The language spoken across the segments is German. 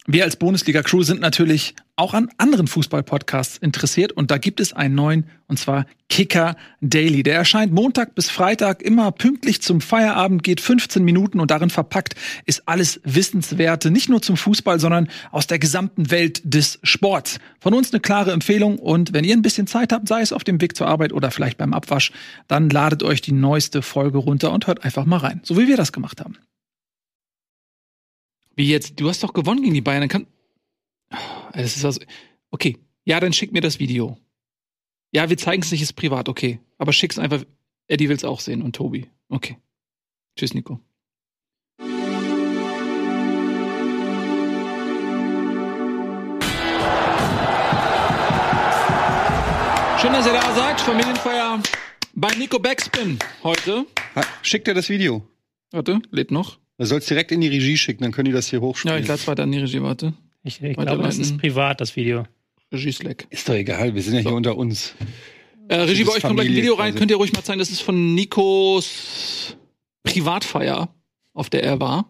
Wir als Bundesliga-Crew sind natürlich auch an anderen Fußball-Podcasts interessiert und da gibt es einen neuen, und zwar Kicker Daily. Der erscheint Montag bis Freitag immer pünktlich zum Feierabend, geht 15 Minuten und darin verpackt ist alles Wissenswerte, nicht nur zum Fußball, sondern aus der gesamten Welt des Sports. Von uns eine klare Empfehlung und wenn ihr ein bisschen Zeit habt, sei es auf dem Weg zur Arbeit oder vielleicht beim Abwasch, dann ladet euch die neueste Folge runter und hört einfach mal rein, so wie wir das gemacht haben. Wie jetzt? Du hast doch gewonnen gegen die Bayern. Dann das ist also. Okay. Ja, dann schick mir das Video. Ja, wir zeigen es nicht, ist privat, okay. Aber schick's einfach. Eddie will's auch sehen und Tobi. Okay. Tschüss, Nico. Schön, dass ihr da seid. Familienfeier bei Nico Backspin heute. Schickt dir das Video. Warte, lädt noch. Du sollst direkt in die Regie schicken, dann können die das hier hochspielen. Ja, ich lade es weiter in die Regie, warte. Ich glaube, das ist privat, das Video. Regie-Slack. Ist doch egal, wir sind ja hier unter uns. Regie, bei euch kommt gleich ein Video rein, könnt ihr ruhig mal zeigen, das ist von Nikos Privatfeier, auf der er war.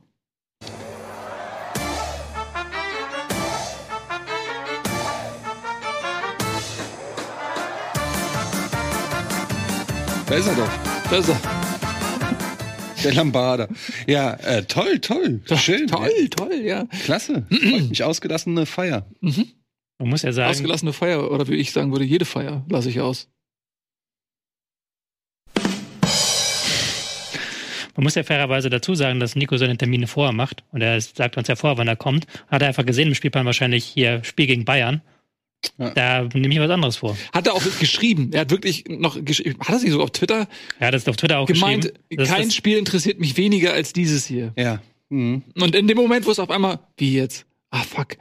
Da ist er doch. Da ist er. Der Lambada. Ja, toll. Schön. Toll, ja. Klasse. Freut mich, ausgelassene Feier. Man muss ja sagen. Ausgelassene Feier, oder wie ich sagen würde, jede Feier lasse ich aus. Man muss ja fairerweise dazu sagen, dass Nico seine Termine vorher macht. Und er sagt uns ja vorher, wann er kommt. Hat er einfach gesehen im Spielplan wahrscheinlich hier Spiel gegen Bayern. Ja. Da nehme ich was anderes vor. Hat er auch geschrieben. Er hat wirklich noch geschrieben. Hat er sich sogar auf Twitter? Ja, das ist auf Twitter auch gemeint, geschrieben. Kein Spiel interessiert mich weniger als dieses hier. Ja. Mhm. Und in dem Moment, wo es auf einmal, wie jetzt? Fuck.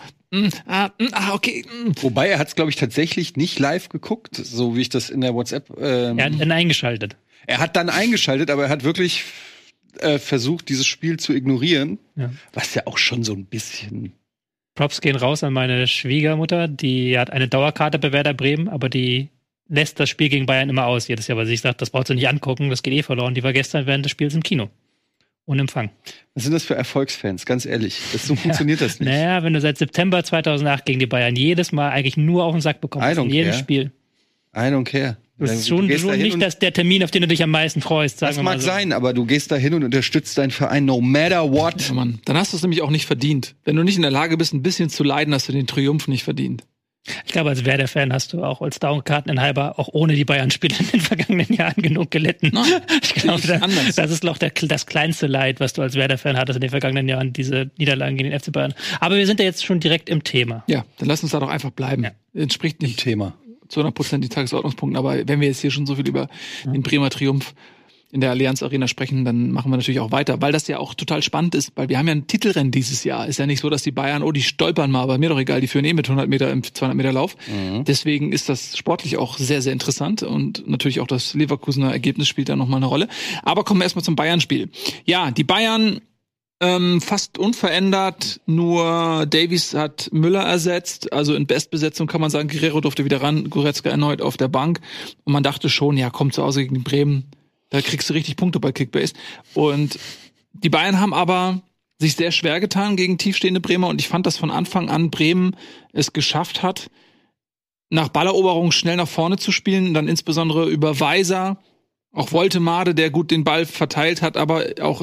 Okay. Wobei, er hat es, glaube ich, tatsächlich nicht live geguckt, so wie ich das in der WhatsApp. Er hat dann eingeschaltet. Er hat dann eingeschaltet, aber er hat wirklich versucht, dieses Spiel zu ignorieren. Ja. Was ja auch schon so ein bisschen. Props gehen raus an meine Schwiegermutter, die hat eine Dauerkarte bei Werder Bremen, aber die lässt das Spiel gegen Bayern immer aus jedes Jahr, weil sie sagt, das braucht sie nicht angucken, das geht verloren. Die war gestern während des Spiels im Kino. Ohne Empfang. Was sind das für Erfolgsfans, ganz ehrlich? So funktioniert das nicht. Naja, wenn du seit September 2008 gegen die Bayern jedes Mal eigentlich nur auf den Sack bekommst, in jedem Spiel. I don't care. Das ist schon nicht der Termin, auf den du dich am meisten freust. Das mag sein, aber du gehst da hin und unterstützt deinen Verein no matter what. Ja, Mann. Dann hast du es nämlich auch nicht verdient. Wenn du nicht in der Lage bist, ein bisschen zu leiden, hast du den Triumph nicht verdient. Ich glaube, als Werder-Fan hast du auch als Dauerkarteninhaber auch ohne die Bayern-Spiele in den vergangenen Jahren genug gelitten. Nein, ich glaube, das ist doch das kleinste Leid, was du als Werder-Fan hattest in den vergangenen Jahren, diese Niederlagen gegen den FC Bayern. Aber wir sind ja jetzt schon direkt im Thema. Ja, dann lass uns da doch einfach bleiben. Ja. Entspricht nicht Thema zu 100% die Tagesordnungspunkte, aber wenn wir jetzt hier schon so viel über den Bremer Triumph in der Allianz Arena sprechen, dann machen wir natürlich auch weiter, weil das ja auch total spannend ist, weil wir haben ja ein Titelrennen dieses Jahr. Ist ja nicht so, dass die Bayern, die stolpern mal, aber mir doch egal, die führen mit 100 Meter im 200 Meter Lauf. Mhm. Deswegen ist das sportlich auch sehr, sehr interessant und natürlich auch das Leverkusener Ergebnis spielt da nochmal eine Rolle. Aber kommen wir erstmal zum Bayern-Spiel. Ja, die Bayern fast unverändert, nur Davies hat Müller ersetzt, also in Bestbesetzung kann man sagen, Guerrero durfte wieder ran, Goretzka erneut auf der Bank und man dachte schon, ja, komm zu Hause gegen Bremen, da kriegst du richtig Punkte bei Kickbase. Und die Bayern haben aber sich sehr schwer getan gegen tiefstehende Bremer und ich fand, dass von Anfang an Bremen es geschafft hat, nach Balleroberung schnell nach vorne zu spielen, dann insbesondere über Weiser, auch Woltemade, der gut den Ball verteilt hat, aber auch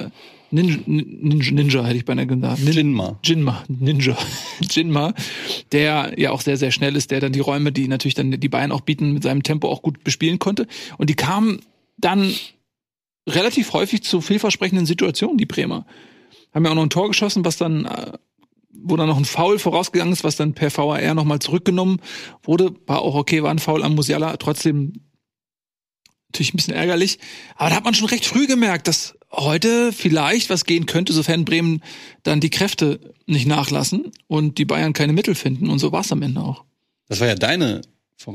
Ninja hätte ich beinahe gesagt. Jinma, der ja auch sehr, sehr schnell ist, der dann die Räume, die natürlich dann die Bayern auch bieten, mit seinem Tempo auch gut bespielen konnte. Und die kamen dann relativ häufig zu vielversprechenden Situationen, die Bremer. Haben ja auch noch ein Tor geschossen, was dann, wo dann noch ein Foul vorausgegangen ist, was dann per VAR nochmal zurückgenommen wurde. War auch okay, war ein Foul an Musiala, trotzdem natürlich ein bisschen ärgerlich. Aber da hat man schon recht früh gemerkt, dass heute vielleicht was gehen könnte, sofern Bremen dann die Kräfte nicht nachlassen und die Bayern keine Mittel finden. Und so war es am Ende auch. Das war ja deine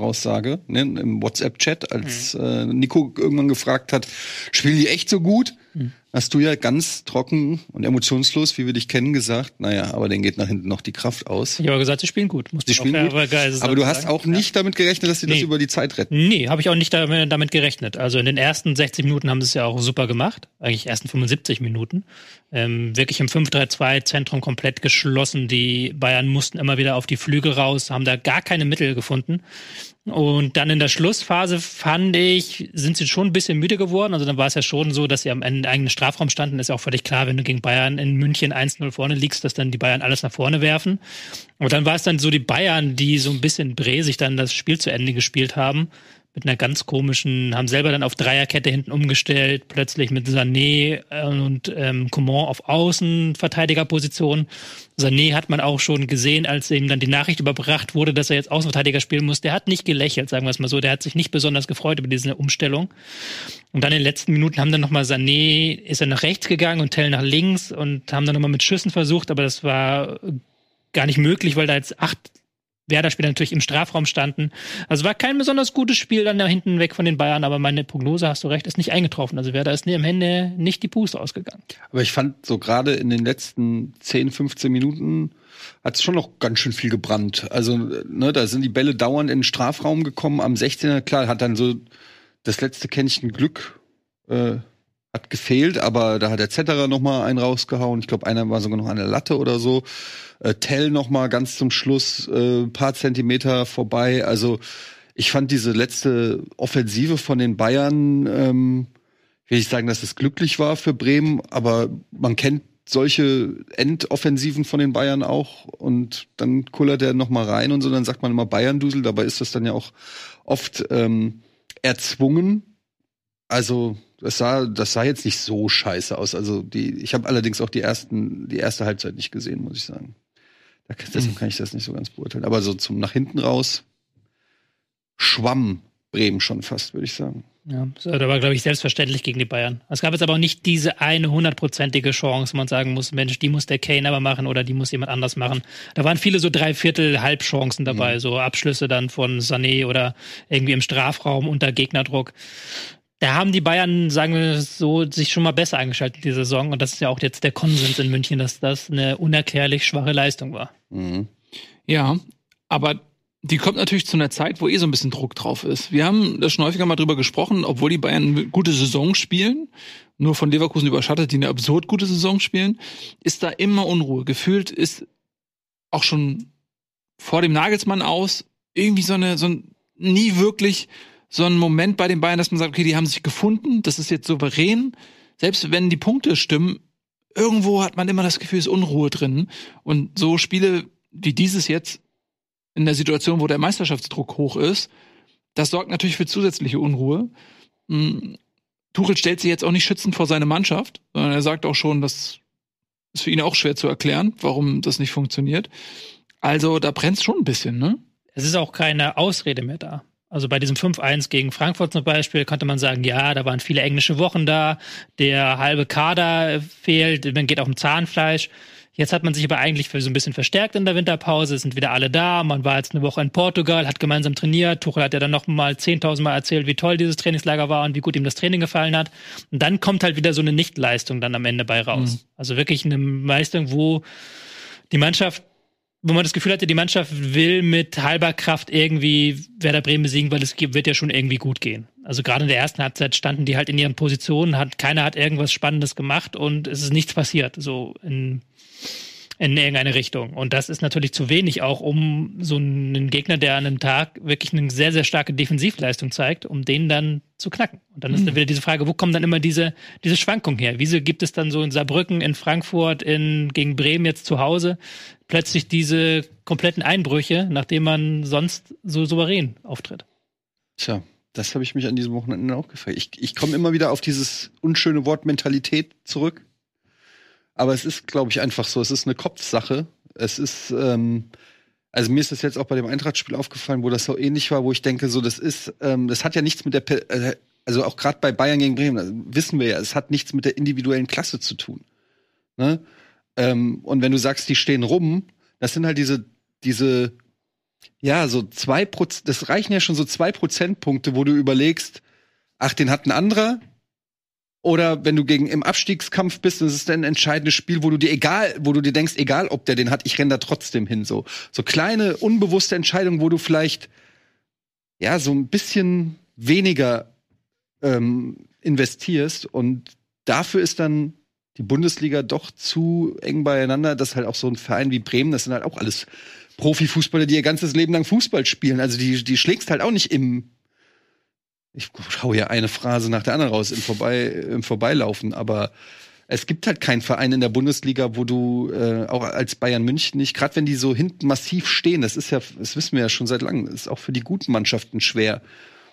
Voraussage, ne, im WhatsApp-Chat, als Nico irgendwann gefragt hat, spielen die echt so gut? hast du ja ganz trocken und emotionslos, wie wir dich kennen, gesagt, naja, aber denen geht nach hinten noch die Kraft aus. Ich habe gesagt, sie spielen gut. Sie spielen gut, aber du hast auch nicht damit gerechnet, dass sie das über die Zeit retten. Nee, habe ich auch nicht damit gerechnet. Also in den ersten 60 Minuten haben sie es ja auch super gemacht. Eigentlich ersten 75 Minuten. Wirklich im 5-3-2 Zentrum komplett geschlossen. Die Bayern mussten immer wieder auf die Flügel raus, haben da gar keine Mittel gefunden. Und dann in der Schlussphase, fand ich, sind sie schon ein bisschen müde geworden. Also dann war es ja schon so, dass sie am eigenen Strafraum standen. Ist ja auch völlig klar, wenn du gegen Bayern in München 1-0 vorne liegst, dass dann die Bayern alles nach vorne werfen. Und dann war es dann so die Bayern, die so ein bisschen bräsig dann das Spiel zu Ende gespielt haben. Mit einer ganz komischen, haben selber dann auf Dreierkette hinten umgestellt, plötzlich mit Sané und Coman auf Außenverteidigerposition. Sané hat man auch schon gesehen, als ihm dann die Nachricht überbracht wurde, dass er jetzt Außenverteidiger spielen muss. Der hat nicht gelächelt, sagen wir es mal so. Der hat sich nicht besonders gefreut über diese Umstellung. Und dann in den letzten Minuten haben dann nochmal Sané, ist er nach rechts gegangen und Tell nach links und haben dann nochmal mit Schüssen versucht, aber das war gar nicht möglich, weil da jetzt 8 Werder-Spieler natürlich im Strafraum standen. Also war kein besonders gutes Spiel dann da hinten weg von den Bayern, aber meine Prognose, hast du recht, ist nicht eingetroffen. Also Werder ist am Ende nicht die Puste ausgegangen. Aber ich fand so gerade in den letzten 10, 15 Minuten hat es schon noch ganz schön viel gebrannt. Also ne, da sind die Bälle dauernd in den Strafraum gekommen. Am 16er, klar, hat dann so das letzte Kännchen Glück hat gefehlt, aber da hat der Zetterer noch mal einen rausgehauen. Ich glaube, einer war sogar noch an der Latte oder so. Tell noch mal ganz zum Schluss paar Zentimeter vorbei. Also ich fand diese letzte Offensive von den Bayern, will ich sagen, dass es glücklich war für Bremen, aber man kennt solche Endoffensiven von den Bayern auch und dann kullert er noch mal rein und so, dann sagt man immer Bayern-Dusel, dabei ist das dann ja auch oft erzwungen. Also das sah jetzt nicht so scheiße aus. Also ich habe allerdings auch die erste Halbzeit nicht gesehen, muss ich sagen. Deshalb kann ich das nicht so ganz beurteilen. Aber so zum nach hinten raus schwamm Bremen schon fast, würde ich sagen. Ja, da war, glaube ich, selbstverständlich gegen die Bayern. Es gab jetzt aber auch nicht diese eine 100%ige Chance, wo man sagen muss, Mensch, die muss der Kane aber machen oder die muss jemand anders machen. Da waren viele so 3/4 Halbchancen dabei, so Abschlüsse dann von Sané oder irgendwie im Strafraum unter Gegnerdruck. Da haben die Bayern, sagen wir so, sich schon mal besser eingeschaltet die Saison. Und das ist ja auch jetzt der Konsens in München, dass das eine unerklärlich schwache Leistung war. Mhm. Ja, aber die kommt natürlich zu einer Zeit, wo so ein bisschen Druck drauf ist. Wir haben da schon häufiger mal drüber gesprochen, obwohl die Bayern eine gute Saison spielen, nur von Leverkusen überschattet, die eine absurd gute Saison spielen, ist da immer Unruhe. Gefühlt ist auch schon vor dem Nagelsmann aus irgendwie so ein nie wirklich so ein Moment bei den Bayern, dass man sagt, okay, die haben sich gefunden, das ist jetzt souverän. Selbst wenn die Punkte stimmen, irgendwo hat man immer das Gefühl, es ist Unruhe drin. Und so Spiele wie dieses jetzt in der Situation, wo der Meisterschaftsdruck hoch ist, das sorgt natürlich für zusätzliche Unruhe. Tuchel stellt sich jetzt auch nicht schützend vor seine Mannschaft, sondern er sagt auch schon, das ist für ihn auch schwer zu erklären, warum das nicht funktioniert. Also da brennt's schon ein bisschen, ne? Es ist auch keine Ausrede mehr da. Also bei diesem 5-1 gegen Frankfurt zum Beispiel konnte man sagen, ja, da waren viele englische Wochen da, der halbe Kader fehlt, man geht auf dem Zahnfleisch. Jetzt hat man sich aber eigentlich so ein bisschen verstärkt in der Winterpause, es sind wieder alle da, man war jetzt eine Woche in Portugal, hat gemeinsam trainiert, Tuchel hat ja dann noch mal 10.000 Mal erzählt, wie toll dieses Trainingslager war und wie gut ihm das Training gefallen hat. Und dann kommt halt wieder so eine Nichtleistung dann am Ende bei raus. Also wirklich eine Leistung, wo man das Gefühl hatte, die Mannschaft will mit halber Kraft irgendwie Werder Bremen besiegen, weil es wird ja schon irgendwie gut gehen. Also gerade in der ersten Halbzeit standen die halt in ihren Positionen, keiner hat irgendwas Spannendes gemacht und es ist nichts passiert, so in irgendeine Richtung. Und das ist natürlich zu wenig auch, um so einen Gegner, der an einem Tag wirklich eine sehr, sehr starke Defensivleistung zeigt, um den dann zu knacken. Und dann ist dann wieder diese Frage, wo kommen dann immer diese Schwankungen her? Wieso gibt es dann so in Saarbrücken, in Frankfurt, gegen Bremen jetzt zu Hause plötzlich diese kompletten Einbrüche, nachdem man sonst so souverän auftritt? Tja, das habe ich mich an diesem Wochenende auch gefragt. Ich komme immer wieder auf dieses unschöne Wort Mentalität zurück. Aber es ist, glaube ich, einfach so. Es ist eine Kopfsache. Es ist, also mir ist das jetzt auch bei dem Eintracht-Spiel aufgefallen, wo das so ähnlich war, wo ich denke, so das hat ja nichts mit der, also auch gerade bei Bayern gegen Bremen, also wissen wir ja, es hat nichts mit der individuellen Klasse zu tun. Ne? Und wenn du sagst, die stehen rum, das sind halt diese, ja, so 2%, das reichen ja schon so 2 Prozentpunkte, wo du überlegst, ach, den hat ein anderer. Oder wenn du im Abstiegskampf bist, das ist dann ein entscheidendes Spiel, wo du dir denkst, egal ob der den hat, ich renn da trotzdem hin. So kleine, unbewusste Entscheidungen, wo du vielleicht ja so ein bisschen weniger investierst. Und dafür ist dann die Bundesliga doch zu eng beieinander, dass halt auch so ein Verein wie Bremen, das sind halt auch alles Profifußballer, die ihr ganzes Leben lang Fußball spielen. Also die schlägst halt auch nicht ich schaue ja eine Phrase nach der anderen raus im Vorbeilaufen, aber es gibt halt keinen Verein in der Bundesliga, wo du auch als Bayern München nicht, gerade wenn die so hinten massiv stehen, das wissen wir ja schon seit langem, ist auch für die guten Mannschaften schwer,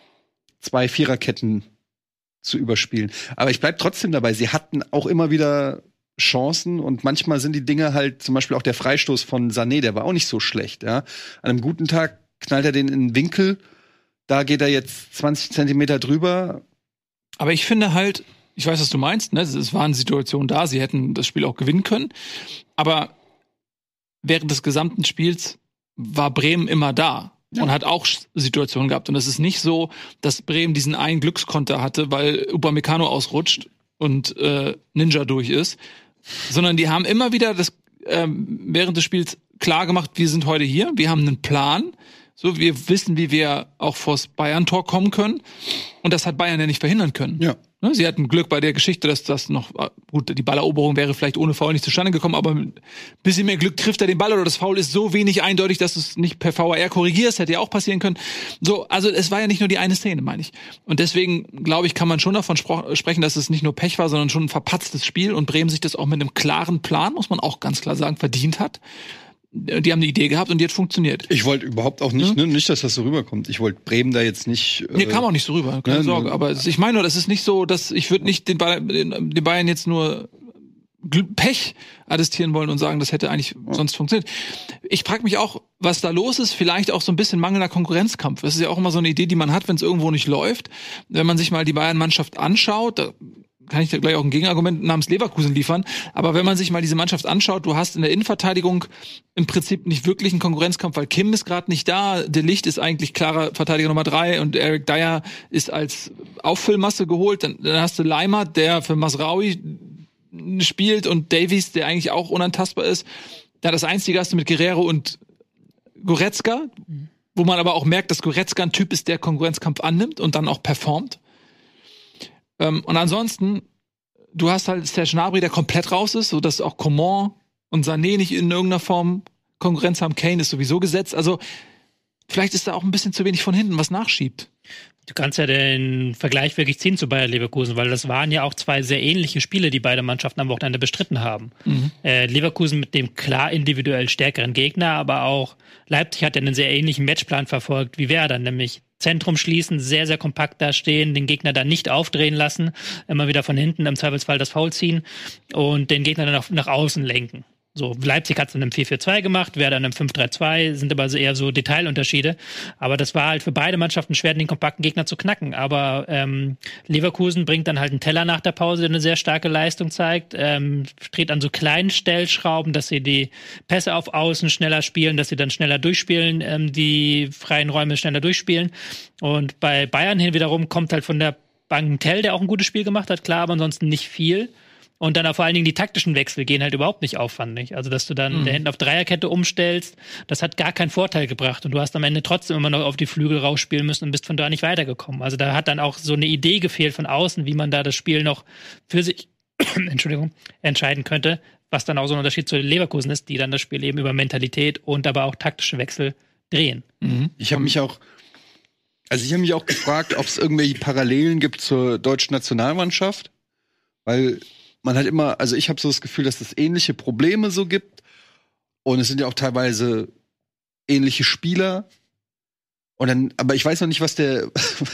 2 Viererketten zu überspielen. Aber ich bleib trotzdem dabei, sie hatten auch immer wieder Chancen und manchmal sind die Dinge halt, zum Beispiel auch der Freistoß von Sané, der war auch nicht so schlecht. Ja? An einem guten Tag knallt er den in den Winkel, da geht er jetzt 20 Zentimeter drüber. Aber ich finde halt, ich weiß, was du meinst, ne? Es waren Situationen da, sie hätten das Spiel auch gewinnen können. Aber während des gesamten Spiels war Bremen immer da und hat auch Situationen gehabt. Und es ist nicht so, dass Bremen diesen einen Glückskonter hatte, weil Upamecano ausrutscht und Ninja durch ist, sondern die haben immer wieder während des Spiels klar gemacht, wir sind heute hier, wir haben einen Plan. So, wir wissen, wie wir auch vors Bayern-Tor kommen können. Und das hat Bayern ja nicht verhindern können. Ja. Sie hatten Glück bei der Geschichte, dass das noch, gut, die Balleroberung wäre vielleicht ohne Foul nicht zustande gekommen, aber ein bisschen mehr Glück trifft er den Ball oder das Foul ist so wenig eindeutig, dass du es nicht per VAR korrigierst, hätte ja auch passieren können. So, also es war ja nicht nur die eine Szene, meine ich. Und deswegen, glaube ich, kann man schon davon sprechen, dass es nicht nur Pech war, sondern schon ein verpatztes Spiel und Bremen sich das auch mit einem klaren Plan, muss man auch ganz klar sagen, verdient hat. Die haben eine Idee gehabt und die hat funktioniert. Ich wollte überhaupt auch nicht, nicht, dass das so rüberkommt. Ich wollte Bremen da jetzt nicht. Nee, kam auch nicht so rüber, keine Sorge. Aber ich meine nur, das ist nicht so, dass ich würde nicht den Bayern jetzt nur Pech attestieren wollen und sagen, das hätte eigentlich sonst funktioniert. Ich frage mich auch, was da los ist. Vielleicht auch so ein bisschen mangelnder Konkurrenzkampf. Das ist ja auch immer so eine Idee, die man hat, wenn es irgendwo nicht läuft. Wenn man sich mal die Bayern-Mannschaft anschaut, da kann ich da gleich auch ein Gegenargument namens Leverkusen liefern. Aber wenn man sich mal diese Mannschaft anschaut, du hast in der Innenverteidigung im Prinzip nicht wirklich einen Konkurrenzkampf, weil Kim ist gerade nicht da. De Ligt ist eigentlich klarer Verteidiger Nummer 3 und Eric Dyer ist als Auffüllmasse geholt. Dann hast du Leimer, der für Masraoui spielt und Davies, der eigentlich auch unantastbar ist. Da das Einzige hast du mit Guerrero und Goretzka, wo man aber auch merkt, dass Goretzka ein Typ ist, der Konkurrenzkampf annimmt und dann auch performt. Und ansonsten, du hast halt Serge Gnabry, der komplett raus ist, so dass auch Coman und Sané nicht in irgendeiner Form Konkurrenz haben. Kane ist sowieso gesetzt. Also vielleicht ist da auch ein bisschen zu wenig von hinten, was nachschiebt. Du kannst ja den Vergleich wirklich ziehen zu Bayer Leverkusen, weil das waren ja auch 2 sehr ähnliche Spiele, die beide Mannschaften am Wochenende bestritten haben. Leverkusen mit dem klar individuell stärkeren Gegner, aber auch Leipzig hat ja einen sehr ähnlichen Matchplan verfolgt wie Werder, nämlich Zentrum schließen, sehr, sehr kompakt da stehen, den Gegner dann nicht aufdrehen lassen, immer wieder von hinten im Zweifelsfall das Foul ziehen und den Gegner dann nach außen lenken. So, Leipzig hat es in einem 4-4-2 gemacht, Werder in einem 5-3-2, sind aber eher so Detailunterschiede. Aber das war halt für beide Mannschaften schwer, den kompakten Gegner zu knacken. Aber Leverkusen bringt dann halt einen Teller nach der Pause, der eine sehr starke Leistung zeigt, dreht an so kleinen Stellschrauben, dass sie die Pässe auf Außen schneller spielen, dass sie dann schneller durchspielen, die freien Räume schneller durchspielen. Und bei Bayern hin wiederum kommt halt von der Bank Tell, der auch ein gutes Spiel gemacht hat, klar, aber ansonsten nicht viel. Und dann auch vor allen Dingen die taktischen Wechsel gehen halt überhaupt nicht aufwandig. Also, dass du dann da hinten auf Dreierkette umstellst, das hat gar keinen Vorteil gebracht. Und du hast am Ende trotzdem immer noch auf die Flügel rausspielen müssen und bist von da nicht weitergekommen. Also, da hat dann auch so eine Idee gefehlt von außen, wie man da das Spiel noch für sich, entscheiden könnte. Was dann auch so ein Unterschied zu Leverkusen ist, die dann das Spiel eben über Mentalität und aber auch taktische Wechsel drehen. Ich habe mich auch gefragt, ob es irgendwelche Parallelen gibt zur deutschen Nationalmannschaft. Weil man halt immer, also ich habe so das Gefühl, dass es ähnliche Probleme so gibt. Und es sind ja auch teilweise ähnliche Spieler. Und dann, aber ich weiß noch nicht, was der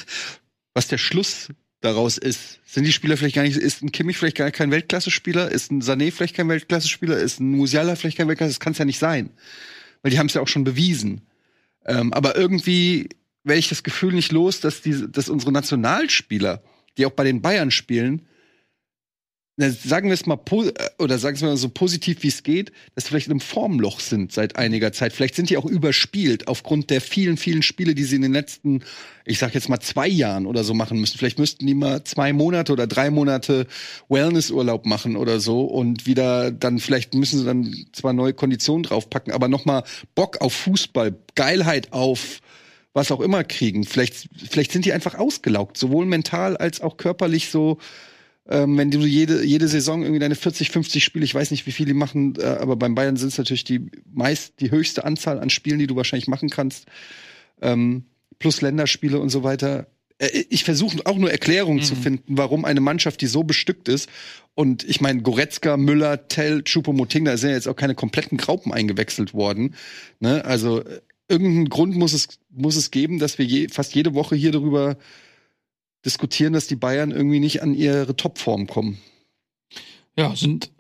Schluss daraus ist. Sind die Spieler vielleicht gar nicht, ist ein Kimmich vielleicht gar kein Weltklasse-Spieler? Ist ein Sané vielleicht kein Weltklasse-Spieler? Ist ein Musiala vielleicht kein Weltklasse? Das kann es ja nicht sein. Weil die haben es ja auch schon bewiesen. Aber irgendwie werde ich das Gefühl nicht los, dass unsere Nationalspieler, die auch bei den Bayern spielen, sagen wir es mal so positiv wie es geht, dass sie vielleicht in einem Formloch sind seit einiger Zeit. Vielleicht sind die auch überspielt aufgrund der vielen, vielen Spiele, die sie in den letzten, ich sag jetzt mal 2 Jahren oder so machen müssen. Vielleicht müssten die mal 2 Monate oder 3 Monate Wellnessurlaub machen oder so und wieder dann, vielleicht müssen sie dann zwar neue Konditionen draufpacken, aber nochmal Bock auf Fußball, Geilheit auf was auch immer kriegen. Vielleicht sind die einfach ausgelaugt, sowohl mental als auch körperlich so. Wenn du jede Saison irgendwie deine 40, 50 Spiele, ich weiß nicht, wie viele die machen, aber beim Bayern sind es natürlich die höchste Anzahl an Spielen, die du wahrscheinlich machen kannst, plus Länderspiele und so weiter. Ich versuche auch nur Erklärungen zu finden, warum eine Mannschaft, die so bestückt ist, und ich meine, Goretzka, Müller, Tell, Choupo-Moting, da sind ja jetzt auch keine kompletten Graupen eingewechselt worden. Ne? Also irgendeinen Grund muss es geben, dass wir fast jede Woche hier darüber diskutieren, dass die Bayern irgendwie nicht an ihre Topform kommen. Ja,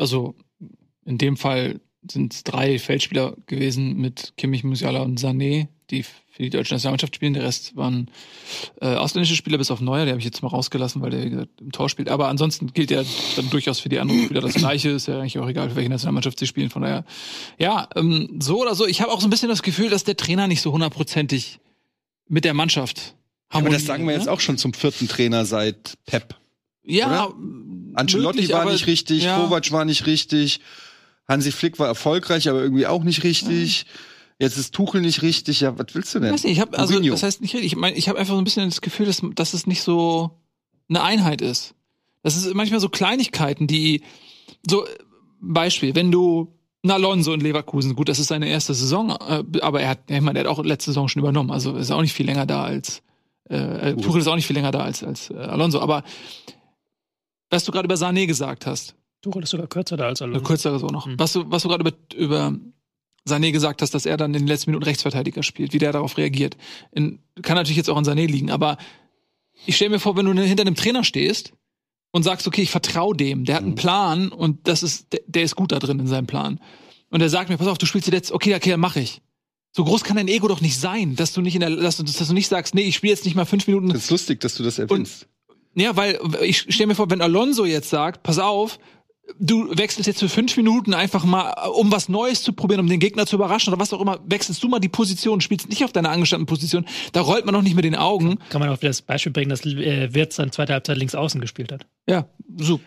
in dem Fall sind es 3 Feldspieler gewesen mit Kimmich, Musiala und Sané, die für die deutsche Nationalmannschaft spielen. Der Rest waren ausländische Spieler, bis auf Neuer, der habe ich jetzt mal rausgelassen, weil der, wie gesagt, im Tor spielt. Aber ansonsten gilt ja dann durchaus für die anderen Spieler das Gleiche. Ist ja eigentlich auch egal, für welche Nationalmannschaft sie spielen. Von daher, ja, so oder so. Ich habe auch so ein bisschen das Gefühl, dass der Trainer nicht so 100%ig mit der Mannschaft aber das sagen wir jetzt auch schon zum 4. Trainer seit Pep. Ja, oder? Ancelotti war nicht richtig, Kovac war nicht richtig, Hansi Flick war erfolgreich, aber irgendwie auch nicht richtig. Jetzt ist Tuchel nicht richtig. Ja, was willst du denn? Ich weiß nicht, das heißt nicht richtig. Ich habe einfach so ein bisschen das Gefühl, dass es nicht so eine Einheit ist. Das ist manchmal so Kleinigkeiten, die so Beispiel, wenn du Alonso in Leverkusen, gut, das ist seine erste Saison, aber er hat auch letzte Saison schon übernommen, also ist auch nicht viel länger da als Tuchel ist auch nicht viel länger da als Alonso, aber was du gerade über Sané gesagt hast. Tuchel ist sogar kürzer da als Alonso. Kürzer so noch. Was du gerade über Sané gesagt hast, dass er dann in den letzten Minuten Rechtsverteidiger spielt, wie der darauf reagiert. Kann natürlich jetzt auch an Sané liegen, aber ich stelle mir vor, wenn du hinter einem Trainer stehst und sagst, okay, ich vertraue dem, der hat einen Plan und der ist gut da drin in seinem Plan. Und der sagt mir, pass auf, du spielst jetzt, okay, dann mach ich. So groß kann dein Ego doch nicht sein, dass du nicht dass du nicht sagst, nee, ich spiele jetzt nicht mal 5 Minuten. Das ist lustig, dass du das erwähnst. Ja, weil ich stelle mir vor, wenn Alonso jetzt sagt, pass auf, du wechselst jetzt für 5 Minuten einfach mal, um was Neues zu probieren, um den Gegner zu überraschen oder was auch immer, wechselst du mal die Position, spielst nicht auf deiner angestammten Position, da rollt man noch nicht mit den Augen. Kann man auch das Beispiel bringen, dass Wirtz dann zweite Halbzeit links außen gespielt hat. Ja, super.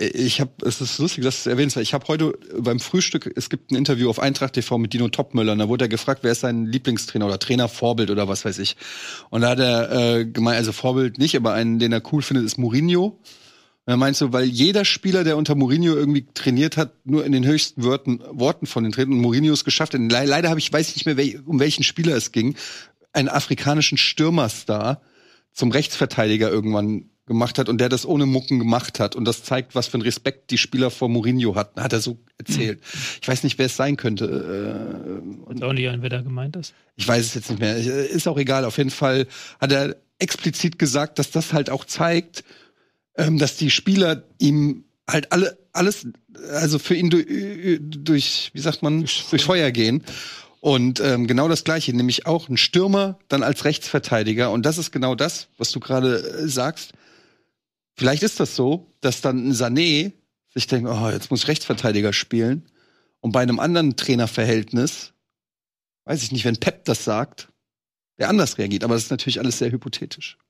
Es ist lustig, dass du es erwähnst, weil ich habe heute beim Frühstück, es gibt ein Interview auf Eintracht TV mit Dino Topmöller, und da wurde er gefragt, wer ist sein Lieblingstrainer oder Trainer, Vorbild oder was weiß ich. Und da hat er gemeint, also Vorbild nicht, aber einen, den er cool findet, ist Mourinho. Und er meint so, weil jeder Spieler, der unter Mourinho irgendwie trainiert hat, nur in den höchsten Worten von den Trainern, und Mourinho es geschafft hat. Leider weiß ich nicht mehr, um welchen Spieler es ging, einen afrikanischen Stürmerstar zum Rechtsverteidiger irgendwann gemacht hat und der das ohne Mucken gemacht hat. Und das zeigt, was für einen Respekt die Spieler vor Mourinho hatten, hat er so erzählt. Ich weiß nicht, wer es sein könnte. Und auch nicht, wer da gemeint ist. Ich weiß es jetzt nicht mehr. Ist auch egal. Auf jeden Fall hat er explizit gesagt, dass das halt auch zeigt, dass die Spieler ihm halt alles, also für ihn durch wie sagt man, durch Feuer gehen. Und genau das Gleiche, nämlich auch ein Stürmer dann als Rechtsverteidiger. Und das ist genau das, was du gerade sagst. Vielleicht ist das so, dass dann ein Sané sich denkt, oh, jetzt muss ich Rechtsverteidiger spielen. Und bei einem anderen Trainerverhältnis, weiß ich nicht, wenn Pep das sagt, der anders reagiert. Aber das ist natürlich alles sehr hypothetisch.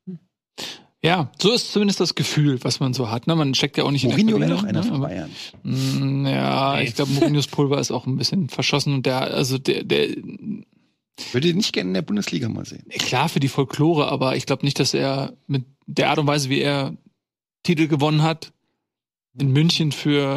Ja, so ist zumindest das Gefühl, was man so hat. Ne? Man steckt ja auch nicht Mourinho in der Kabine. Mourinho wäre doch einer von Bayern. Ja, nee. Ich glaube, Mourinhos Pulver ist auch ein bisschen verschossen. Und der würde ihn nicht gerne in der Bundesliga mal sehen. Klar, für die Folklore, aber ich glaube nicht, dass er mit der Art und Weise, wie er Titel gewonnen hat, in München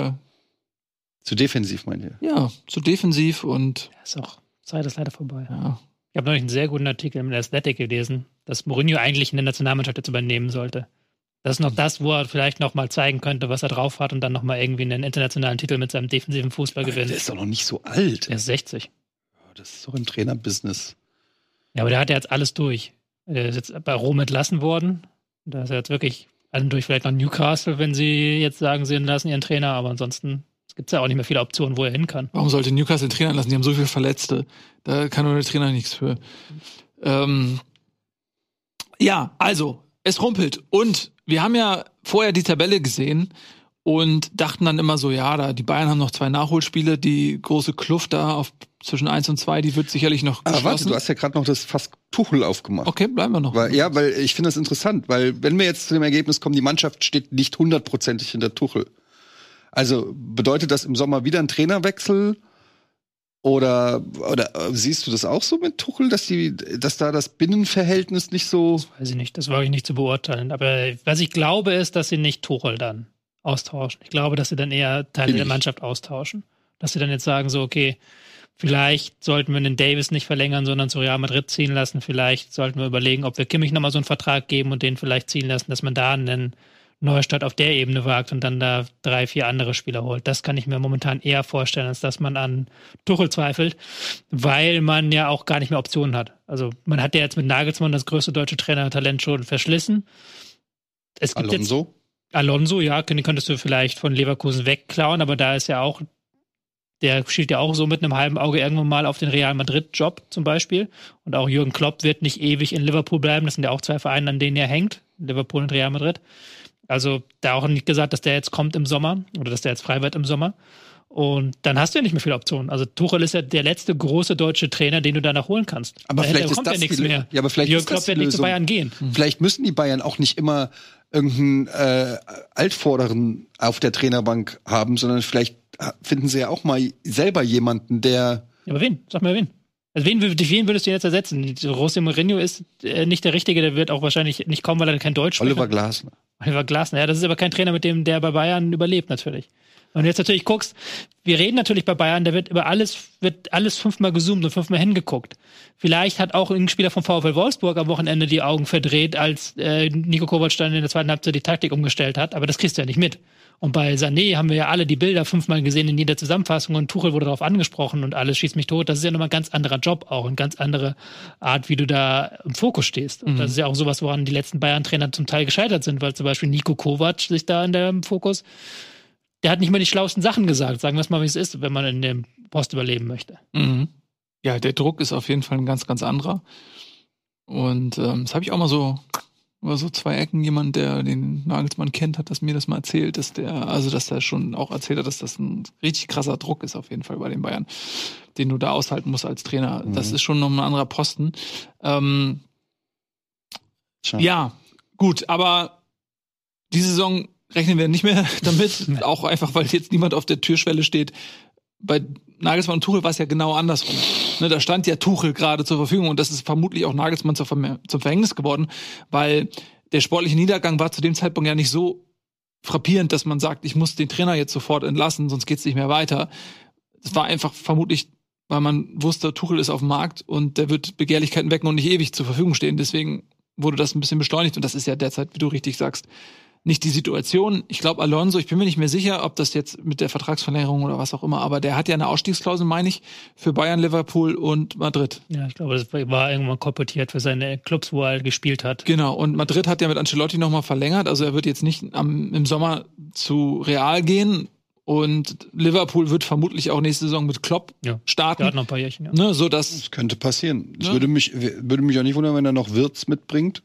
zu defensiv, meint ihr? Ja, zu defensiv und Zeit ist leider vorbei. Ja. Ich habe neulich einen sehr guten Artikel im Athletic gelesen, dass Mourinho eigentlich in der Nationalmannschaft jetzt übernehmen sollte. Das ist noch das, wo er vielleicht noch mal zeigen könnte, was er drauf hat und dann noch mal irgendwie einen internationalen Titel mit seinem defensiven Fußball gewinnt. Der ist doch noch nicht so alt. Er ist 60. Das ist doch im Trainerbusiness. Ja, aber der hat ja jetzt alles durch. Er ist jetzt bei Rom entlassen worden. Da ist er jetzt wirklich durch vielleicht noch Newcastle, wenn sie jetzt sagen, sie entlassen ihren Trainer, aber ansonsten gibt es ja auch nicht mehr viele Optionen, wo er hin kann. Warum sollte Newcastle den Trainer lassen? Die haben so viele Verletzte. Da kann nur der Trainer nichts für. Ja, also, es rumpelt. Und wir haben ja vorher die Tabelle gesehen und dachten dann immer so, ja, die Bayern haben noch 2 Nachholspiele, die große Kluft da zwischen 1 und 2, die wird sicherlich noch geschlossen. Aber warte, du hast ja gerade noch das Fass Tuchel aufgemacht. Okay, bleiben wir noch. Weil ich finde das interessant, weil wenn wir jetzt zu dem Ergebnis kommen, die Mannschaft steht nicht 100%ig hinter Tuchel. Also bedeutet das im Sommer wieder ein Trainerwechsel? Oder siehst du das auch so mit Tuchel, dass da das Binnenverhältnis nicht so... Das weiß ich nicht, das wage ich nicht zu beurteilen. Aber was ich glaube, ist, dass sie nicht Tuchel dann austauschen. Ich glaube, dass sie dann eher Teile der Mannschaft austauschen. Dass sie dann jetzt sagen so, okay, vielleicht sollten wir den Davis nicht verlängern, sondern zu Real Madrid ziehen lassen. Vielleicht sollten wir überlegen, ob wir Kimmich nochmal so einen Vertrag geben und den vielleicht ziehen lassen, dass man da einen Neustart auf der Ebene wagt und dann da 3, 4 andere Spieler holt. Das kann ich mir momentan eher vorstellen, als dass man an Tuchel zweifelt, weil man ja auch gar nicht mehr Optionen hat. Also man hat ja jetzt mit Nagelsmann das größte deutsche Trainertalent schon verschlissen. Es gibt Alonso, ja, den könntest du vielleicht von Leverkusen wegklauen, aber da ist ja auch, der schielt ja auch so mit einem halben Auge irgendwann mal auf den Real Madrid-Job zum Beispiel. Und auch Jürgen Klopp wird nicht ewig in Liverpool bleiben. Das sind ja auch 2 Vereine, an denen er hängt, Liverpool und Real Madrid. Also da auch nicht gesagt, dass der jetzt kommt im Sommer oder dass der jetzt frei wird im Sommer. Und dann hast du ja nicht mehr viele Optionen. Also Tuchel ist ja der letzte große deutsche Trainer, den du danach holen kannst. Aber vielleicht kommt ja nichts mehr. Ja, aber vielleicht Jürgen Klopp wird nicht zu Bayern gehen. Vielleicht müssen die Bayern auch nicht immer irgendeinen Altvorderen auf der Trainerbank haben, sondern vielleicht finden sie ja auch mal selber jemanden, der... Ja, aber wen? Sag mal wen. Also wen würdest du jetzt ersetzen? José Mourinho ist nicht der Richtige, der wird auch wahrscheinlich nicht kommen, weil er kein Deutsch spricht. Oliver Glasner, ja, das ist aber kein Trainer, mit dem der bei Bayern überlebt natürlich. Und jetzt natürlich guckst, wir reden natürlich bei Bayern, da wird alles 5-mal gezoomt und 5-mal hingeguckt. Vielleicht hat auch ein Spieler vom VfL Wolfsburg am Wochenende die Augen verdreht, als Niko Kovac dann in der zweiten Halbzeit die Taktik umgestellt hat, aber das kriegst du ja nicht mit. Und bei Sané haben wir ja alle die Bilder 5-mal gesehen in jeder Zusammenfassung und Tuchel wurde darauf angesprochen und alles schießt mich tot. Das ist ja nochmal ein ganz anderer Job auch, eine ganz andere Art, wie du da im Fokus stehst. Und das ist ja auch sowas, woran die letzten Bayern-Trainer zum Teil gescheitert sind, weil zum Beispiel Niko Kovac sich da in dem Fokus, der hat nicht mal die schlauesten Sachen gesagt. Sagen wir es mal, wie es ist, wenn man in dem Post überleben möchte. Mhm. Ja, der Druck ist auf jeden Fall ein ganz, ganz anderer. Und das habe ich auch mal so über so 2 Ecken, jemand, der den Nagelsmann kennt, hat mir das mal erzählt, dass der schon auch erzählt hat, dass das ein richtig krasser Druck ist auf jeden Fall bei den Bayern, den du da aushalten musst als Trainer. Mhm. Das ist schon noch ein anderer Posten. Ja, gut, aber diese Saison rechnen wir nicht mehr damit, auch einfach, weil jetzt niemand auf der Türschwelle steht. Bei Nagelsmann und Tuchel war es ja genau andersrum. Ne, da stand ja Tuchel gerade zur Verfügung und das ist vermutlich auch Nagelsmann zum Verhängnis geworden, weil der sportliche Niedergang war zu dem Zeitpunkt ja nicht so frappierend, dass man sagt, ich muss den Trainer jetzt sofort entlassen, sonst geht's nicht mehr weiter. Es war einfach vermutlich, weil man wusste, Tuchel ist auf dem Markt und der wird Begehrlichkeiten wecken und nicht ewig zur Verfügung stehen. Deswegen wurde das ein bisschen beschleunigt und das ist ja derzeit, wie du richtig sagst, nicht die Situation. Ich glaube, Alonso, ich bin mir nicht mehr sicher, ob das jetzt mit der Vertragsverlängerung oder was auch immer, aber der hat ja eine Ausstiegsklausel, meine ich, für Bayern, Liverpool und Madrid. Ja, ich glaube, das war irgendwann kolportiert für seine Clubs, wo er gespielt hat. Genau, und Madrid hat ja mit Ancelotti nochmal verlängert, also er wird jetzt nicht im Sommer zu Real gehen und Liverpool wird vermutlich auch nächste Saison mit Klopp starten. Der hat noch ein paar Jährchen, ja. Ne, das könnte passieren. Es würde mich auch nicht wundern, wenn er noch Wirtz mitbringt.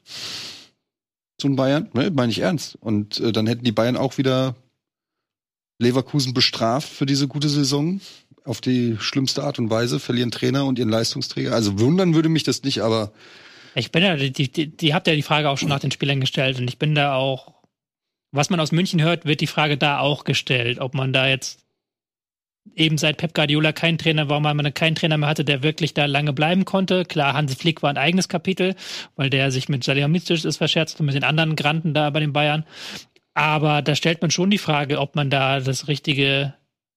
Zum Bayern, ne, meine ich ernst. Und dann hätten die Bayern auch wieder Leverkusen bestraft für diese gute Saison auf die schlimmste Art und Weise, verlieren Trainer und ihren Leistungsträger. Also wundern würde mich das nicht, aber ich bin ja, die habt ja die Frage auch schon nach den Spielern gestellt und ich bin da auch, was man aus München hört, wird die Frage da auch gestellt, ob man da jetzt eben seit Pep Guardiola keinen Trainer war, weil man keinen Trainer mehr hatte, der wirklich da lange bleiben konnte. Klar, Hansi Flick war ein eigenes Kapitel, weil der sich mit Salihamidzic ist verscherzt und mit den anderen Granden da bei den Bayern. Aber da stellt man schon die Frage, ob man da das Richtige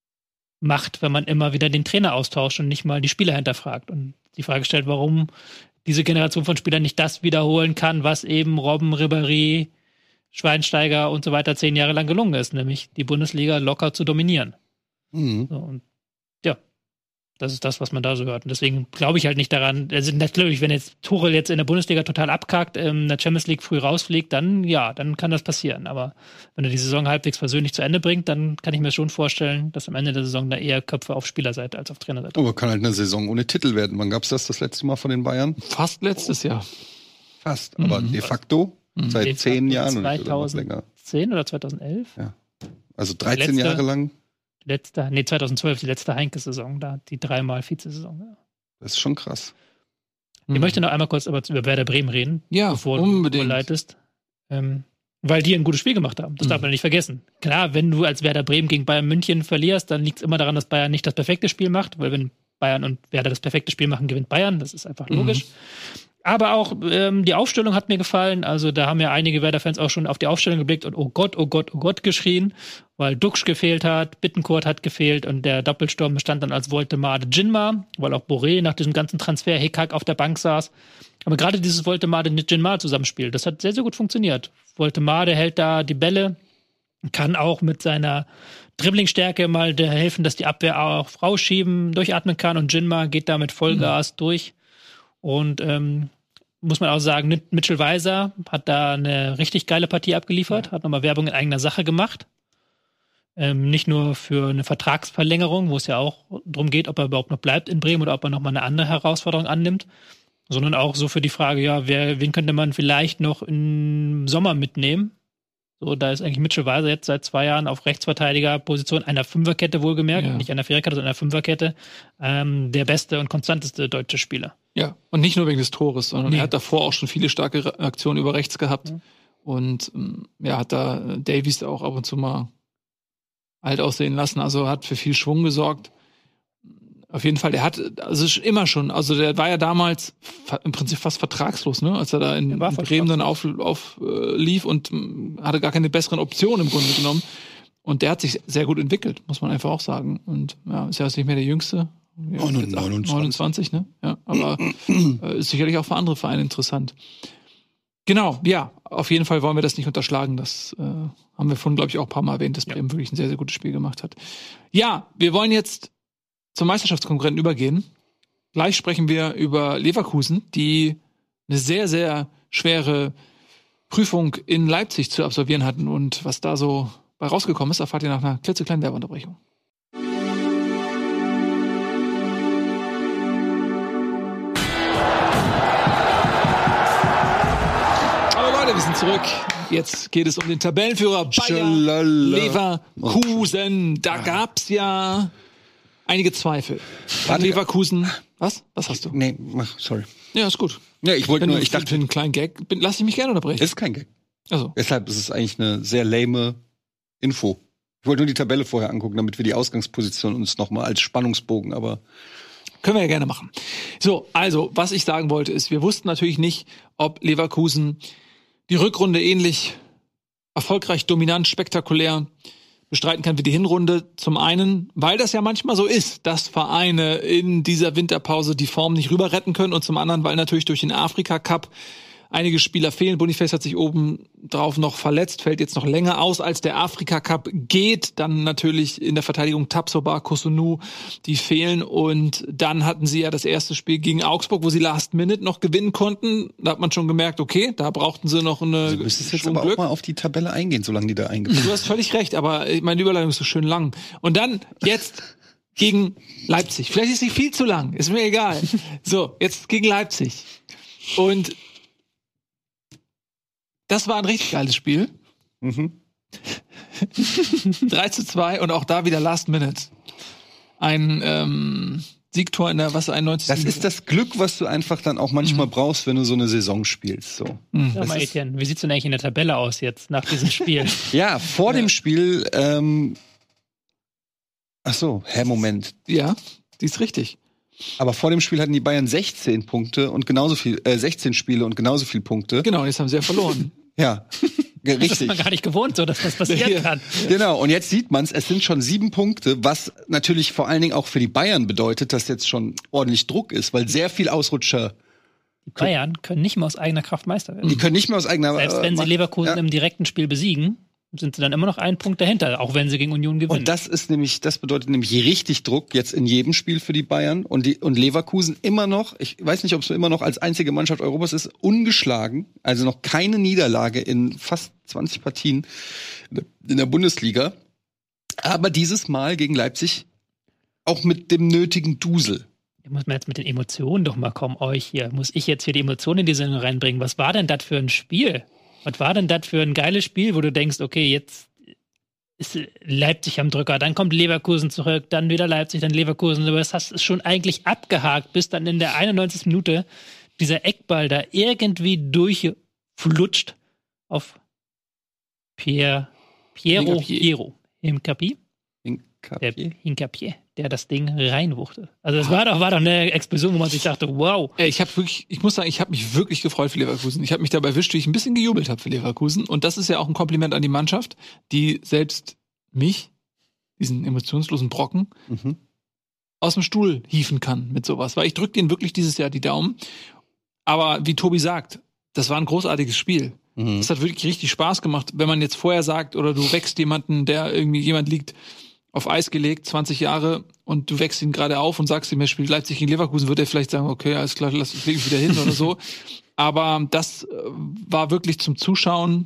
macht, wenn man immer wieder den Trainer austauscht und nicht mal die Spieler hinterfragt. Und die Frage stellt, warum diese Generation von Spielern nicht das wiederholen kann, was eben Robben, Ribéry, Schweinsteiger und so weiter 10 Jahre lang gelungen ist, nämlich die Bundesliga locker zu dominieren. Mhm. So, und ja, das ist das, was man da so hört. Und deswegen glaube ich halt nicht daran, also natürlich, wenn jetzt Tuchel jetzt in der Bundesliga total abkackt, in der Champions League früh rausfliegt, dann kann das passieren. Aber wenn er die Saison halbwegs persönlich zu Ende bringt, dann kann ich mir schon vorstellen, dass am Ende der Saison da eher Köpfe auf Spielerseite als auf Trainerseite. Aber kann halt eine Saison ohne Titel werden. Wann gab es das letzte Mal von den Bayern? Fast letztes Jahr. Fast, aber de facto seit 10 Jahren 2010 oder 2011? Ja. Also 13 Jahre lang? 2012, die letzte Heinkes-Saison, da die 3-mal Vizesaison. Ja. Das ist schon krass. Ich möchte noch einmal kurz über Werder Bremen reden, bevor du leitest. Weil die ein gutes Spiel gemacht haben. Das darf man nicht vergessen. Klar, wenn du als Werder Bremen gegen Bayern München verlierst, dann liegt es immer daran, dass Bayern nicht das perfekte Spiel macht, weil wenn Bayern und Werder das perfekte Spiel machen, gewinnt Bayern. Das ist einfach logisch. Aber auch die Aufstellung hat mir gefallen. Also da haben ja einige Werder-Fans auch schon auf die Aufstellung geblickt und oh Gott, oh Gott, oh Gott geschrien, weil Duxch gefehlt hat, Bittencourt hat gefehlt und der Doppelsturm bestand dann als Woltemade-Jinma, weil auch Boré nach diesem ganzen Transfer-Hickhack auf der Bank saß. Aber gerade dieses Woltemade-Jinma-Zusammenspiel, das hat sehr, sehr gut funktioniert. Woltemade hält da die Bälle, kann auch mit seiner Dribblingstärke mal helfen, dass die Abwehr auch rausschieben, durchatmen kann und Jinma geht da mit Vollgas durch. Und muss man auch sagen, Mitchell Weiser hat da eine richtig geile Partie abgeliefert, hat nochmal Werbung in eigener Sache gemacht. Nicht nur für eine Vertragsverlängerung, wo es ja auch darum geht, ob er überhaupt noch bleibt in Bremen oder ob er nochmal eine andere Herausforderung annimmt, sondern auch so für die Frage, ja, wen könnte man vielleicht noch im Sommer mitnehmen? So, da ist eigentlich Mitchell Weiser jetzt seit 2 Jahren auf Rechtsverteidigerposition, einer Fünferkette wohlgemerkt, nicht einer Viererkette, sondern einer Fünferkette, der beste und konstanteste deutsche Spieler. Ja, und nicht nur wegen des Tores, sondern er hat davor auch schon viele starke Aktionen über rechts gehabt. Und hat da Davies auch ab und zu mal alt aussehen lassen, also hat für viel Schwung gesorgt. Auf jeden Fall, der war ja damals im Prinzip fast vertragslos, ne, als er da in Bremen dann auflief und hatte gar keine besseren Optionen im Grunde genommen. Und der hat sich sehr gut entwickelt, muss man einfach auch sagen. Und ist ja jetzt nicht mehr der Jüngste. 29, ne? Ja, aber ist sicherlich auch für andere Vereine interessant. Genau, ja, auf jeden Fall wollen wir das nicht unterschlagen. Das haben wir vorhin, glaube ich, auch ein paar Mal erwähnt, dass Bremen wirklich ein sehr, sehr gutes Spiel gemacht hat. Ja, wir wollen jetzt zum Meisterschaftskonkurrenten übergehen. Gleich sprechen wir über Leverkusen, die eine sehr, sehr schwere Prüfung in Leipzig zu absolvieren hatten. Und was da so bei rausgekommen ist, erfahrt ihr nach einer klitzekleinen Werbeunterbrechung. Wir sind zurück. Jetzt geht es um den Tabellenführer Bayer Leverkusen. Da gab's ja einige Zweifel. Leverkusen. Was? Was hast du? Nee, sorry. Ja, ist gut. Ja, ich dachte, für einen kleinen Gag, lass ich mich gerne unterbrechen. Ist kein Gag. Also. Deshalb ist es eigentlich eine sehr lame Info. Ich wollte nur die Tabelle vorher angucken, damit wir die Ausgangsposition uns nochmal als Spannungsbogen, aber können wir ja gerne machen. So, also, was ich sagen wollte ist, wir wussten natürlich nicht, ob Leverkusen die Rückrunde ähnlich erfolgreich, dominant, spektakulär bestreiten kann wie die Hinrunde. Zum einen, weil das ja manchmal so ist, dass Vereine in dieser Winterpause die Form nicht rüber retten können und zum anderen, weil natürlich durch den Afrika-Cup einige Spieler fehlen. Boniface hat sich oben drauf noch verletzt, fällt jetzt noch länger aus, als der Afrika-Cup geht. Dann natürlich in der Verteidigung Tapsoba, Kusunu, die fehlen. Und dann hatten sie ja das erste Spiel gegen Augsburg, wo sie Last Minute noch gewinnen konnten. Da hat man schon gemerkt, okay, da brauchten sie noch eine also müsstest jetzt aber auch mal auf die Tabelle eingehen, solange die da eingeführt. Du hast völlig recht, aber meine Überleitung ist so schön lang. Und dann jetzt gegen Leipzig. Vielleicht ist sie viel zu lang, ist mir egal. So, jetzt gegen Leipzig. Und das war ein richtig geiles Spiel. 3:2 und auch da wieder Last Minute. Ein Siegtor in der 91. Das ist das Glück, was du einfach dann auch manchmal brauchst, wenn du so eine Saison spielst. So. Sag mal, Etienne, wie sieht's denn eigentlich in der Tabelle aus jetzt nach diesem Spiel? Ja, vor dem Spiel Moment. Ja, die ist richtig. Aber vor dem Spiel hatten die Bayern 16 Punkte und 16 Spiele und genauso viel Punkte. Genau, jetzt haben sie ja verloren. Ja, richtig. Das ist man gar nicht gewohnt, so dass das passieren kann. Genau, und jetzt sieht man's, es sind schon 7 Punkte, was natürlich vor allen Dingen auch für die Bayern bedeutet, dass jetzt schon ordentlich Druck ist, weil sehr viel Ausrutscher. Die Bayern können nicht mehr aus eigener Kraft Meister werden. Die können nicht mehr aus eigener Kraft. Selbst wenn sie Leverkusen im direkten Spiel besiegen, sind sie dann immer noch einen Punkt dahinter, auch wenn sie gegen Union gewinnen. Und das bedeutet nämlich richtig Druck jetzt in jedem Spiel für die Bayern und Leverkusen immer noch, ich weiß nicht, ob es immer noch als einzige Mannschaft Europas ist, ungeschlagen, also noch keine Niederlage in fast 20 Partien in der Bundesliga, aber dieses Mal gegen Leipzig auch mit dem nötigen Dusel. Da muss man jetzt mit den Emotionen doch mal kommen, muss ich jetzt hier die Emotionen in die Sendung reinbringen. Was war denn das für ein Spiel? Was war denn das für ein geiles Spiel, wo du denkst, okay, jetzt ist Leipzig am Drücker, dann kommt Leverkusen zurück, dann wieder Leipzig, dann Leverkusen. Aber das hast du schon eigentlich abgehakt, bis dann in der 91. Minute dieser Eckball da irgendwie durchflutscht auf Piero Hincapié, der das Ding reinwuchte. Also das war doch eine Explosion, wo man sich dachte, wow. Ich muss sagen, ich habe mich wirklich gefreut für Leverkusen. Ich habe mich dabei erwischt, wie ich ein bisschen gejubelt habe für Leverkusen. Und das ist ja auch ein Kompliment an die Mannschaft, die selbst mich, diesen emotionslosen Brocken, aus dem Stuhl hieven kann mit sowas. Weil ich drücke denen wirklich dieses Jahr die Daumen. Aber wie Tobi sagt, das war ein großartiges Spiel. Das hat wirklich richtig Spaß gemacht. Wenn man jetzt vorher sagt, oder du wächst jemanden, jemand liegt auf Eis gelegt, 20 Jahre, und du wächst ihn gerade auf und sagst ihm, er spielt Leipzig gegen Leverkusen, wird er vielleicht sagen, okay, alles klar, ich lege mich wieder hin oder so. Aber das war wirklich zum Zuschauen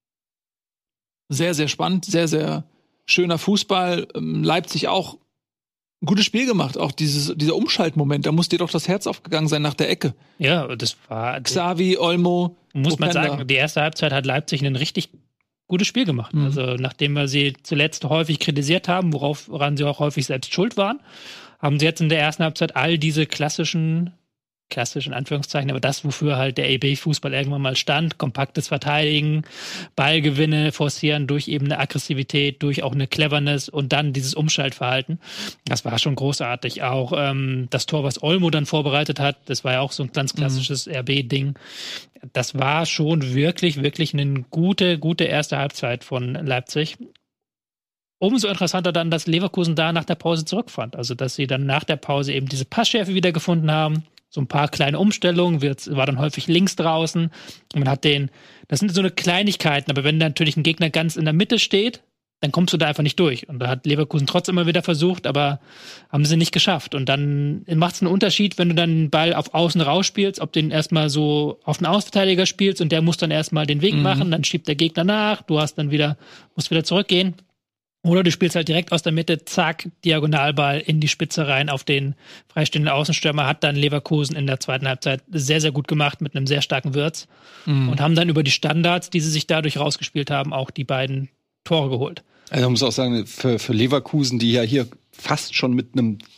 sehr, sehr spannend, sehr, sehr schöner Fußball. Leipzig auch ein gutes Spiel gemacht, auch dieser Umschaltmoment, da muss dir doch das Herz aufgegangen sein nach der Ecke. Ja, das war... Xavi, Olmo, muss man sagen, die erste Halbzeit hat Leipzig ein richtig gutes Spiel gemacht. Also nachdem wir sie zuletzt häufig kritisiert haben, woran sie auch häufig selbst schuld waren, haben sie jetzt in der ersten Halbzeit all diese klassischen Anführungszeichen, aber das, wofür halt der AB-Fußball irgendwann mal stand, kompaktes Verteidigen, Ballgewinne forcieren durch eben eine Aggressivität, durch auch eine Cleverness und dann dieses Umschaltverhalten. Das war schon großartig. Auch das Tor, was Olmo dann vorbereitet hat, das war ja auch so ein ganz klassisches RB-Ding. Das war schon wirklich, wirklich eine gute erste Halbzeit von Leipzig. Umso interessanter dann, dass Leverkusen da nach der Pause zurückfand. Also, dass sie dann nach der Pause eben diese Passschärfe wieder gefunden haben. So ein paar kleine Umstellungen, war dann häufig links draußen. Und man hat das sind so eine Kleinigkeiten, aber wenn natürlich ein Gegner ganz in der Mitte steht, dann kommst du da einfach nicht durch. Und da hat Leverkusen trotzdem immer wieder versucht, aber haben sie nicht geschafft. Und dann macht es einen Unterschied, wenn du dann den Ball auf Außen rausspielst, ob du den erstmal so auf den Außenverteidiger spielst und der muss dann erstmal den Weg machen, dann schiebt der Gegner nach, musst wieder zurückgehen. Oder du spielst halt direkt aus der Mitte, zack, Diagonalball in die Spitze rein auf den freistehenden Außenstürmer, hat dann Leverkusen in der zweiten Halbzeit sehr, sehr gut gemacht mit einem sehr starken Wirtz und haben dann über die Standards, die sie sich dadurch rausgespielt haben, auch die beiden Tore geholt. Also man muss auch sagen, für Leverkusen, die ja hier fast schon mit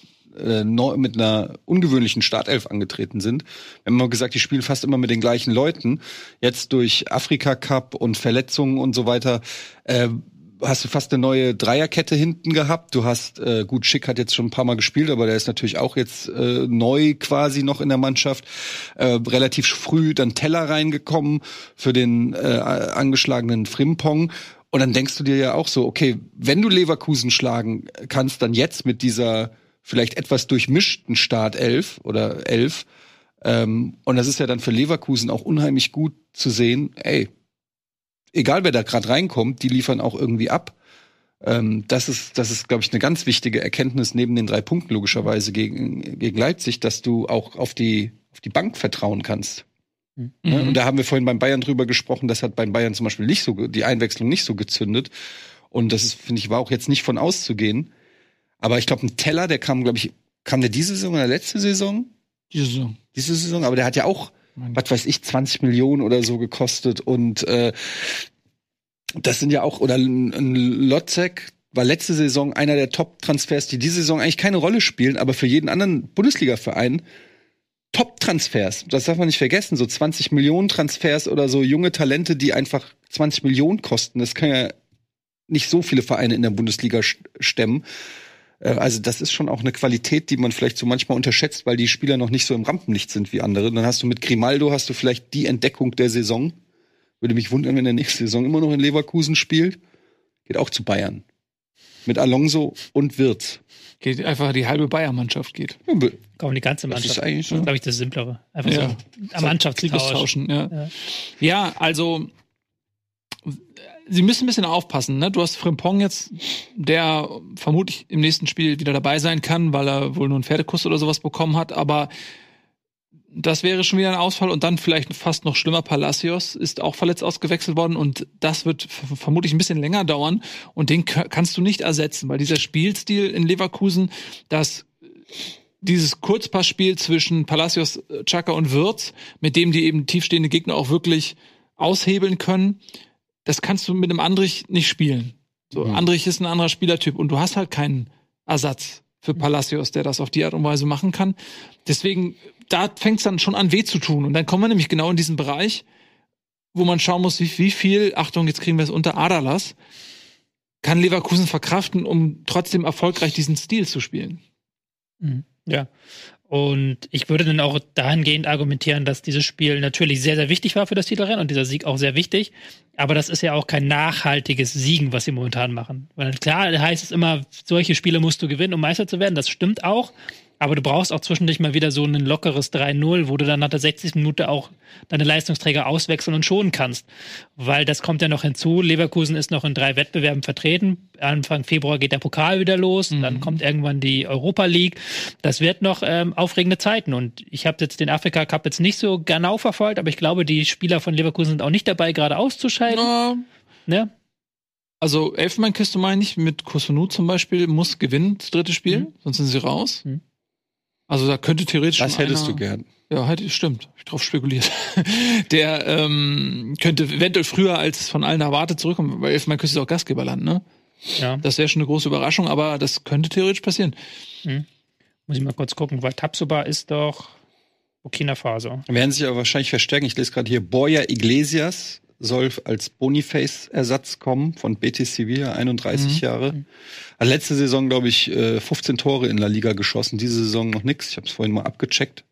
einer ungewöhnlichen Startelf angetreten sind. Wir haben immer gesagt, die spielen fast immer mit den gleichen Leuten. Jetzt durch Afrika Cup und Verletzungen und so weiter, hast du fast eine neue Dreierkette hinten gehabt. Du hast, Schick hat jetzt schon ein paar Mal gespielt, aber der ist natürlich auch jetzt neu quasi noch in der Mannschaft. Relativ früh dann Teller reingekommen für den angeschlagenen Frimpong. Und dann denkst du dir ja auch so, okay, wenn du Leverkusen schlagen kannst, dann jetzt mit dieser vielleicht etwas durchmischten Startelf oder 11. Und das ist ja dann für Leverkusen auch unheimlich gut zu sehen, egal wer da gerade reinkommt, die liefern auch irgendwie ab. Das ist, glaube ich, eine ganz wichtige Erkenntnis neben den 3 Punkten logischerweise gegen Leipzig, dass du auch auf die Bank vertrauen kannst. Ja, und da haben wir vorhin beim Bayern drüber gesprochen, das hat beim Bayern zum Beispiel die Einwechslung nicht so gezündet. Und das ist, finde ich, war auch jetzt nicht von auszugehen. Aber ich glaube, ein Teller, der kam der diese Saison oder letzte Saison? Diese Saison, aber der hat ja auch, was weiß ich, 20 Millionen oder so gekostet. Und das sind ja auch, oder ein Lotzek war letzte Saison einer der Top-Transfers, die diese Saison eigentlich keine Rolle spielen, aber für jeden anderen Bundesliga-Verein Top-Transfers. Das darf man nicht vergessen. So 20 Millionen Transfers oder so junge Talente, die einfach 20 Millionen kosten. Das kann ja nicht so viele Vereine in der Bundesliga stemmen. Also das ist schon auch eine Qualität, die man vielleicht so manchmal unterschätzt, weil die Spieler noch nicht so im Rampenlicht sind wie andere. Dann hast du mit Grimaldo vielleicht die Entdeckung der Saison. Würde mich wundern, wenn der nächste Saison immer noch in Leverkusen spielt. Geht auch zu Bayern. Mit Alonso und Wirtz. Geht einfach, die halbe Bayern-Mannschaft geht. Kaum die ganze Mannschaft. Das ist eigentlich so. Glaube ich, das Simplere. Einfach so am Mannschaftstauschen. Ja, also sie müssen ein bisschen aufpassen, ne? Du hast Frimpong jetzt, der vermutlich im nächsten Spiel wieder dabei sein kann, weil er wohl nur einen Pferdekuss oder sowas bekommen hat, aber das wäre schon wieder ein Ausfall und dann vielleicht fast noch schlimmer. Palacios ist auch verletzt ausgewechselt worden und das wird vermutlich ein bisschen länger dauern und den kannst du nicht ersetzen, weil dieser Spielstil in Leverkusen, dieses Kurzpassspiel zwischen Palacios, Xhaka und Wirtz, mit dem die eben tiefstehende Gegner auch wirklich aushebeln können, das kannst du mit einem Andrich nicht spielen. So, Andrich ist ein anderer Spielertyp und du hast halt keinen Ersatz für Palacios, der das auf die Art und Weise machen kann. Deswegen, da fängt es dann schon an, weh zu tun. Und dann kommen wir nämlich genau in diesen Bereich, wo man schauen muss, wie viel, Achtung, jetzt kriegen wir es unter Adalas, kann Leverkusen verkraften, um trotzdem erfolgreich diesen Stil zu spielen. Ja. Und ich würde dann auch dahingehend argumentieren, dass dieses Spiel natürlich sehr, sehr wichtig war für das Titelrennen und dieser Sieg auch sehr wichtig. Aber das ist ja auch kein nachhaltiges Siegen, was sie momentan machen. Weil klar heißt es immer, solche Spiele musst du gewinnen, um Meister zu werden. Das stimmt auch. Aber du brauchst auch zwischendurch mal wieder so ein lockeres 3-0, wo du dann nach der 60. Minute auch deine Leistungsträger auswechseln und schonen kannst. Weil das kommt ja noch hinzu. Leverkusen ist noch in 3 Wettbewerben vertreten. Anfang Februar geht der Pokal wieder los. Dann kommt irgendwann die Europa League. Das wird noch aufregende Zeiten. Und ich habe jetzt den Afrika Cup jetzt nicht so genau verfolgt, aber ich glaube, die Spieler von Leverkusen sind auch nicht dabei, gerade auszuscheiden. Ja. Also Elfenbeinküste meine ich, mit Kusunu zum Beispiel, muss gewinnen, das 3. Spiel, sonst sind sie raus. Also da könnte theoretisch das hättest du gern. Ja, stimmt. Hab ich drauf spekuliert. Der könnte eventuell früher als von allen erwartet zurückkommen, weil Elfenbeinküste ist auch Gastgeberland, ne? Ja. Das wäre schon eine große Überraschung, aber das könnte theoretisch passieren. Muss ich mal kurz gucken, weil Tabsoba ist doch Burkina Faso. Werden sich aber wahrscheinlich verstärken. Ich lese gerade hier, Borja Iglesias soll als Boniface-Ersatz kommen von Betis Sevilla, 31 Jahre. Also letzte Saison, glaube ich, 15 Tore in La Liga geschossen. Diese Saison noch nix. Ich habe es vorhin mal abgecheckt.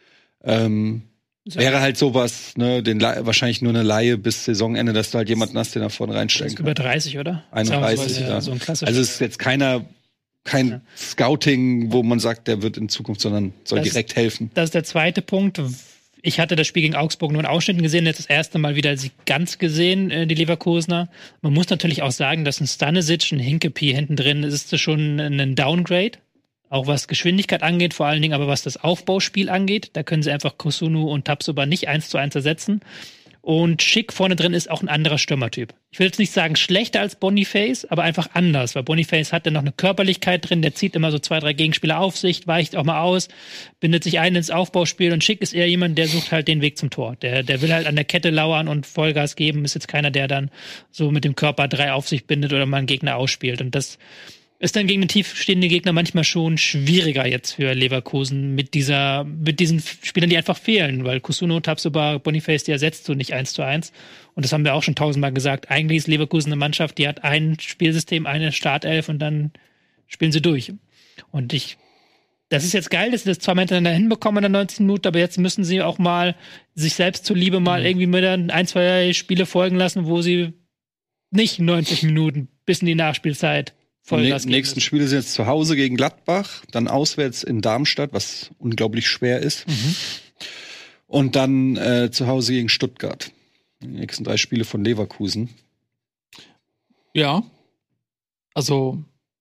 Wäre halt sowas, ne, wahrscheinlich nur eine Leihe bis Saisonende, dass du halt jemanden hast, den da vorne reinstellen kann. Über 30, oder? 31, ja. So ein also es ist jetzt kein Scouting, wo man sagt, der wird in Zukunft, sondern soll direkt helfen. Das ist der zweite Punkt. Ich hatte das Spiel gegen Augsburg nur in Ausschnitten gesehen, jetzt das erste Mal wieder sie ganz gesehen, die Leverkusener. Man muss natürlich auch sagen, dass ein Stanisic, ein Hinkepie hinten drin ist schon ein Downgrade. Auch was Geschwindigkeit angeht, vor allen Dingen aber was das Aufbauspiel angeht. Da können sie einfach Kusunu und Tabsoba nicht 1:1 ersetzen. Und Schick vorne drin ist auch ein anderer Stürmertyp. Ich will jetzt nicht sagen schlechter als Boniface, aber einfach anders, weil Boniface hat dann noch eine Körperlichkeit drin, der zieht immer so 2, 3 Gegenspieler auf sich, weicht auch mal aus, bindet sich ein ins Aufbauspiel und Schick ist eher jemand, der sucht halt den Weg zum Tor. Der will halt an der Kette lauern und Vollgas geben, ist jetzt keiner, der dann so mit dem Körper 3 auf sich bindet oder mal einen Gegner ausspielt. Und das ist dann gegen den tiefstehenden Gegner manchmal schon schwieriger jetzt für Leverkusen mit diesen Spielern, die einfach fehlen, weil Kusunu, Tabsoba, Boniface, die ersetzt du nicht 1:1. Und das haben wir auch schon 1000-mal gesagt. Eigentlich ist Leverkusen eine Mannschaft, die hat ein Spielsystem, eine Startelf und dann spielen sie durch. Und das ist jetzt geil, dass sie das 2 Mal hintereinander hinbekommen in der 90. Minute, aber jetzt müssen sie auch mal sich selbst zuliebe mal irgendwie mit 1, 2 Spiele folgen lassen, wo sie nicht 90 Minuten bis in die Nachspielzeit Die nächsten Spiele sind jetzt zu Hause gegen Gladbach, dann auswärts in Darmstadt, was unglaublich schwer ist. Und dann zu Hause gegen Stuttgart. Die nächsten 3 Spiele von Leverkusen. Ja. Also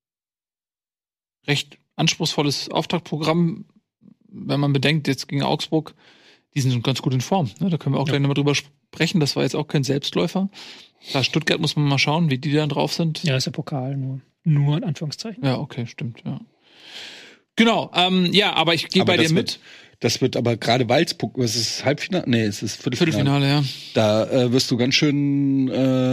recht anspruchsvolles Auftaktprogramm, wenn man bedenkt, jetzt gegen Augsburg, die sind ganz gut in Form. Ne? Da können wir auch gleich nochmal drüber sprechen. Das war jetzt auch kein Selbstläufer. Da Stuttgart muss man mal schauen, wie die dann drauf sind. Ja, ist der Pokal nur in Anführungszeichen. Ja, okay, stimmt, ja. Genau, ja, aber ich gehe bei dir mit. Das wird aber gerade, weil es ist Halbfinale? Nee, es ist Viertelfinale, ja. Da wirst du ganz schön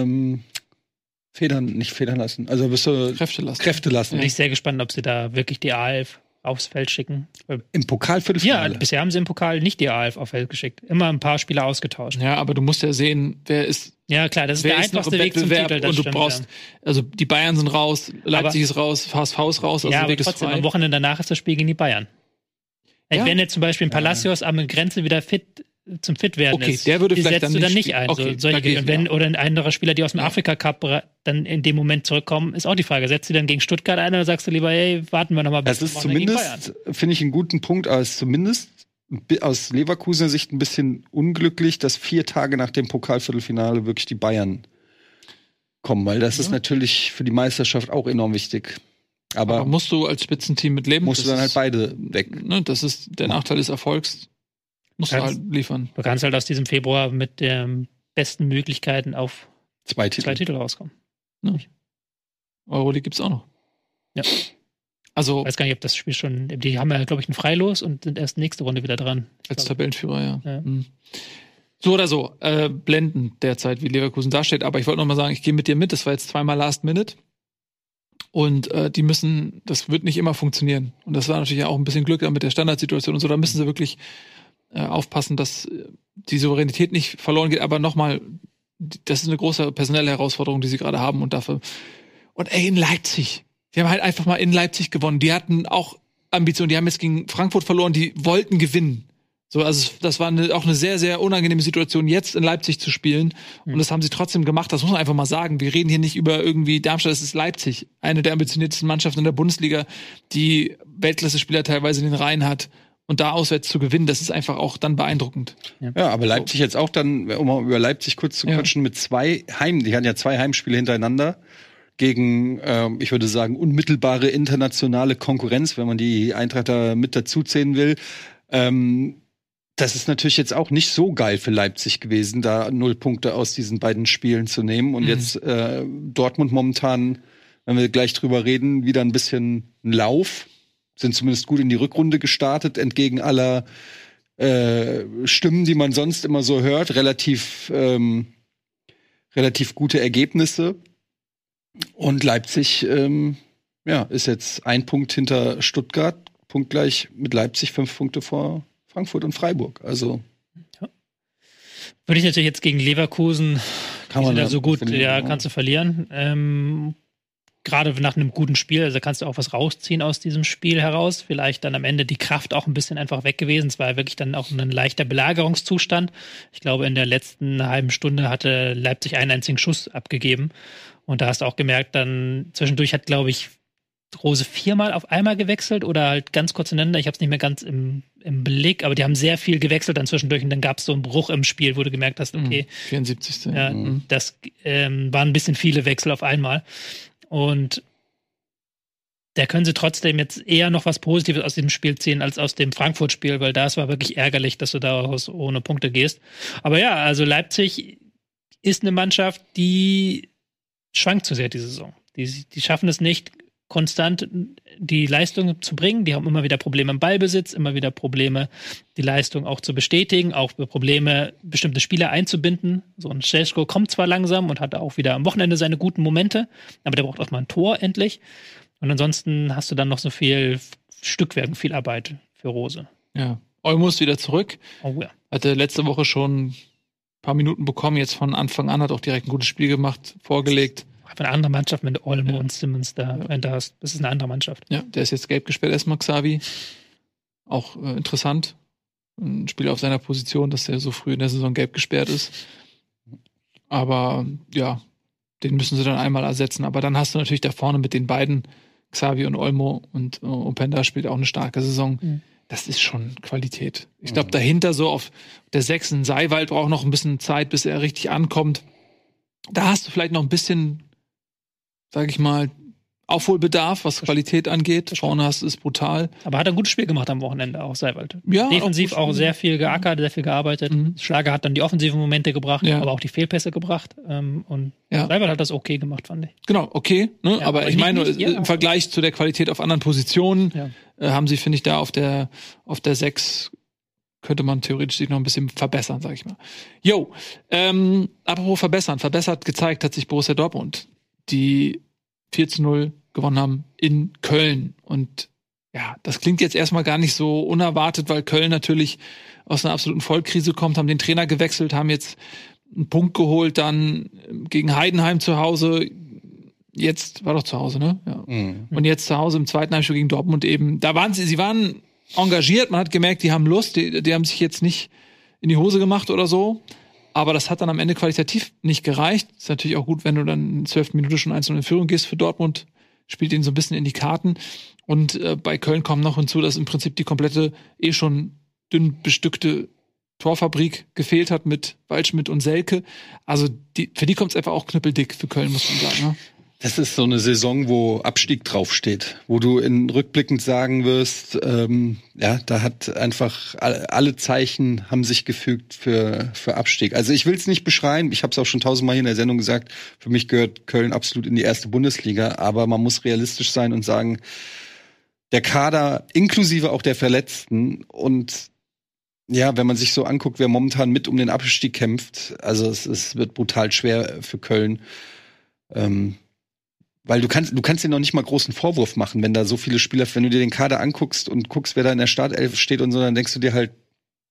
nicht federn lassen. Also wirst du Kräfte lassen. Bin ich sehr gespannt, ob sie da wirklich die A11 aufs Feld schicken. Im Pokalviertelfinale? Ja, bisher haben sie im Pokal nicht die A11 aufs Feld geschickt. Immer ein paar Spieler ausgetauscht. Ja, aber du musst ja sehen, wer ist. Ja, klar, das ist der einfachste Weg zum Titel. Und du brauchst, also die Bayern sind raus, Leipzig ist raus, HSV ist raus. Also ja, aber trotzdem, am Wochenende danach ist das Spiel gegen die Bayern. Ja. Wenn jetzt zum Beispiel ein Palacios am Grenze wieder zum Fitwerden ist, der würde vielleicht setzt du dann nicht ein. Okay, oder ein anderer Spieler, die aus dem Afrika Cup dann in dem Moment zurückkommen, ist auch die Frage. Setzt du dann gegen Stuttgart ein oder sagst du lieber, hey, warten wir nochmal bis Das ist zumindest, finde ich, einen guten Punkt, aber es ist zumindest aus Leverkusener Sicht ein bisschen unglücklich, dass 4 Tage nach dem Pokalviertelfinale wirklich die Bayern kommen, weil das ist natürlich für die Meisterschaft auch enorm wichtig. Aber musst du als Spitzenteam mit leben? Musst du dann halt beide weg. Ne, das ist der Nachteil des Erfolgs. Musst du halt liefern. Du kannst halt aus diesem Februar mit den besten Möglichkeiten auf 2 Titel rauskommen. Ja. Euroleague gibt's auch noch. Ja. Also, ich weiß gar nicht, ob das Spiel schon. Die haben ja, glaube ich, ein Freilos und sind erst nächste Runde wieder dran. Als Tabellenführer, ja. So oder so, blendend derzeit, wie Leverkusen dasteht. Aber ich wollte noch mal sagen, ich gehe mit dir mit. Das war jetzt 2-mal Last Minute. Und die müssen, das wird nicht immer funktionieren. Und das war natürlich auch ein bisschen Glück mit der Standardsituation und so. Da müssen sie wirklich aufpassen, dass die Souveränität nicht verloren geht. Aber nochmal, das ist eine große personelle Herausforderung, die sie gerade haben. Und dafür. Und in Leipzig. Die haben halt einfach mal in Leipzig gewonnen. Die hatten auch Ambitionen. Die haben jetzt gegen Frankfurt verloren. Die wollten gewinnen. So, also das war auch eine sehr, sehr unangenehme Situation, jetzt in Leipzig zu spielen. Und das haben sie trotzdem gemacht. Das muss man einfach mal sagen. Wir reden hier nicht über irgendwie Darmstadt, es ist Leipzig. Eine der ambitioniertesten Mannschaften in der Bundesliga, die Weltklasse-Spieler teilweise in den Reihen hat. Und da auswärts zu gewinnen, das ist einfach auch dann beeindruckend. Ja, aber Leipzig jetzt auch dann, um mal über Leipzig kurz zu quatschen, mit die hatten ja 2 Heimspiele hintereinander gegen, ich würde sagen, unmittelbare internationale Konkurrenz, wenn man die Eintracht da mit dazu zählen will. Das ist natürlich jetzt auch nicht so geil für Leipzig gewesen, da 0 Punkte aus diesen beiden Spielen zu nehmen. Und jetzt Dortmund momentan, wenn wir gleich drüber reden, wieder ein bisschen ein Lauf. Sind zumindest gut in die Rückrunde gestartet, entgegen aller Stimmen, die man sonst immer so hört. Relativ gute Ergebnisse. Und Leipzig ist jetzt 1 Punkt hinter Stuttgart, punktgleich mit Leipzig, 5 Punkte vor Frankfurt und Freiburg. Also würde ich natürlich jetzt gegen Leverkusen kann man da so gut, kannst du verlieren. Gerade nach einem guten Spiel, also kannst du auch was rausziehen aus diesem Spiel heraus. Vielleicht dann am Ende die Kraft auch ein bisschen einfach weg gewesen. Es war wirklich dann auch ein leichter Belagerungszustand. Ich glaube, in der letzten halben Stunde hatte Leipzig einen einzigen Schuss abgegeben. Und da hast du auch gemerkt, dann zwischendurch hat, glaube ich, Rose 4-mal auf einmal gewechselt oder halt ganz kurz ineinander. Ich habe es nicht mehr ganz im Blick, aber die haben sehr viel gewechselt dann zwischendurch und dann gab es so einen Bruch im Spiel, wo du gemerkt hast, okay. 74. Ja, das waren ein bisschen viele Wechsel auf einmal. Und da können sie trotzdem jetzt eher noch was Positives aus dem Spiel ziehen als aus dem Frankfurt-Spiel, weil das war wirklich ärgerlich, dass du daraus ohne Punkte gehst. Aber ja, also Leipzig ist eine Mannschaft, die schwankt zu sehr diese Saison. Die schaffen es nicht, konstant die Leistung zu bringen. Die haben immer wieder Probleme im Ballbesitz, immer wieder Probleme, die Leistung auch zu bestätigen, auch Probleme, bestimmte Spieler einzubinden. So ein Šeško kommt zwar langsam und hat auch wieder am Wochenende seine guten Momente, aber der braucht auch mal ein Tor endlich. Und ansonsten hast du dann noch so viel Stückwerk, viel Arbeit für Rose. Ja, Olmo ist wieder zurück. Oh ja. Hatte letzte Woche schon ein paar Minuten bekommen, jetzt von Anfang an, hat auch direkt ein gutes Spiel gemacht, vorgelegt. Eine andere Mannschaft mit Olmo und Simmons da. Das ist eine andere Mannschaft. Ja, der ist jetzt gelb gesperrt erstmal, Xavi. Auch interessant. Ein Spieler auf seiner Position, dass er so früh in der Saison gelb gesperrt ist. Aber ja, den müssen sie dann einmal ersetzen. Aber dann hast du natürlich da vorne mit den beiden, Xavi und Olmo, und Openda spielt auch eine starke Saison. Das ist schon Qualität. Ich glaube, dahinter so auf der 6. Seiwald braucht noch ein bisschen Zeit, bis er richtig ankommt. Da hast du vielleicht noch ein bisschen, sag ich mal, Aufholbedarf, was Qualität angeht. Vorne hast du es brutal. Aber hat ein gutes Spiel gemacht am Wochenende, auch Seiwald. Ja, defensiv auch sehr viel geackert, sehr viel gearbeitet. Schlager hat dann die offensiven Momente gebracht, aber auch die Fehlpässe gebracht. Und Seiwald hat das okay gemacht, fand ich. Genau, okay. Ne? Ja, aber ich meine, im Vergleich zu der Qualität auf anderen Positionen haben sie, finde ich, da auf der 6 könnte man theoretisch sich noch ein bisschen verbessern, sag ich mal. Apropos verbessern. Verbessert gezeigt hat sich Borussia Dortmund, die 4-0 gewonnen haben in Köln. Und ja, das klingt jetzt erstmal gar nicht so unerwartet, weil Köln natürlich aus einer absoluten Vollkrise kommt, haben den Trainer gewechselt, haben jetzt einen Punkt geholt, dann gegen Heidenheim zu Hause. Jetzt war doch zu Hause, ne? Ja. Und jetzt zu Hause im zweiten Heimspiel gegen Dortmund eben. Da waren sie waren engagiert, man hat gemerkt, die haben Lust, die haben sich jetzt nicht in die Hose gemacht oder so. Aber das hat dann am Ende qualitativ nicht gereicht. Ist natürlich auch gut, wenn du dann in der 12. Minute schon 1-0 in Führung gehst für Dortmund. Spielt ihnen so ein bisschen in die Karten. Und bei Köln kommt noch hinzu, dass im Prinzip die komplette, schon dünn bestückte Torfabrik gefehlt hat mit Waldschmidt und Selke. Also für die kommt es einfach auch knüppeldick für Köln, muss man sagen. Ne? Das ist so eine Saison, wo Abstieg draufsteht, wo du rückblickend sagen wirst, da hat einfach alle Zeichen haben sich gefügt für Abstieg. Also ich will es nicht beschreien, ich habe es auch schon 1000-mal hier in der Sendung gesagt, für mich gehört Köln absolut in die erste Bundesliga, aber man muss realistisch sein und sagen, der Kader inklusive auch der Verletzten und ja, wenn man sich so anguckt, wer momentan mit um den Abstieg kämpft, also es wird brutal schwer für Köln. Weil du kannst dir noch nicht mal großen Vorwurf machen, wenn da so viele Spieler, wenn du dir den Kader anguckst und guckst, wer da in der Startelf steht und so, dann denkst du dir halt,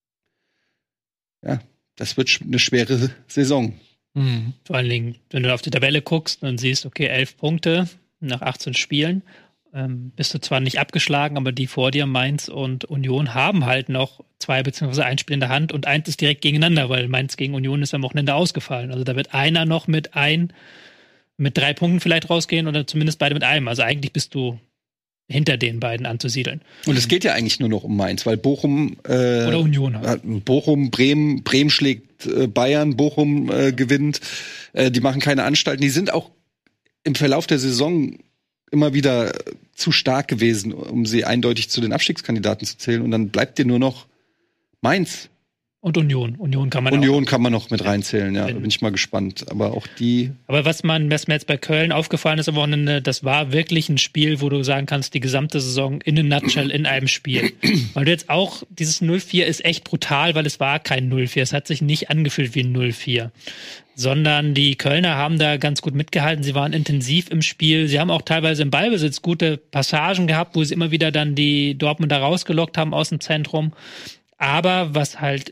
ja, das wird eine schwere Saison. Mhm. Vor allen Dingen, wenn du auf die Tabelle guckst und siehst, okay, 11 Punkte nach 18 Spielen, bist du zwar nicht abgeschlagen, aber die vor dir, Mainz und Union, haben halt noch 2 bzw. 1 Spiel in der Hand und eins ist direkt gegeneinander, weil Mainz gegen Union ist am Wochenende ausgefallen. Also da wird einer noch mit 3 Punkten vielleicht rausgehen oder zumindest beide mit einem. Also eigentlich bist du hinter den beiden anzusiedeln. Und es geht ja eigentlich nur noch um Mainz, weil Bochum oder Union halt. Bochum, Bremen schlägt Bayern, Bochum gewinnt. Die machen keine Anstalten. Die sind auch im Verlauf der Saison immer wieder zu stark gewesen, um sie eindeutig zu den Abstiegskandidaten zu zählen. Und dann bleibt dir nur noch Mainz. Und Union. Union kann man noch mit reinzählen, ja. Da bin ich mal gespannt. Aber auch die. Aber was mir jetzt bei Köln aufgefallen ist am Wochenende, das war wirklich ein Spiel, wo du sagen kannst, die gesamte Saison in a nutshell in einem Spiel. Weil du jetzt auch, dieses 0-4 ist echt brutal, weil es war kein 0-4. Es hat sich nicht angefühlt wie ein 0-4. Sondern die Kölner haben da ganz gut mitgehalten. Sie waren intensiv im Spiel. Sie haben auch teilweise im Ballbesitz gute Passagen gehabt, wo sie immer wieder dann die Dortmunder rausgelockt haben aus dem Zentrum. Aber was halt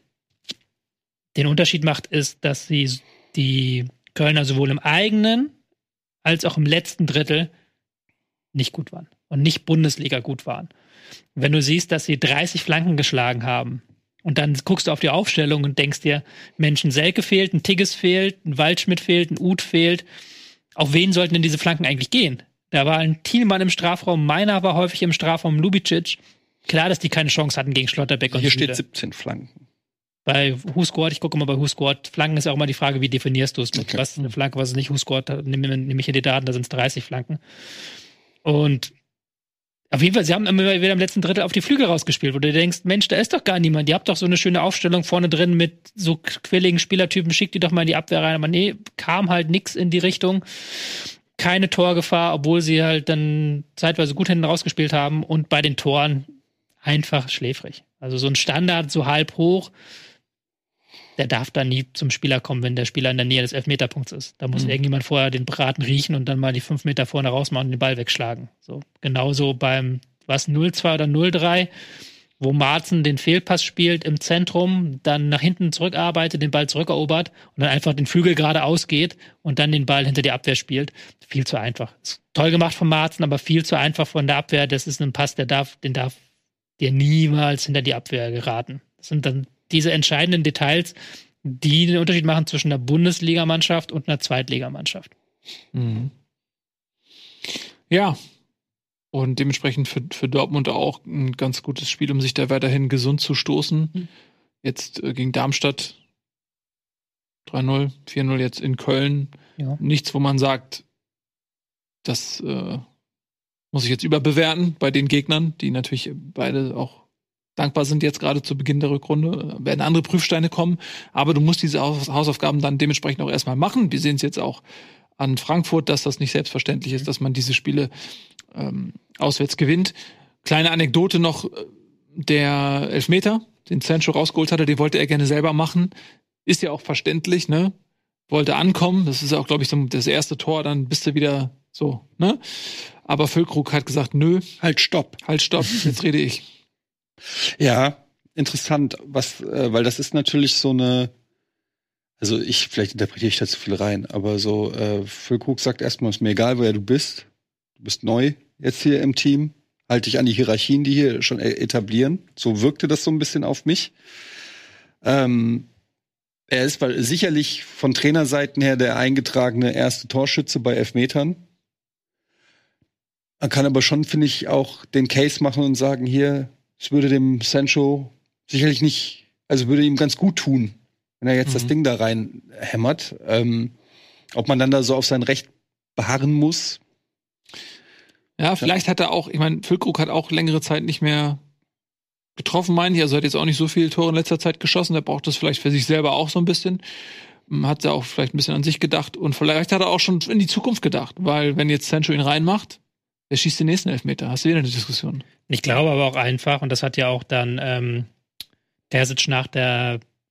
den Unterschied macht, ist, dass sie die Kölner sowohl im eigenen als auch im letzten Drittel nicht gut waren und nicht Bundesliga gut waren. Wenn du siehst, dass sie 30 Flanken geschlagen haben und dann guckst du auf die Aufstellung und denkst dir, Mensch, ein Selke fehlt, ein Tigges fehlt, ein Waldschmidt fehlt, ein Uth fehlt. Auf wen sollten denn diese Flanken eigentlich gehen? Da war ein Thielmann im Strafraum, Meiner war häufig im Strafraum, Lubicic. Klar, dass die keine Chance hatten gegen Schlotterbeck und Hier steht 17 Flanken. Bei WhoScored, ich gucke mal bei WhoScored, Flanken ist ja auch immer die Frage, wie definierst du es mit was eine Flanke, was ist nicht. WhoScored, nehme ich in die Daten, da sind es 30 Flanken. Und auf jeden Fall, sie haben immer wieder im letzten Drittel auf die Flügel rausgespielt, wo du denkst, Mensch, da ist doch gar niemand. Ihr habt doch so eine schöne Aufstellung vorne drin mit so quirligen Spielertypen, schickt die doch mal in die Abwehr rein. Aber nee, kam halt nix in die Richtung. Keine Torgefahr, obwohl sie halt dann zeitweise gut hinten rausgespielt haben. Und bei den Toren einfach schläfrig. Also so ein Standard so halb hoch, der darf dann nie zum Spieler kommen, wenn der Spieler in der Nähe des Elfmeterpunkts ist. Da muss irgendjemand vorher den Braten riechen und dann mal die 5 Meter vorne rausmachen und den Ball wegschlagen. So, genauso beim 0-2 oder 0-3, wo Marzen den Fehlpass spielt im Zentrum, dann nach hinten zurückarbeitet, den Ball zurückerobert und dann einfach den Flügel geradeaus geht und dann den Ball hinter die Abwehr spielt. Viel zu einfach. Ist toll gemacht von Marzen, aber viel zu einfach von der Abwehr. Das ist ein Pass, den darf dir niemals hinter die Abwehr geraten. Das sind dann diese entscheidenden Details, die den Unterschied machen zwischen einer Bundesligamannschaft und einer Zweitligamannschaft. Mhm. Ja, und dementsprechend für Dortmund auch ein ganz gutes Spiel, um sich da weiterhin gesund zu stoßen. Jetzt gegen Darmstadt 3-0, 4-0 jetzt in Köln. Ja. Nichts, wo man sagt, das muss ich jetzt überbewerten bei den Gegnern, die natürlich beide auch dankbar sind jetzt gerade zu Beginn der Rückrunde. Werden andere Prüfsteine kommen, aber du musst diese Hausaufgaben dann dementsprechend auch erstmal machen. Wir sehen es jetzt auch an Frankfurt, dass das nicht selbstverständlich ist, dass man diese Spiele auswärts gewinnt. Kleine Anekdote noch, der Elfmeter, den Sancho rausgeholt hatte, den wollte er gerne selber machen. Ist ja auch verständlich, ne? Wollte ankommen, das ist auch, glaube ich, so das erste Tor, dann bist du wieder so, ne? Aber Füllkrug hat gesagt, nö. Halt, stopp, jetzt rede ich. Ja, interessant, weil das ist natürlich so eine, also vielleicht interpretiere ich da zu viel rein, aber so, Füllkrug sagt erstmal, ist mir egal, woher du bist neu jetzt hier im Team, halte dich an die Hierarchien, die hier schon etablieren, so wirkte das so ein bisschen auf mich. Er ist sicherlich von Trainerseiten her der eingetragene erste Torschütze bei Elfmetern. Man kann aber schon, finde ich, auch den Case machen und sagen, hier, es würde dem Sancho sicherlich nicht, also würde ihm ganz gut tun, wenn er jetzt das Ding da rein hämmert. Ob man dann da so auf sein Recht beharren muss. Ja, vielleicht hat er auch, ich meine, Füllkrug hat auch längere Zeit nicht mehr getroffen, meine ich. Also hat jetzt auch nicht so viele Tore in letzter Zeit geschossen. Der braucht das vielleicht für sich selber auch so ein bisschen. Hat er auch vielleicht ein bisschen an sich gedacht. Und vielleicht hat er auch schon in die Zukunft gedacht. Weil wenn jetzt Sancho ihn reinmacht, wer schießt den nächsten Elfmeter? Hast du wieder eine Diskussion? Ich glaube aber auch einfach, und das hat ja auch dann Terzic nach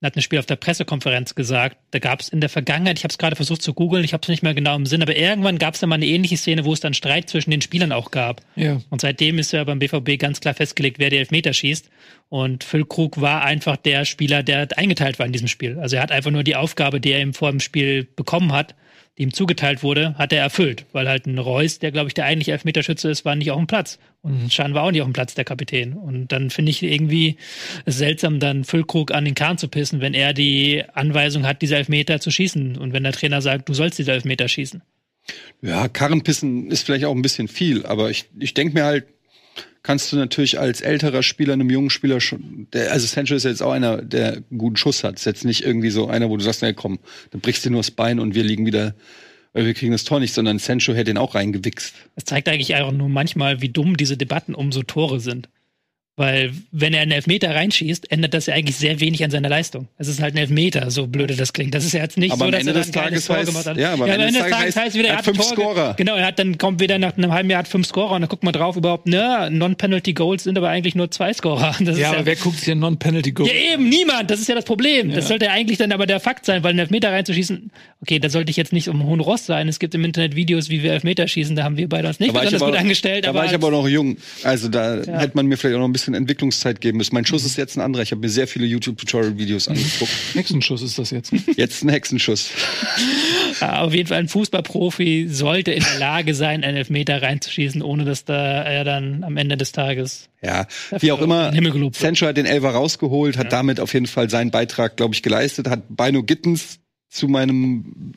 hat ein Spiel auf der Pressekonferenz gesagt, da gab es in der Vergangenheit, ich habe es gerade versucht zu googeln, ich habe es nicht mehr genau im Sinn, aber irgendwann gab es da mal eine ähnliche Szene, wo es dann Streit zwischen den Spielern auch gab. Ja. Und seitdem ist ja beim BVB ganz klar festgelegt, wer die Elfmeter schießt. Und Füllkrug war einfach der Spieler, der eingeteilt war in diesem Spiel. Also er hat einfach nur die Aufgabe, die er ihm vor dem Spiel bekommen hat, die ihm zugeteilt wurde, hat er erfüllt. Weil halt ein Reus, der, glaube ich, der eigentliche Elfmeterschütze ist, war nicht auf dem Platz. Und Can war auch nicht auf dem Platz, der Kapitän. Und dann finde ich irgendwie es seltsam, dann Füllkrug an den Kahn zu pissen, wenn er die Anweisung hat, diese Elfmeter zu schießen. Und wenn der Trainer sagt, du sollst diese Elfmeter schießen. Ja, Karrenpissen ist vielleicht auch ein bisschen viel. Aber ich denke mir halt, kannst du natürlich als älterer Spieler einem jungen Spieler schon, also Sancho ist ja jetzt auch einer, der einen guten Schuss hat. Ist jetzt nicht irgendwie so einer, wo du sagst, na komm, dann brichst du nur das Bein und wir liegen wieder, wir kriegen das Tor nicht, sondern Sancho hätte ihn auch reingewichst. Das zeigt eigentlich einfach nur manchmal, wie dumm diese Debatten um so Tore sind. Weil, wenn er einen Elfmeter reinschießt, ändert das ja eigentlich sehr wenig an seiner Leistung. Es ist halt ein Elfmeter, so blöde das klingt. Das ist ja jetzt nicht aber so, dass er ein geiles Tor gemacht hat. Ja, aber am Ende des Tages heißt wieder, er hat 5 Scorer. Genau, dann kommt wieder nach einem halben Jahr, hat 5 Scorer und dann guckt man drauf, überhaupt, Non-Penalty Goals sind aber eigentlich nur 2 Scorer. Das ja, aber wer guckt sich denn Non-Penalty Goals? Ja, eben, niemand. Das ist ja das Problem. Ja. Das sollte eigentlich dann aber der Fakt sein, weil einen Elfmeter reinzuschießen, okay, da sollte ich jetzt nicht um hohen Ross sein. Es gibt im Internet Videos, wie wir Elfmeter schießen, da haben wir beide uns nicht besonders gut angestellt. Da war ich aber noch jung. Also da hätte man mir vielleicht auch noch ein bisschen Entwicklungszeit geben müssen. Mein Schuss ist jetzt ein anderer. Ich habe mir sehr viele YouTube-Tutorial-Videos angeguckt. Hexenschuss ist das jetzt. Jetzt ein Hexenschuss. Ja, auf jeden Fall ein Fußballprofi sollte in der Lage sein, einen Elfmeter reinzuschießen, ohne dass er dann am Ende des Tages wie auch immer, Sancho hat den Elfer rausgeholt, hat damit auf jeden Fall seinen Beitrag, glaube ich, geleistet, hat Bino Gittens zu meinem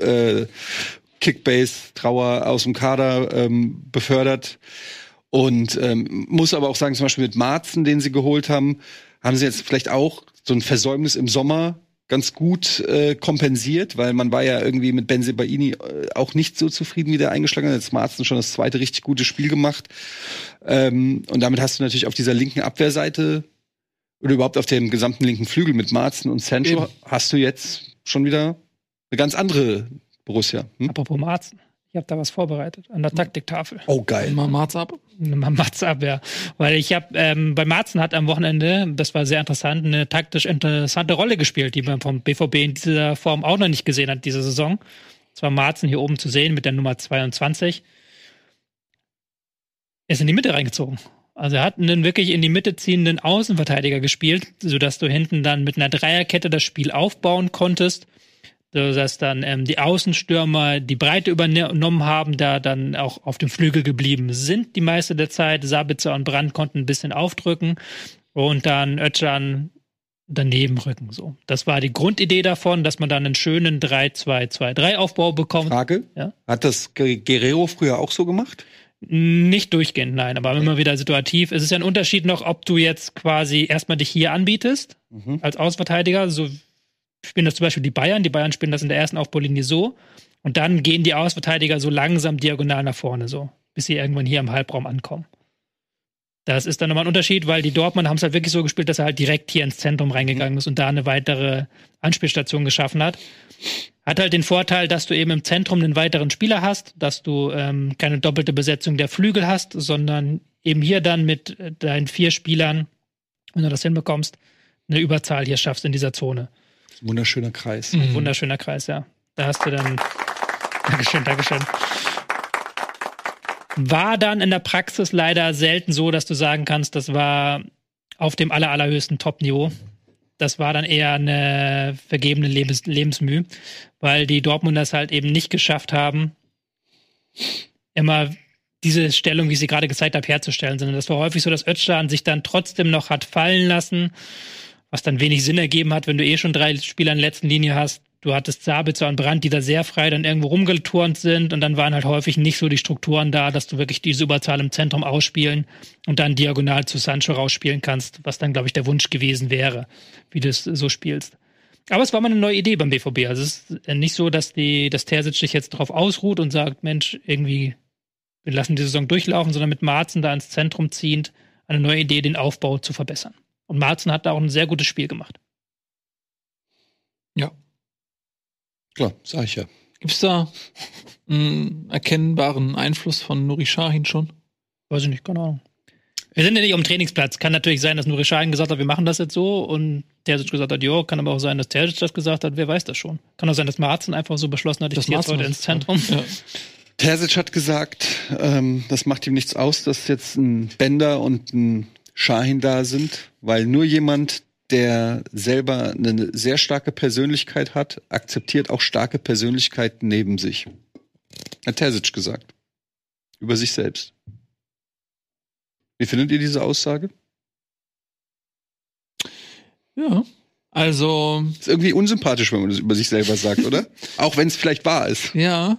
Kickbase-Trauer aus dem Kader befördert. Und muss aber auch sagen, zum Beispiel mit Marzen, den sie geholt haben, haben sie jetzt vielleicht auch so ein Versäumnis im Sommer ganz gut kompensiert, weil man war ja irgendwie mit Bensebaini auch nicht so zufrieden, wie der eingeschlagen hat. Jetzt Marzen schon das zweite richtig gute Spiel gemacht. Und damit hast du natürlich auf dieser linken Abwehrseite oder überhaupt auf dem gesamten linken Flügel mit Marzen und Sancho hast du jetzt schon wieder eine ganz andere Borussia. Apropos Marzen. Ich habe da was vorbereitet an der Taktiktafel. Oh, geil. Mal Marz ab? Mal Marz ab, ja. Weil ich habe, bei Marzen hat am Wochenende, das war sehr interessant, eine taktisch interessante Rolle gespielt, die man vom BVB in dieser Form auch noch nicht gesehen hat, diese Saison. Das war Marzen hier oben zu sehen mit der Nummer 22. Er ist in die Mitte reingezogen. Also er hat einen wirklich in die Mitte ziehenden Außenverteidiger gespielt, sodass du hinten dann mit einer Dreierkette das Spiel aufbauen konntest. Dass dann die Außenstürmer die Breite übernommen haben, da dann auch auf dem Flügel geblieben sind die meiste der Zeit. Sabitzer und Brandt konnten ein bisschen aufdrücken und dann Özcan daneben rücken. So. Das war die Grundidee davon, dass man dann einen schönen 3-2-2-3-Aufbau bekommt. Frage? Ja? Hat das Guerrero früher auch so gemacht? Nicht durchgehend, nein, aber immer wieder situativ. Es ist ja ein Unterschied noch, ob du jetzt quasi erstmal dich hier anbietest, als Außenverteidiger, so spielen das zum Beispiel die Bayern. Die Bayern spielen das in der ersten Aufbaulinie so. Und dann gehen die Außenverteidiger so langsam diagonal nach vorne, so, bis sie irgendwann hier im Halbraum ankommen. Das ist dann nochmal ein Unterschied, weil die Dortmund haben es halt wirklich so gespielt, dass er halt direkt hier ins Zentrum reingegangen ist und da eine weitere Anspielstation geschaffen hat. Hat halt den Vorteil, dass du eben im Zentrum einen weiteren Spieler hast, dass du keine doppelte Besetzung der Flügel hast, sondern eben hier dann mit deinen 4 Spielern, wenn du das hinbekommst, eine Überzahl hier schaffst in dieser Zone. Wunderschöner Kreis. Wunderschöner Kreis, ja. Da hast du dann. Dankeschön. War dann in der Praxis leider selten so, dass du sagen kannst, das war auf dem allerhöchsten Top-Niveau. Das war dann eher eine vergebene Lebensmüh, weil die Dortmunders halt eben nicht geschafft haben, immer diese Stellung, wie ich sie gerade gezeigt habe, herzustellen, sondern das war häufig so, dass Özcan sich dann trotzdem noch hat fallen lassen, was dann wenig Sinn ergeben hat, wenn du schon 3 Spieler in der letzten Linie hast. Du hattest Sabitzer und Brandt, die da sehr frei dann irgendwo rumgeturnt sind und dann waren halt häufig nicht so die Strukturen da, dass du wirklich diese Überzahl im Zentrum ausspielen und dann diagonal zu Sancho rausspielen kannst, was dann, glaube ich, der Wunsch gewesen wäre, wie du es so spielst. Aber es war mal eine neue Idee beim BVB. Also es ist nicht so, dass Terzic sich jetzt drauf ausruht und sagt, Mensch, irgendwie, wir lassen die Saison durchlaufen, sondern mit Marzen da ins Zentrum ziehend eine neue Idee, den Aufbau zu verbessern. Und Marzen hat da auch ein sehr gutes Spiel gemacht. Ja. Klar, sag ich ja. Gibt's da einen erkennbaren Einfluss von Nuri Sahin schon? Weiß ich nicht, keine Ahnung. Wir sind ja nicht am Trainingsplatz. Kann natürlich sein, dass Nuri Sahin gesagt hat, wir machen das jetzt so und Terzic gesagt hat, jo, kann aber auch sein, dass Terzic das gesagt hat, wer weiß das schon. Kann auch sein, dass Marzen einfach so beschlossen hat, ich ziehe jetzt heute ins Zentrum. Ja. Terzic hat gesagt, das macht ihm nichts aus, dass jetzt ein Bender und ein Sahin da sind, weil nur jemand, der selber eine sehr starke Persönlichkeit hat, akzeptiert auch starke Persönlichkeiten neben sich. Hat Terzic gesagt. Über sich selbst. Wie findet ihr diese Aussage? Ja, also... Ist irgendwie unsympathisch, wenn man das über sich selber sagt, oder? Auch wenn es vielleicht wahr ist. Ja.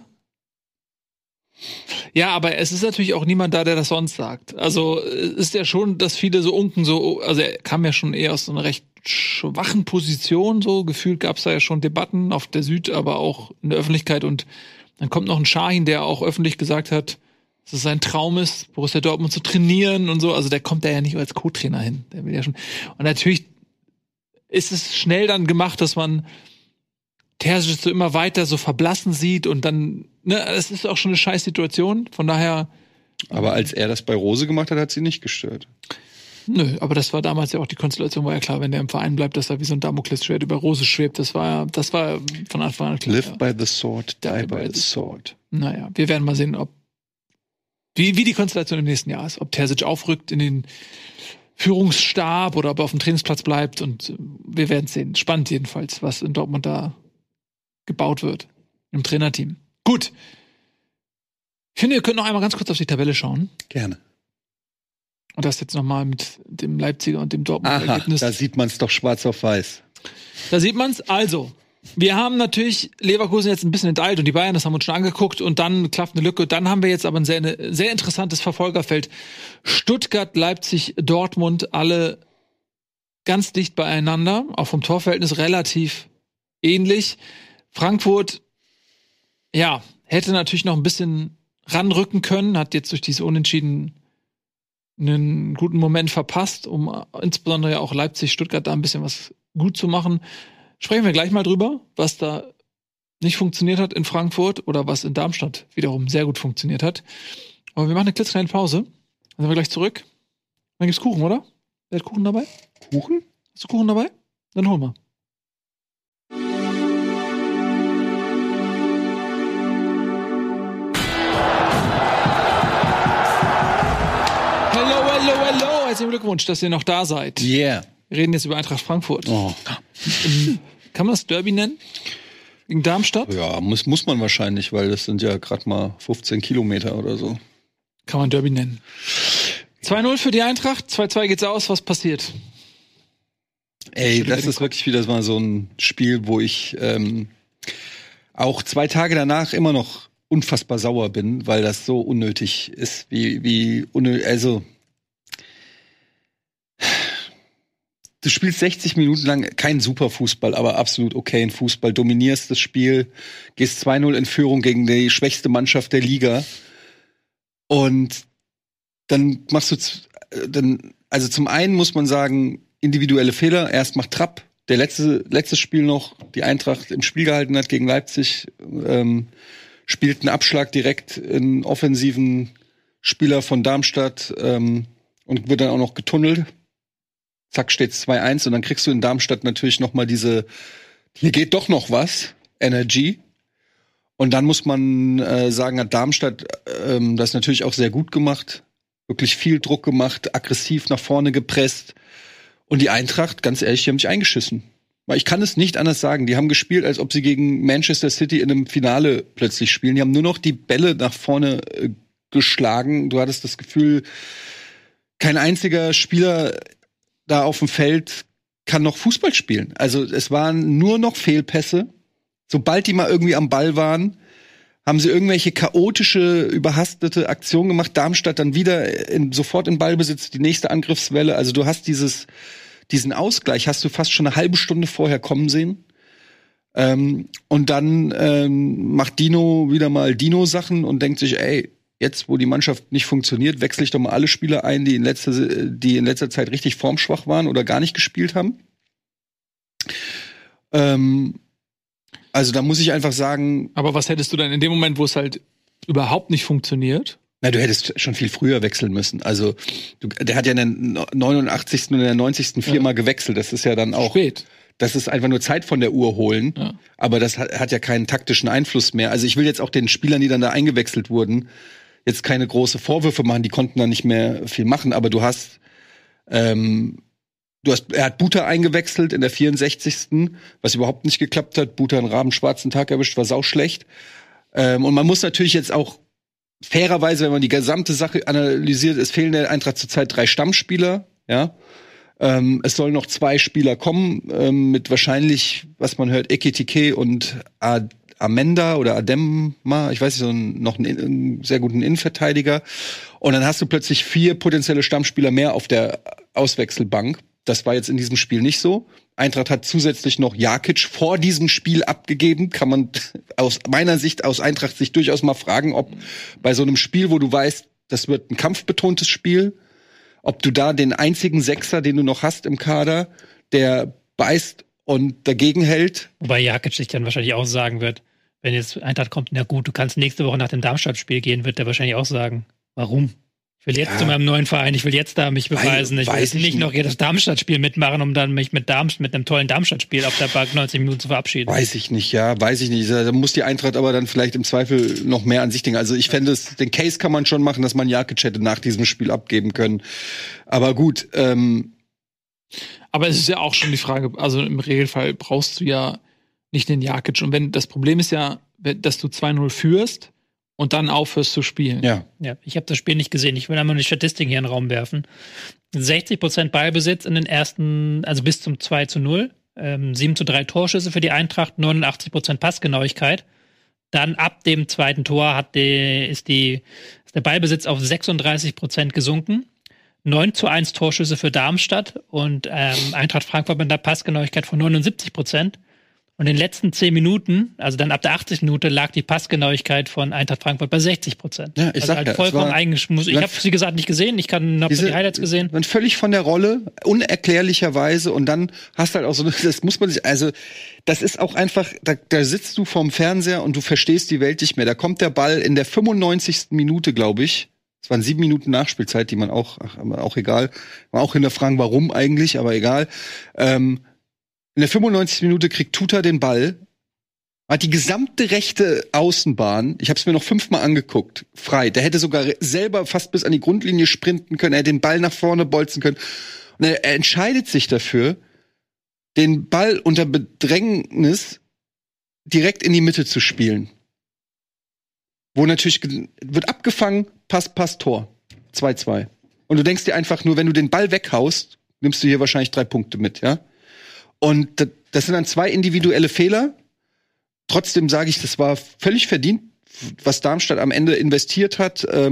Ja, aber es ist natürlich auch niemand da, der das sonst sagt. Also ist ja schon, dass viele so unken, also er kam ja schon eher aus so einer recht schwachen Position, so gefühlt gab es da ja schon Debatten auf der Süd, aber auch in der Öffentlichkeit und dann kommt noch ein Sahin, der auch öffentlich gesagt hat, dass es sein Traum ist, Borussia Dortmund zu trainieren und so. Also der kommt da ja nicht als Co-Trainer hin. Der will ja schon. Und natürlich ist es schnell dann gemacht, dass man Terzic so immer weiter so verblassen sieht und dann, ne, es ist auch schon eine scheiß Situation. Von daher. Aber als er das bei Rose gemacht hat, hat sie nicht gestört. Nö, aber das war damals ja auch die Konstellation, war ja klar, wenn der im Verein bleibt, dass er wie so ein Damoklesschwert über Rose schwebt. Das war von Anfang an klar. Live by the sword, die by the sword. Naja, wir werden mal sehen, wie die Konstellation im nächsten Jahr ist. Ob Terzic aufrückt in den Führungsstab oder ob er auf dem Trainingsplatz bleibt. Und wir werden es sehen. Spannend jedenfalls, was in Dortmund da gebaut wird. Im Trainerteam. Gut. Ich finde, wir können noch einmal ganz kurz auf die Tabelle schauen. Gerne. Und das jetzt nochmal mit dem Leipziger und dem Dortmund-Ergebnis. Da sieht man es doch schwarz auf weiß. Da sieht man es. Also, wir haben natürlich Leverkusen jetzt ein bisschen enteilt und die Bayern, das haben wir uns schon angeguckt und dann klafft eine Lücke. Dann haben wir jetzt aber ein sehr interessantes Verfolgerfeld. Stuttgart, Leipzig, Dortmund, alle ganz dicht beieinander. Auch vom Torverhältnis relativ ähnlich. Frankfurt, ja, hätte natürlich noch ein bisschen ranrücken können, hat jetzt durch dieses Unentschieden einen guten Moment verpasst, um insbesondere ja auch Leipzig, Stuttgart da ein bisschen was gut zu machen. Sprechen wir gleich mal drüber, was da nicht funktioniert hat in Frankfurt oder was in Darmstadt wiederum sehr gut funktioniert hat. Aber wir machen eine klitzekleine Pause. Dann sind wir gleich zurück. Dann gibt's Kuchen, oder? Wer hat Kuchen dabei? Kuchen? Hast du Kuchen dabei? Dann hol mal. Hello. Herzlichen Glückwunsch, dass ihr noch da seid. Yeah. Wir reden jetzt über Eintracht Frankfurt. Oh. Kann man das Derby nennen? Gegen Darmstadt? Ja, muss man wahrscheinlich, weil das sind ja gerade mal 15 Kilometer oder so. Kann man Derby nennen. 2-0 für die Eintracht, 2-2 geht's aus. Was passiert? Ey, das ist wirklich wieder mal so ein Spiel, wo ich auch 2 Tage danach immer noch unfassbar sauer bin, weil das so unnötig ist, also du spielst 60 Minuten lang keinen Superfußball, aber absolut okayen Fußball, dominierst das Spiel, gehst 2-0 in Führung gegen die schwächste Mannschaft der Liga und dann machst du also zum einen muss man sagen, individuelle Fehler, erst macht Trapp, der letztes Spiel noch die Eintracht im Spiel gehalten hat gegen Leipzig, spielt einen Abschlag direkt in offensiven Spieler von Darmstadt und wird dann auch noch getunnelt. Zack, steht's 2-1 und dann kriegst du in Darmstadt natürlich noch mal diese, hier geht doch noch was, Energy. Und dann muss man sagen, hat Darmstadt das natürlich auch sehr gut gemacht. Wirklich viel Druck gemacht, aggressiv nach vorne gepresst. Und die Eintracht, ganz ehrlich, die haben sich eingeschissen. Weil ich kann es nicht anders sagen. Die haben gespielt, als ob sie gegen Manchester City in einem Finale plötzlich spielen. Die haben nur noch die Bälle nach vorne geschlagen. Du hattest das Gefühl, kein einziger Spieler da auf dem Feld kann noch Fußball spielen. Also es waren nur noch Fehlpässe. Sobald die mal irgendwie am Ball waren, haben sie irgendwelche chaotische, überhastete Aktionen gemacht. Darmstadt dann wieder sofort in Ballbesitz, die nächste Angriffswelle. Also du hast diesen Ausgleich hast du fast schon eine halbe Stunde vorher kommen sehen. Und dann macht Dino wieder mal Dino-Sachen und denkt sich, ey, jetzt, wo die Mannschaft nicht funktioniert, wechsle ich doch mal alle Spieler ein, die in letzter Zeit richtig formschwach waren oder gar nicht gespielt haben. Also da muss ich einfach sagen. Aber was hättest du dann in dem Moment, wo es halt überhaupt nicht funktioniert, Na, du hättest schon viel früher wechseln müssen. Also, der hat ja in der 89. und in der 90. viermal gewechselt. Das ist ja dann auch spät. Das ist einfach nur Zeit von der Uhr holen. Ja. Aber das hat ja keinen taktischen Einfluss mehr. Also ich will jetzt auch den Spielern, die dann da eingewechselt wurden, jetzt keine große Vorwürfe machen. Die konnten da nicht mehr viel machen. Aber er hat Buta eingewechselt in der 64. Was überhaupt nicht geklappt hat. Buta einen rabenschwarzen Tag erwischt, war sauschlecht. Und man muss natürlich jetzt auch fairerweise, wenn man die gesamte Sache analysiert, es fehlen der Eintracht zurzeit 3 Stammspieler, ja. Es sollen noch 2 Spieler kommen, mit wahrscheinlich, was man hört, Ekitike und Amenda oder Ademma, ich weiß nicht, noch einen sehr guten Innenverteidiger. Und dann hast du plötzlich 4 potenzielle Stammspieler mehr auf der Auswechselbank. Das war jetzt in diesem Spiel nicht so. Eintracht hat zusätzlich noch Jakic vor diesem Spiel abgegeben. Kann man aus meiner Sicht, aus Eintracht-Sicht durchaus mal fragen, ob bei so einem Spiel, wo du weißt, das wird ein kampfbetontes Spiel, ob du da den einzigen Sechser, den du noch hast im Kader, der beißt und dagegen hält. Wobei Jakic sich dann wahrscheinlich auch sagen wird, wenn jetzt Eintracht kommt, na gut, du kannst nächste Woche nach dem Darmstadt-Spiel gehen, wird der wahrscheinlich auch sagen, warum? Ich will jetzt zu meinem neuen Verein, ich will jetzt da mich beweisen. Ich will jetzt nicht noch jedes Darmstadt-Spiel mitmachen, um dann mich mit einem tollen Darmstadt-Spiel auf der Bank 90 Minuten zu verabschieden. Weiß ich nicht. Da muss die Eintracht aber dann vielleicht im Zweifel noch mehr an sich denken. Also ich fände den Case kann man schon machen, dass man Jakic hätte nach diesem Spiel abgeben können. Aber gut. Aber es ist ja auch schon die Frage, also im Regelfall brauchst du ja nicht den Jakic. Und das Problem ist ja, dass du 2-0 führst, und dann aufhörst zu spielen. Ja, ich habe das Spiel nicht gesehen. Ich will einmal eine Statistik hier in den Raum werfen. 60% Ballbesitz in den ersten, also bis zum 2-0. 7-3 Torschüsse für die Eintracht, 89% Passgenauigkeit. Dann ab dem zweiten Tor ist der Ballbesitz auf 36% gesunken. 9-1 Torschüsse für Darmstadt und Eintracht Frankfurt mit einer Passgenauigkeit von 79%. Und in den letzten 10 Minuten, also dann ab der 80. Minute, lag die Passgenauigkeit von Eintracht Frankfurt bei 60%. Ja, ich sag halt vollkommen ich habe sie gesagt nicht gesehen, ich habe die Highlights gesehen. Man völlig von der Rolle, unerklärlicherweise, und dann hast du halt auch so, das muss man sich, also das ist auch einfach, da sitzt du vorm Fernseher und du verstehst die Welt nicht mehr. Da kommt der Ball in der 95. Minute, glaube ich. Es waren 7 Minuten Nachspielzeit, die man auch egal, man auch hinterfragen, warum eigentlich, aber egal. In der 95. Minute kriegt Tuta den Ball, hat die gesamte rechte Außenbahn, ich habe es mir noch 5-mal angeguckt, frei. Der hätte sogar selber fast bis an die Grundlinie sprinten können, er hätte den Ball nach vorne bolzen können. Und er entscheidet sich dafür, den Ball unter Bedrängnis direkt in die Mitte zu spielen. Wo natürlich wird abgefangen, Pass, Tor. 2-2. Und du denkst dir einfach nur, wenn du den Ball weghaust, nimmst du hier wahrscheinlich 3 Punkte mit, ja? Und das sind dann 2 individuelle Fehler. Trotzdem sage ich, das war völlig verdient, was Darmstadt am Ende investiert hat. Ich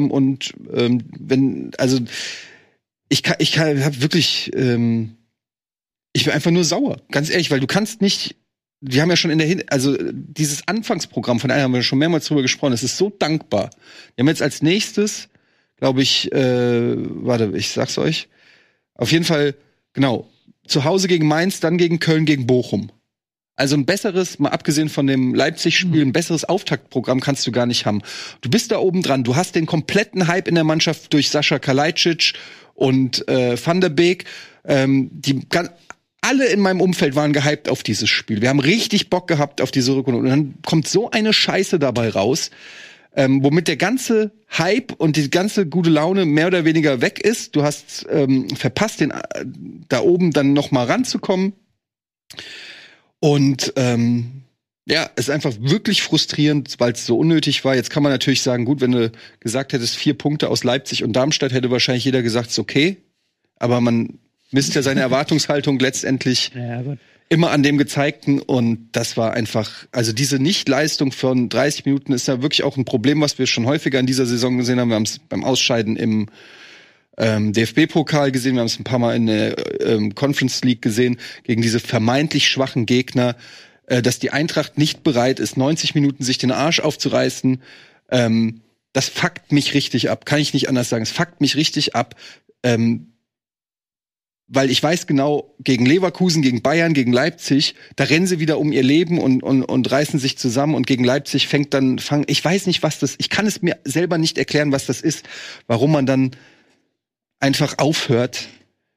habe wirklich, ich bin einfach nur sauer, ganz ehrlich, weil du kannst nicht. Wir haben ja schon dieses Anfangsprogramm von einem haben wir schon mehrmals drüber gesprochen. Es ist so dankbar. Wir haben jetzt als nächstes, glaube ich, ich sag's euch. Auf jeden Fall, genau. Zu Hause gegen Mainz, dann gegen Köln, gegen Bochum. Also ein besseres, mal abgesehen von dem Leipzig-Spiel, ein besseres Auftaktprogramm kannst du gar nicht haben. Du bist da oben dran, du hast den kompletten Hype in der Mannschaft durch Sascha Kalajdzic und Van der Beek. Alle in meinem Umfeld waren gehypt auf dieses Spiel. Wir haben richtig Bock gehabt auf diese Rückrunde. Und dann kommt so eine Scheiße dabei raus, womit der ganze Hype und die ganze gute Laune mehr oder weniger weg ist. Du hast verpasst, da oben dann noch mal ranzukommen. Und ist einfach wirklich frustrierend, weil es so unnötig war. Jetzt kann man natürlich sagen, gut, wenn du gesagt hättest, 4 Punkte aus Leipzig und Darmstadt, hätte wahrscheinlich jeder gesagt, ist okay. Aber man misst ja seine Erwartungshaltung letztendlich immer an dem Gezeigten, und das war einfach, also diese Nichtleistung von 30 Minuten ist ja wirklich auch ein Problem, was wir schon häufiger in dieser Saison gesehen haben. Wir haben es beim Ausscheiden im DFB-Pokal gesehen, wir haben es ein paar Mal in der Conference League gesehen, gegen diese vermeintlich schwachen Gegner, dass die Eintracht nicht bereit ist, 90 Minuten sich den Arsch aufzureißen. Das fuckt mich richtig ab, kann ich nicht anders sagen. Es fuckt mich richtig ab. weil ich weiß genau, gegen Leverkusen, gegen Bayern, gegen Leipzig, da rennen sie wieder um ihr Leben und reißen sich zusammen und gegen Leipzig ich weiß nicht, ich kann es mir selber nicht erklären, was das ist, warum man dann einfach aufhört,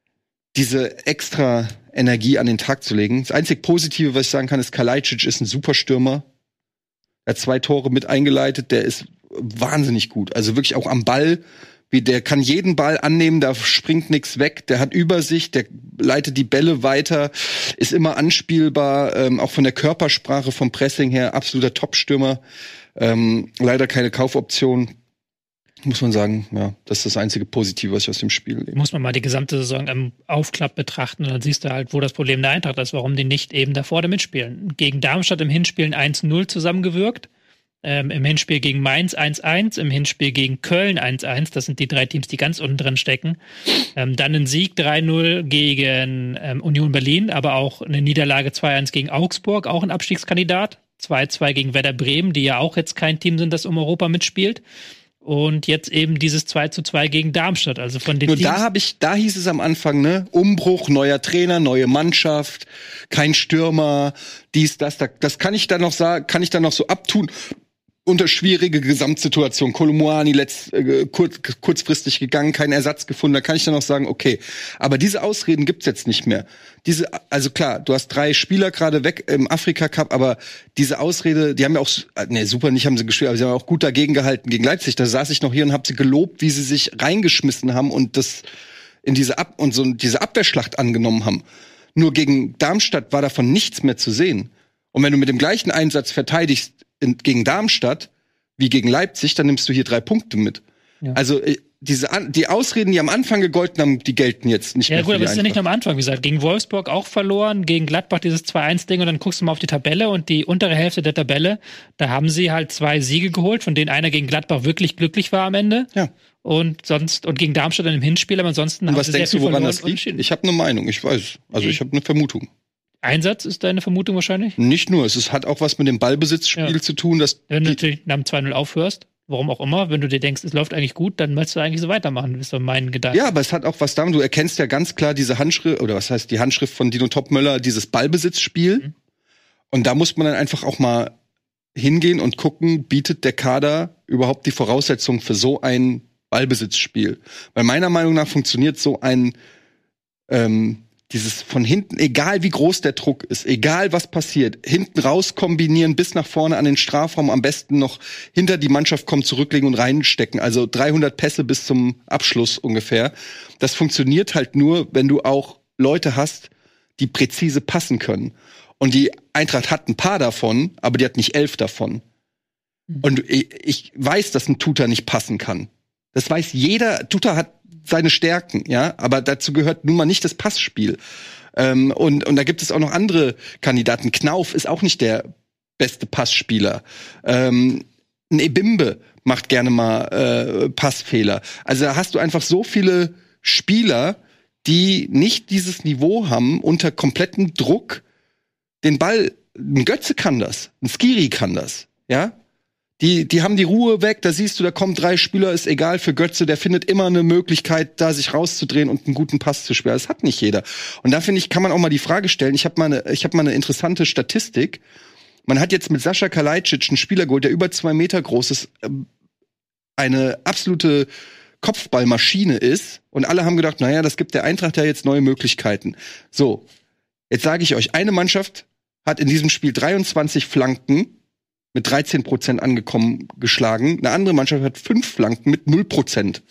diese extra Energie an den Tag zu legen. Das einzig Positive, was ich sagen kann, ist, Kalajdzic ist ein super Stürmer. Er hat 2 Tore mit eingeleitet, der ist wahnsinnig gut. Also wirklich auch am Ball, der kann jeden Ball annehmen, da springt nichts weg, der hat Übersicht, der leitet die Bälle weiter, ist immer anspielbar, auch von der Körpersprache, vom Pressing her, absoluter Top-Stürmer. Leider keine Kaufoption. Muss man sagen, ja, das ist das einzige Positive, was ich aus dem Spiel lebe. Muss man mal die gesamte Saison im Aufklapp betrachten und dann siehst du halt, wo das Problem der Eintracht ist, warum die nicht eben da vorne mitspielen. Gegen Darmstadt im Hinspiel 1-0 zusammengewirkt, im Hinspiel gegen Mainz 1-1, im Hinspiel gegen Köln 1-1, das sind die 3 Teams, die ganz unten drin stecken. Dann ein Sieg 3-0 gegen Union Berlin, aber auch eine Niederlage 2-1 gegen Augsburg, auch ein Abstiegskandidat. 2-2 gegen Werder Bremen, die ja auch jetzt kein Team sind, das um Europa mitspielt. Und jetzt eben dieses 2-2 gegen Darmstadt. Also von den Nur da hieß es am Anfang, ne, Umbruch, neuer Trainer, neue Mannschaft, kein Stürmer, dies, das, das kann ich dann noch so abtun. Unter schwierige Gesamtsituation. Kolomuani kurzfristig gegangen, keinen Ersatz gefunden. Da kann ich dann noch sagen, okay. Aber diese Ausreden gibt's jetzt nicht mehr. Also klar, du hast 3 Spieler gerade weg im Afrika Cup, aber diese Ausrede, die haben ja auch, super nicht haben sie gespielt, aber sie haben auch gut dagegen gehalten gegen Leipzig. Da saß ich noch hier und hab sie gelobt, wie sie sich reingeschmissen haben und das in diese Abwehrschlacht angenommen haben. Nur gegen Darmstadt war davon nichts mehr zu sehen. Und wenn du mit dem gleichen Einsatz verteidigst gegen Darmstadt wie gegen Leipzig, dann nimmst du hier 3 Punkte mit. Ja. Also die Ausreden, die am Anfang gegolten haben, die gelten jetzt nicht mehr. Ja gut, aber das ist ja nicht nur am Anfang, wie gesagt. Gegen Wolfsburg auch verloren, gegen Gladbach dieses 2-1-Ding und dann guckst du mal auf die Tabelle und die untere Hälfte der Tabelle, da haben sie halt 2 Siege geholt, von denen einer gegen Gladbach wirklich glücklich war am Ende. Ja. Und gegen Darmstadt in einem Hinspiel, aber ansonsten haben sie sehr viel verloren. Was denkst du, woran das liegt? Ich habe eine Meinung, ich weiß. Also ich habe eine Vermutung. Einsatz ist deine Vermutung wahrscheinlich? Nicht nur, es hat auch was mit dem Ballbesitzspiel zu tun. Wenn du natürlich nach dem 2-0 aufhörst, warum auch immer, wenn du dir denkst, es läuft eigentlich gut, dann möchtest du eigentlich so weitermachen, ist so mein Gedanke. Ja, aber es hat auch was damit, du erkennst ja ganz klar diese Handschrift, oder was heißt die Handschrift von Dino Topmöller, dieses Ballbesitzspiel. Mhm. Und da muss man dann einfach auch mal hingehen und gucken, bietet der Kader überhaupt die Voraussetzung für so ein Ballbesitzspiel? Weil meiner Meinung nach funktioniert so ein dieses von hinten, egal wie groß der Druck ist, egal was passiert, hinten raus kombinieren, bis nach vorne an den Strafraum, am besten noch hinter die Mannschaft kommen, zurücklegen und reinstecken. Also 300 Pässe bis zum Abschluss ungefähr. Das funktioniert halt nur, wenn du auch Leute hast, die präzise passen können. Und die Eintracht hat ein paar davon, aber die hat nicht 11 davon. Und ich weiß, dass ein Tuta nicht passen kann. Das weiß jeder. Tuta hat seine Stärken, ja, aber dazu gehört nun mal nicht das Passspiel. Und da gibt es auch noch andere Kandidaten. Knauf ist auch nicht der beste Passspieler. Ein Ebimbe macht gerne mal Passfehler. Also da hast du einfach so viele Spieler, die nicht dieses Niveau haben, unter komplettem Druck den Ball. Ein Götze kann das, ein Skiri kann das, ja. Die haben die Ruhe weg, da siehst du, da kommen 3 Spieler, ist egal für Götze, der findet immer eine Möglichkeit, da sich rauszudrehen und einen guten Pass zu spielen. Das hat nicht jeder. Und da finde ich, kann man auch mal die Frage stellen, ich habe mal eine interessante Statistik. Man hat jetzt mit Sascha Kalajdzic einen Spieler geholt, der über 2 Meter groß ist, eine absolute Kopfballmaschine ist. Und alle haben gedacht, naja, das gibt der Eintracht ja jetzt neue Möglichkeiten. So, jetzt sage ich euch, eine Mannschaft hat in diesem Spiel 23 Flanken mit 13% geschlagen. Eine andere Mannschaft hat 5 Flanken mit 0%.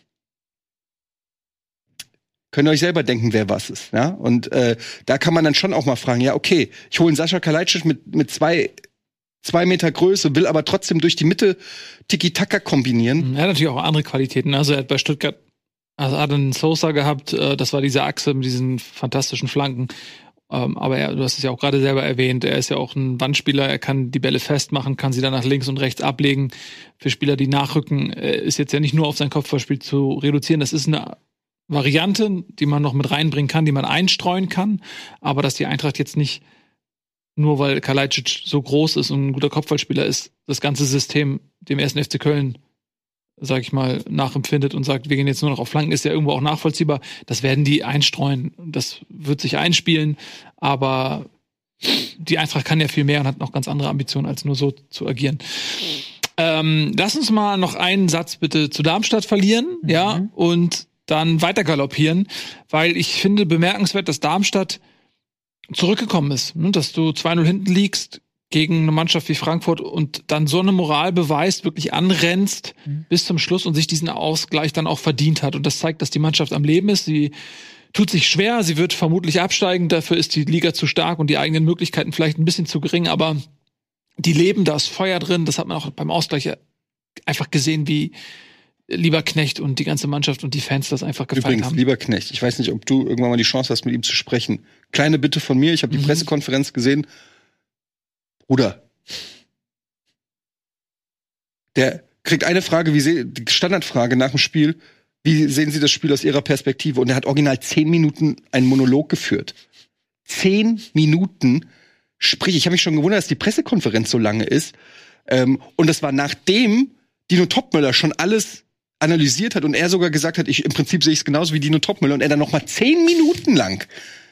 Könnt ihr euch selber denken, wer was ist, ja? Und da kann man dann schon auch mal fragen, ja, okay, ich hole einen Sascha Kalajdzic mit 2 Meter Größe, will aber trotzdem durch die Mitte Tiki-Taka kombinieren. Er hat natürlich auch andere Qualitäten. Also er hat bei Stuttgart Adnan Sosa gehabt, das war diese Achse mit diesen fantastischen Flanken. Aber du hast es ja auch gerade selber erwähnt, er ist ja auch ein Wandspieler, er kann die Bälle festmachen, kann sie dann nach links und rechts ablegen. Für Spieler, die nachrücken, ist jetzt ja nicht nur auf sein Kopfballspiel zu reduzieren. Das ist eine Variante, die man noch mit reinbringen kann, die man einstreuen kann. Aber dass die Eintracht jetzt nicht, nur weil Kalajdzic so groß ist und ein guter Kopfballspieler ist, das ganze System dem 1. FC Köln sag ich mal, nachempfindet und sagt, wir gehen jetzt nur noch auf Flanken, ist ja irgendwo auch nachvollziehbar. Das werden die einstreuen. Das wird sich einspielen, aber die Eintracht kann ja viel mehr und hat noch ganz andere Ambitionen, als nur so zu agieren. Lass uns mal noch einen Satz bitte zu Darmstadt verlieren, ja, und dann weiter galoppieren, weil ich finde bemerkenswert, dass Darmstadt zurückgekommen ist, ne? Dass du 2-0 hinten liegst gegen eine Mannschaft wie Frankfurt und dann so eine Moral beweist, wirklich anrennst bis zum Schluss und sich diesen Ausgleich dann auch verdient hat. Und das zeigt, dass die Mannschaft am Leben ist. Sie tut sich schwer, sie wird vermutlich absteigen, dafür ist die Liga zu stark und die eigenen Möglichkeiten vielleicht ein bisschen zu gering, aber die leben, da ist Feuer drin, das hat man auch beim Ausgleich einfach gesehen, wie Lieberknecht und die ganze Mannschaft und die Fans das einfach gefallen haben. Lieberknecht, ich weiß nicht, ob du irgendwann mal die Chance hast, mit ihm zu sprechen. Kleine Bitte von mir, ich habe die Pressekonferenz gesehen. Bruder, der kriegt eine Frage, die Standardfrage nach dem Spiel, wie sehen Sie das Spiel aus Ihrer Perspektive? Und er hat original 10 Minuten einen Monolog geführt. 10 Minuten, sprich, ich habe mich schon gewundert, dass die Pressekonferenz so lange ist. Und das war nachdem Dino Topmöller schon alles analysiert hat und er sogar gesagt hat, im Prinzip sehe ich es genauso wie Dino Topmöller und er dann noch mal 10 Minuten lang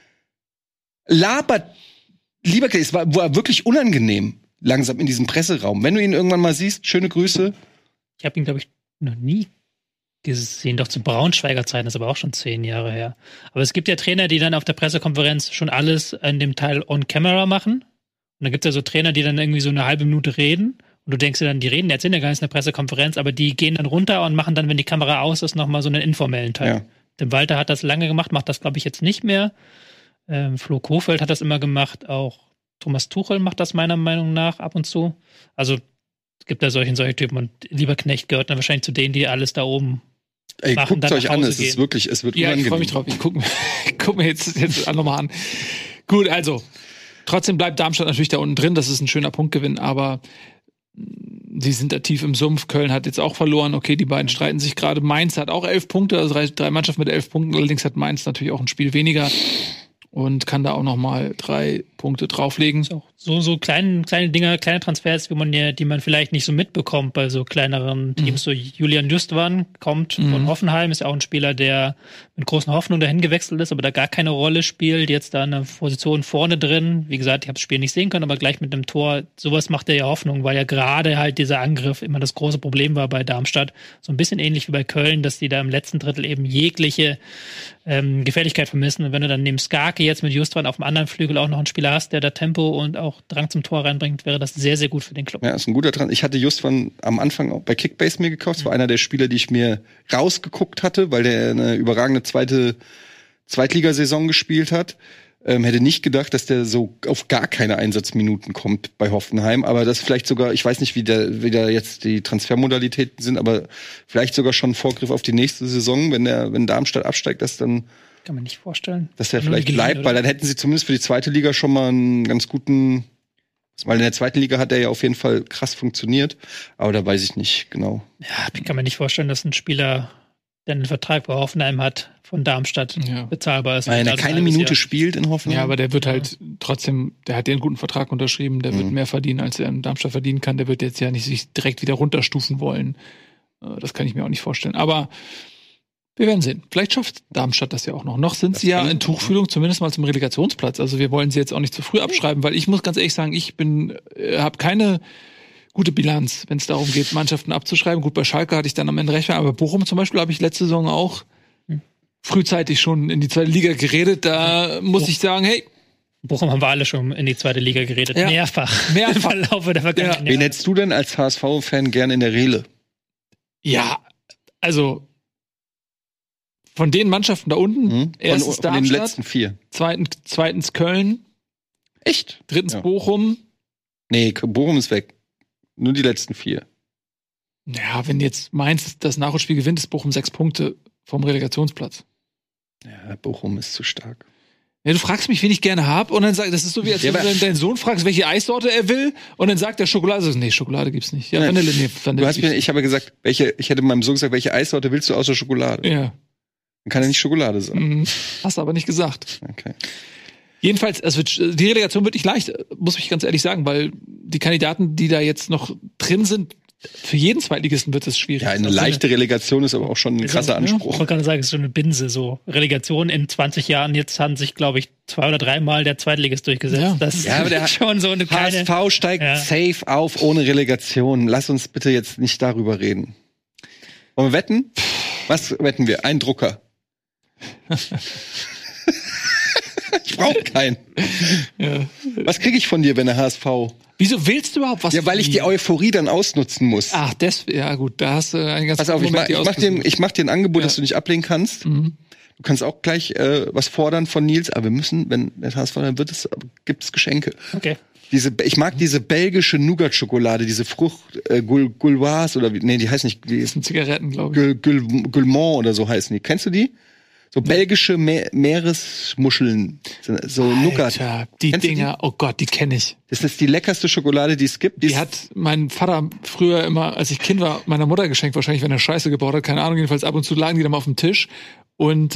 labert. Lieberknecht, es war wirklich unangenehm langsam in diesem Presseraum. Wenn du ihn irgendwann mal siehst, schöne Grüße. Ich habe ihn, glaube ich, noch nie gesehen, doch zu Braunschweiger Zeiten, das ist aber auch schon 10 Jahre her. Aber es gibt ja Trainer, die dann auf der Pressekonferenz schon alles in dem Teil on camera machen. Und dann gibt es ja so Trainer, die dann irgendwie so eine halbe Minute reden. Und du denkst dir dann, die reden jetzt in der ganzen Pressekonferenz, aber die gehen dann runter und machen dann, wenn die Kamera aus ist, nochmal so einen informellen Teil. Ja. Dem Walter hat das lange gemacht, macht das, glaube ich, jetzt nicht mehr. Flo Kofeld hat das immer gemacht, auch Thomas Tuchel macht das meiner Meinung nach ab und zu. Also es gibt da solche Typen und Lieberknecht gehört dann wahrscheinlich zu denen, die alles da oben machen. Guckt euch an, es ist wirklich, es wird unangenehm. Ja, ich freue mich drauf, ich guck mir jetzt nochmal an. Gut, also trotzdem bleibt Darmstadt natürlich da unten drin, das ist ein schöner Punktgewinn, aber sie sind da tief im Sumpf. Köln hat jetzt auch verloren. Okay, die beiden streiten sich gerade. Mainz hat auch 11 Punkte, also drei Mannschaften mit 11 Punkten. Allerdings hat Mainz natürlich auch ein Spiel weniger und kann da auch noch mal 3 Punkte drauflegen. So kleine Dinger, kleine Transfers, die man vielleicht nicht so mitbekommt bei so kleineren Teams. So Julian Justwan kommt von Hoffenheim, ist ja auch ein Spieler, der mit großen Hoffnungen dahin gewechselt ist, aber da gar keine Rolle spielt. Jetzt da eine Position vorne drin. Wie gesagt, ich habe das Spiel nicht sehen können, aber gleich mit einem Tor. Sowas macht er ja Hoffnung, weil ja gerade halt dieser Angriff immer das große Problem war bei Darmstadt. So ein bisschen ähnlich wie bei Köln, dass die da im letzten Drittel eben jegliche Gefährlichkeit vermissen. Und wenn du dann neben Skarke jetzt mit Justwan auf dem anderen Flügel auch noch einen Spieler hast, der da Tempo und auch Drang zum Tor reinbringt, wäre das sehr, sehr gut für den Club. Ja, ist ein guter Trend. Ich hatte Justwan am Anfang auch bei Kickbase mir gekauft. Das war einer der Spieler, die ich mir rausgeguckt hatte, weil der eine überragende Zweitligasaison gespielt hat. Hätte nicht gedacht, dass der so auf gar keine Einsatzminuten kommt bei Hoffenheim. Aber das vielleicht sogar, ich weiß nicht, wie da jetzt die Transfermodalitäten sind, aber vielleicht sogar schon ein Vorgriff auf die nächste Saison, wenn Darmstadt absteigt, dass dann kann man nicht vorstellen. Dass der vielleicht bleibt, weil dann hätten sie zumindest für die zweite Liga schon mal einen ganz guten, weil in der zweiten Liga hat er ja auf jeden Fall krass funktioniert, aber da weiß ich nicht genau. Ja, ich kann mir nicht vorstellen, dass ein Spieler, der einen Vertrag bei Hoffenheim hat, von Darmstadt bezahlbar ist. Weil er keine Minute spielt in Hoffenheim. Ja, aber der wird halt trotzdem, der hat ja einen guten Vertrag unterschrieben, der wird mehr verdienen, als er in Darmstadt verdienen kann, der wird jetzt ja nicht sich direkt wieder runterstufen wollen. Das kann ich mir auch nicht vorstellen, aber wir werden sehen. Vielleicht schafft Darmstadt das ja auch noch. Noch sind sie ja in Tuchfühlung, zumindest mal zum Relegationsplatz. Also wir wollen sie jetzt auch nicht zu früh abschreiben, weil ich muss ganz ehrlich sagen, ich habe keine gute Bilanz, wenn es darum geht, Mannschaften abzuschreiben. Gut, bei Schalke hatte ich dann am Ende recht, aber Bochum zum Beispiel habe ich letzte Saison auch frühzeitig schon in die zweite Liga geredet. Da muss ich sagen, hey, Bochum haben wir alle schon in die zweite Liga geredet. Ja. Mehrfach. Im Verlaufe der vergangenen Jahre. Wen hättest du denn als HSV-Fan gern in der Rele? Ja, also von den Mannschaften da unten, erstens Darmstadt, von den letzten 4. Zweitens Köln. Echt? Drittens Bochum. Nee, Bochum ist weg. Nur die letzten 4. Ja, wenn jetzt Mainz das Nachholspiel gewinnt, ist Bochum 6 Punkte vom Relegationsplatz. Ja, Bochum ist zu stark. Ja, du fragst mich, wen ich gerne hab, und dann sagst, das ist so wie, als wenn du deinen Sohn fragst, welche Eissorte er will, und dann sagt der Schokolade, so, nee, Schokolade gibt's nicht. Ja, Vanille, nee, Vanille. Ich habe gesagt, ich hätte meinem Sohn gesagt, welche Eissorte willst du außer Schokolade? Ja. Dann kann er nicht Schokolade sein. Hast du aber nicht gesagt. Okay. Jedenfalls, die Relegation wird nicht leicht, muss ich ganz ehrlich sagen, weil die Kandidaten, die da jetzt noch drin sind, für jeden Zweitligisten wird es schwierig. Ja, eine leichte Relegation ist aber auch schon ein krasser Anspruch. Ich wollte gerade sagen, es ist so eine Binse, so Relegation in 20 Jahren. Jetzt haben sich, glaube ich, 2 oder 3 Mal der Zweitligist durchgesetzt. Ja. Das ist aber der schon so eine kleine... HSV steigt safe auf ohne Relegation. Lass uns bitte jetzt nicht darüber reden. Wollen wir wetten? Was wetten wir? Ein Drucker. Ich brauche keinen. Ja. Was kriege ich von dir, wenn der HSV... Wieso willst du überhaupt was? Ja, weil ich die Euphorie dann ausnutzen muss. Ach, ja gut, da hast du einen ganz Pass auf, ich mach dir ein Angebot, das du nicht ablehnen kannst. Mhm. Du kannst auch gleich was fordern von Nils, aber wir müssen, wenn der HSV, dann gibt es Geschenke. Okay. Ich mag diese belgische Nougat-Schokolade, diese Frucht, Gauloise oder die heißt nicht. Das sind Zigaretten, glaube ich. Guillemont oder so heißen die. Kennst du die? So belgische Meeresmuscheln, so Nougat. Die Dinger, oh Gott, die kenne ich. Das ist die leckerste Schokolade, die es gibt. Die hat mein Vater früher immer, als ich Kind war, meiner Mutter geschenkt, wahrscheinlich, wenn er Scheiße gebaut hat, keine Ahnung, jedenfalls ab und zu lagen die dann mal auf dem Tisch und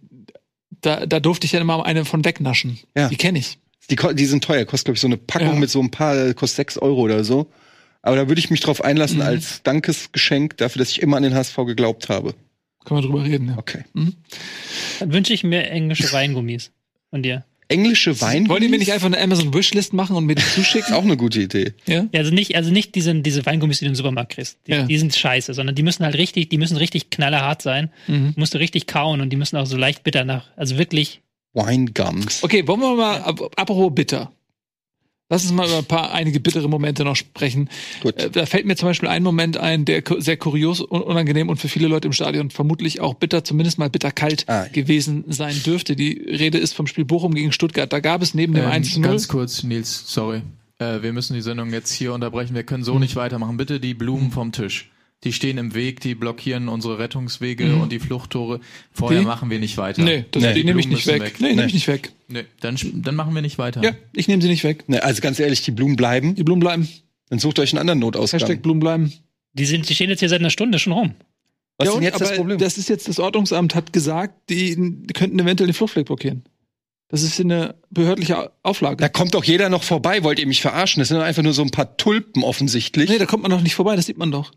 da durfte ich dann immer eine von wegnaschen. Ja. Die kenne ich. Die sind teuer, kostet, glaube ich, so eine Packung mit so ein paar, kostet 6 Euro oder so. Aber da würde ich mich drauf einlassen als Dankesgeschenk dafür, dass ich immer an den HSV geglaubt habe. Können wir drüber reden, ja. Okay. Dann wünsche ich mir englische Weingummis von dir. Englische Weingummis? Wollt ihr mir nicht einfach eine Amazon-Wishlist machen und mir die zuschicken? Auch eine gute Idee. Ja, also nicht diese Weingummis, die du im Supermarkt kriegst. Die sind scheiße, sondern die müssen richtig knallerhart sein. Musst du richtig kauen und die müssen auch so leicht bitter also wirklich. Winegums. Okay, wollen wir mal, apropos bitter. Lass uns mal über einige bittere Momente noch sprechen. Gut. Da fällt mir zum Beispiel ein Moment ein, der sehr kurios und unangenehm und für viele Leute im Stadion vermutlich auch bitter, zumindest mal bitterkalt gewesen sein dürfte. Die Rede ist vom Spiel Bochum gegen Stuttgart. Da gab es neben dem 1:0... Ganz kurz, Nils, sorry. Wir müssen die Sendung jetzt hier unterbrechen. Wir können so nicht weitermachen. Bitte die Blumen vom Tisch. Die stehen im Weg, die blockieren unsere Rettungswege und die Fluchttore. Vorher machen wir nicht weiter. Nee, die nehme ich nicht weg. Nee, nehme ich nicht weg. Nee, dann machen wir nicht weiter. Ja, ich nehme sie nicht weg. Nee, also ganz ehrlich, die Blumen bleiben. Die Blumen bleiben. Dann sucht euch einen anderen Notausgang. #Blumen bleiben. Die stehen jetzt hier seit einer Stunde schon rum. Was ist denn jetzt das Problem? Das ist jetzt, das Ordnungsamt hat gesagt, die könnten eventuell den Fluchtweg blockieren. Das ist eine behördliche Auflage. Da kommt doch jeder noch vorbei. Wollt ihr mich verarschen? Das sind doch einfach nur so ein paar Tulpen offensichtlich. Nee, da kommt man doch nicht vorbei, das sieht man doch.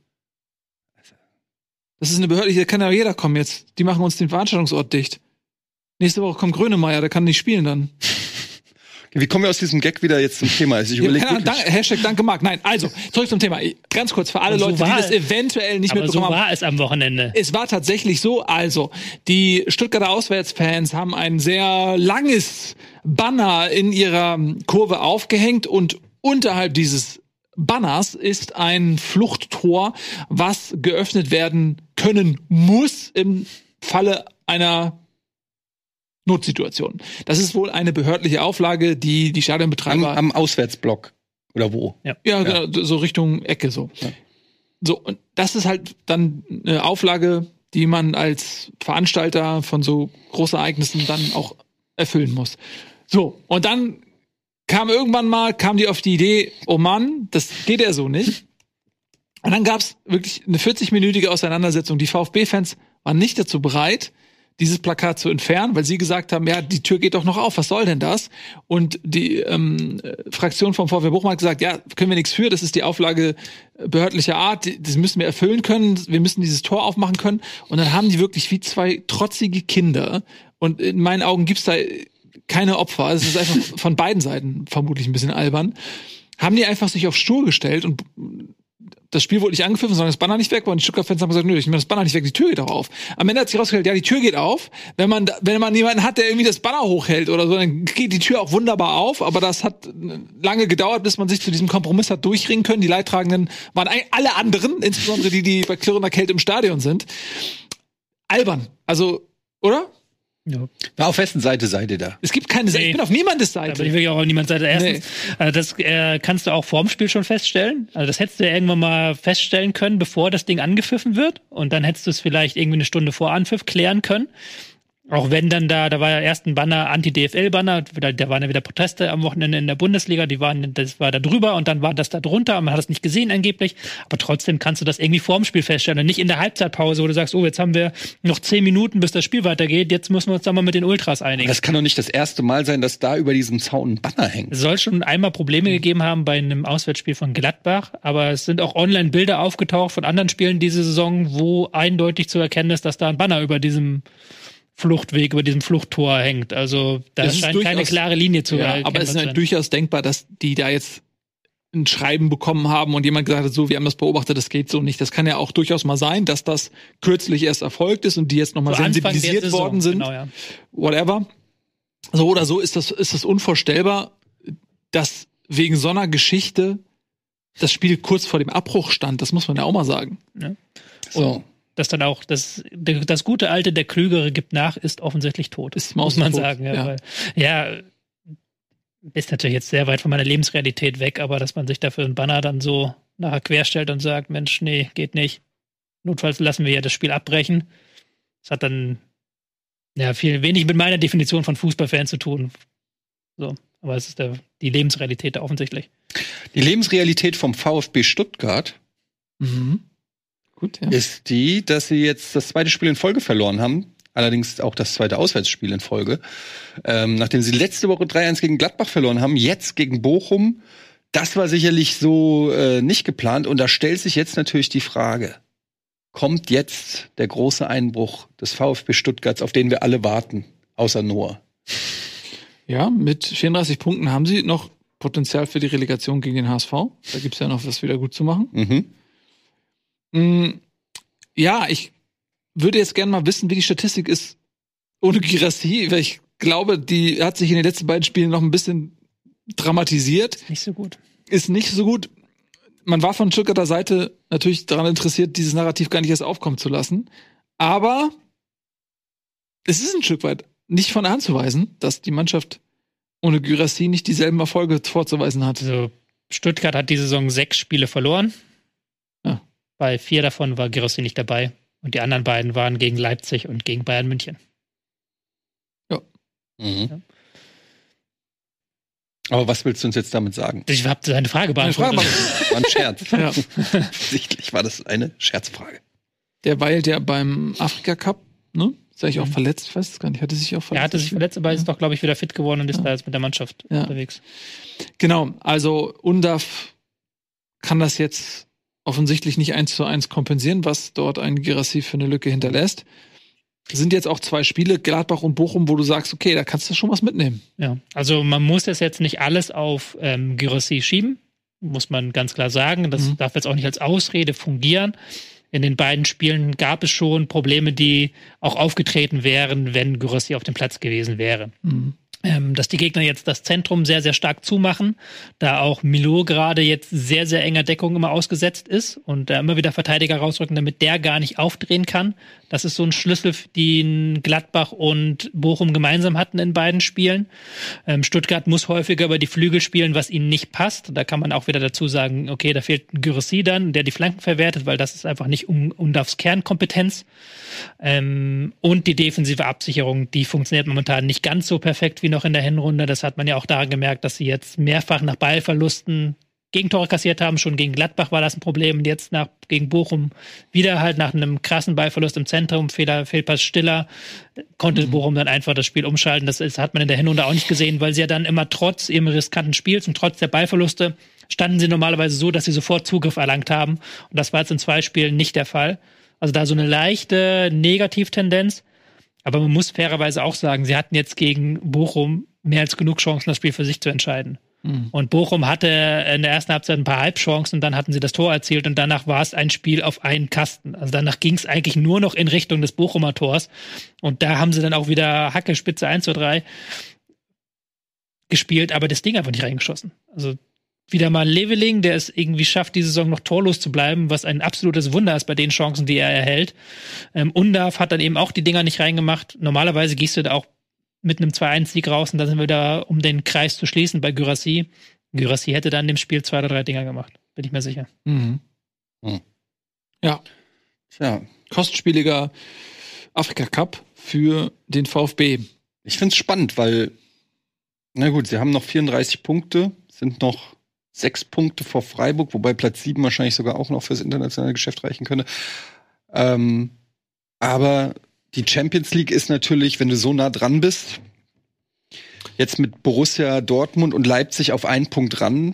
Das ist eine behördliche, da kann ja jeder kommen jetzt. Die machen uns den Veranstaltungsort dicht. Nächste Woche kommt Grönemeyer, der kann nicht spielen dann. Wie kommen wir aus diesem Gag wieder jetzt zum Thema? Also ich überlege Danke Marc. Nein, also, zurück zum Thema. Ganz kurz für alle Leute, die das eventuell nicht mitbekommen haben. So war es am Wochenende. Es war tatsächlich so, also, die Stuttgarter Auswärtsfans haben ein sehr langes Banner in ihrer Kurve aufgehängt und unterhalb dieses Banners ist ein Fluchttor, was geöffnet werden können muss im Falle einer Notsituation. Das ist wohl eine behördliche Auflage, die Stadionbetreiber... Am Auswärtsblock. Oder wo? Ja, genau, so Richtung Ecke so. Ja. So, und das ist halt dann eine Auflage, die man als Veranstalter von so Großereignissen dann auch erfüllen muss. So, und dann kam die auf die Idee, oh Mann, das geht ja so nicht. Und dann gab's wirklich eine 40-minütige Auseinandersetzung. Die VfB-Fans waren nicht dazu bereit, dieses Plakat zu entfernen, weil sie gesagt haben, ja, die Tür geht doch noch auf, was soll denn das? Und die Fraktion vom VfB Bochum hat gesagt, ja, können wir nichts für, das ist die Auflage behördlicher Art, das müssen wir erfüllen können, wir müssen dieses Tor aufmachen können. Und dann haben die wirklich wie zwei trotzige Kinder, und in meinen Augen gibt's da keine Opfer, es ist einfach von beiden Seiten vermutlich ein bisschen albern, haben die einfach sich auf Stur gestellt und das Spiel wurde nicht angepfiffen, sondern das Banner nicht weg war. Und die Stuttgart-Fans haben gesagt, nö, ich nehme das Banner nicht weg, die Tür geht auch auf. Am Ende hat sich rausgestellt, ja, die Tür geht auf. Wenn man jemanden hat, der irgendwie das Banner hochhält oder so, dann geht die Tür auch wunderbar auf. Aber das hat lange gedauert, bis man sich zu diesem Kompromiss hat durchringen können. Die Leidtragenden waren alle anderen, insbesondere die bei klirrender Kälte im Stadion sind. Albern. Also, oder? Ja. Auf wessen Seite seid ihr da? Es gibt keine Seite. Ich bin auf niemandes Seite. Da bin ich wirklich auch auf niemandes Seite. Erstens, das kannst du auch vorm Spiel schon feststellen. Also das hättest du ja irgendwann mal feststellen können, bevor das Ding angepfiffen wird. Und dann hättest du es vielleicht irgendwie eine Stunde vor Anpfiff klären können. Auch wenn dann da war ja erst ein Banner, Anti-DFL-Banner, da waren ja wieder Proteste am Wochenende in der Bundesliga, das war da drüber und dann war das da drunter, man hat es nicht gesehen angeblich, aber trotzdem kannst du das irgendwie vorm Spiel feststellen und nicht in der Halbzeitpause, wo du sagst, oh, jetzt haben wir noch 10 Minuten, bis das Spiel weitergeht, jetzt müssen wir uns da mal mit den Ultras einigen. Das kann doch nicht das erste Mal sein, dass da über diesem Zaun ein Banner hängt. Es soll schon einmal Probleme gegeben haben bei einem Auswärtsspiel von Gladbach, aber es sind auch online Bilder aufgetaucht von anderen Spielen diese Saison, wo eindeutig zu erkennen ist, dass da ein Banner über diesem Fluchtweg, über diesem Fluchttor hängt. Also da scheint keine klare Linie zu sein. Aber es ist ja durchaus denkbar, dass die da jetzt ein Schreiben bekommen haben und jemand gesagt hat, so, wir haben das beobachtet, das geht so nicht. Das kann ja auch durchaus mal sein, dass das kürzlich erst erfolgt ist und die jetzt nochmal sensibilisiert worden sind. Genau, ja. Whatever. So oder so ist das unvorstellbar, dass wegen so einer Geschichte das Spiel kurz vor dem Abbruch stand. Das muss man ja auch mal sagen. Ja. So. Dass dann auch das gute Alte, der Klügere gibt nach, ist offensichtlich tot. Muss man sagen. Ja, ist natürlich jetzt sehr weit von meiner Lebensrealität weg, aber dass man sich dafür einen Banner dann so nachher querstellt und sagt, Mensch, nee, geht nicht. Notfalls lassen wir ja das Spiel abbrechen. Das hat dann wenig mit meiner Definition von Fußballfan zu tun. So, aber es ist die Lebensrealität da offensichtlich. Die Lebensrealität vom VfB Stuttgart ist die, dass sie jetzt das zweite Spiel in Folge verloren haben. Allerdings auch das zweite Auswärtsspiel in Folge. Nachdem sie letzte Woche 3-1 gegen Gladbach verloren haben, jetzt gegen Bochum. Das war sicherlich so nicht geplant. Und da stellt sich jetzt natürlich die Frage, kommt jetzt der große Einbruch des VfB Stuttgarts, auf den wir alle warten, außer Noah? Ja, mit 34 Punkten haben sie noch Potenzial für die Relegation gegen den HSV. Da gibt's ja noch was wieder gut zu machen. Ja, ich würde jetzt gerne mal wissen, wie die Statistik ist ohne Guirassy, weil ich glaube, die hat sich in den letzten beiden Spielen noch ein bisschen dramatisiert. Ist nicht so gut. Man war von Stuttgarter Seite natürlich daran interessiert, dieses Narrativ gar nicht erst aufkommen zu lassen. Aber es ist ein Stück weit nicht von der Hand zu weisen, dass die Mannschaft ohne Guirassy nicht dieselben Erfolge vorzuweisen hat. Also Stuttgart hat diese Saison 6 Spiele verloren. Ja. Bei 4 davon war Guirassy nicht dabei. Und die anderen beiden waren gegen Leipzig und gegen Bayern München. Ja. Ja. Aber was willst du uns jetzt damit sagen? Ich habe deine Frage beantwortet. War ein Scherz. Ja. Sichtlich war das eine Scherzfrage. Der weilt ja beim Afrika Cup, ne? Ist eigentlich auch verletzt, weiß es gar nicht. Hatte sich auch verletzt. Er hatte sich verletzt, aber ist doch, glaube ich, wieder fit geworden und ist da jetzt mit der Mannschaft unterwegs. Genau, also Undav kann das jetzt offensichtlich nicht 1:1 kompensieren, was dort ein Guirassy für eine Lücke hinterlässt. Sind jetzt auch 2 Spiele, Gladbach und Bochum, wo du sagst, okay, da kannst du schon was mitnehmen. Ja, also man muss das jetzt nicht alles auf Guirassy schieben, muss man ganz klar sagen. Das darf jetzt auch nicht als Ausrede fungieren. In den beiden Spielen gab es schon Probleme, die auch aufgetreten wären, wenn Guirassy auf dem Platz gewesen wäre. Dass die Gegner jetzt das Zentrum sehr, sehr stark zumachen, da auch Milot gerade jetzt sehr, sehr enger Deckung immer ausgesetzt ist und da immer wieder Verteidiger rausrücken, damit der gar nicht aufdrehen kann. Das ist so ein Schlüssel, den Gladbach und Bochum gemeinsam hatten in beiden Spielen. Stuttgart muss häufiger über die Flügel spielen, was ihnen nicht passt. Da kann man auch wieder dazu sagen, okay, da fehlt ein Guirassy dann, der die Flanken verwertet, weil das ist einfach nicht Undavs Kernkompetenz. Und die defensive Absicherung, die funktioniert momentan nicht ganz so perfekt wie noch in der Hinrunde. Das hat man ja auch daran gemerkt, dass sie jetzt mehrfach nach Ballverlusten Gegentore kassiert haben. Schon gegen Gladbach war das ein Problem. Und jetzt gegen Bochum wieder halt nach einem krassen Ballverlust im Zentrum, Fehlpass Stiller, konnte Bochum dann einfach das Spiel umschalten. Das hat man in der Hinrunde auch nicht gesehen, weil sie ja dann immer trotz ihrem riskanten Spiels und trotz der Ballverluste standen sie normalerweise so, dass sie sofort Zugriff erlangt haben. Und das war jetzt in 2 Spielen nicht der Fall. Also da so eine leichte Negativtendenz. Aber man muss fairerweise auch sagen, sie hatten jetzt gegen Bochum mehr als genug Chancen, das Spiel für sich zu entscheiden. Und Bochum hatte in der ersten Halbzeit ein paar Halbchancen und dann hatten sie das Tor erzielt und danach war es ein Spiel auf einen Kasten. Also danach ging es eigentlich nur noch in Richtung des Bochumer Tors und da haben sie dann auch wieder Hackelspitze 1:3 gespielt, aber das Ding einfach nicht reingeschossen. Also wieder mal Leveling, der es irgendwie schafft, diese Saison noch torlos zu bleiben, was ein absolutes Wunder ist bei den Chancen, die er erhält. Undav hat dann eben auch die Dinger nicht reingemacht. Normalerweise gehst du da auch mit einem 2-1-Sieg raus und da sind wir da, um den Kreis zu schließen bei Guirassy. Guirassy hätte dann in dem Spiel 2 oder 3 Dinger gemacht. Bin ich mir sicher. Ja. Kostspieliger Afrika Cup für den VfB. Ich find's spannend, weil, na gut, sie haben noch 34 Punkte, sind noch 6 Punkte vor Freiburg, wobei Platz 7 wahrscheinlich sogar auch noch fürs internationale Geschäft reichen könnte. Aber die Champions League ist natürlich, wenn du so nah dran bist, jetzt mit Borussia Dortmund und Leipzig auf einen Punkt ran.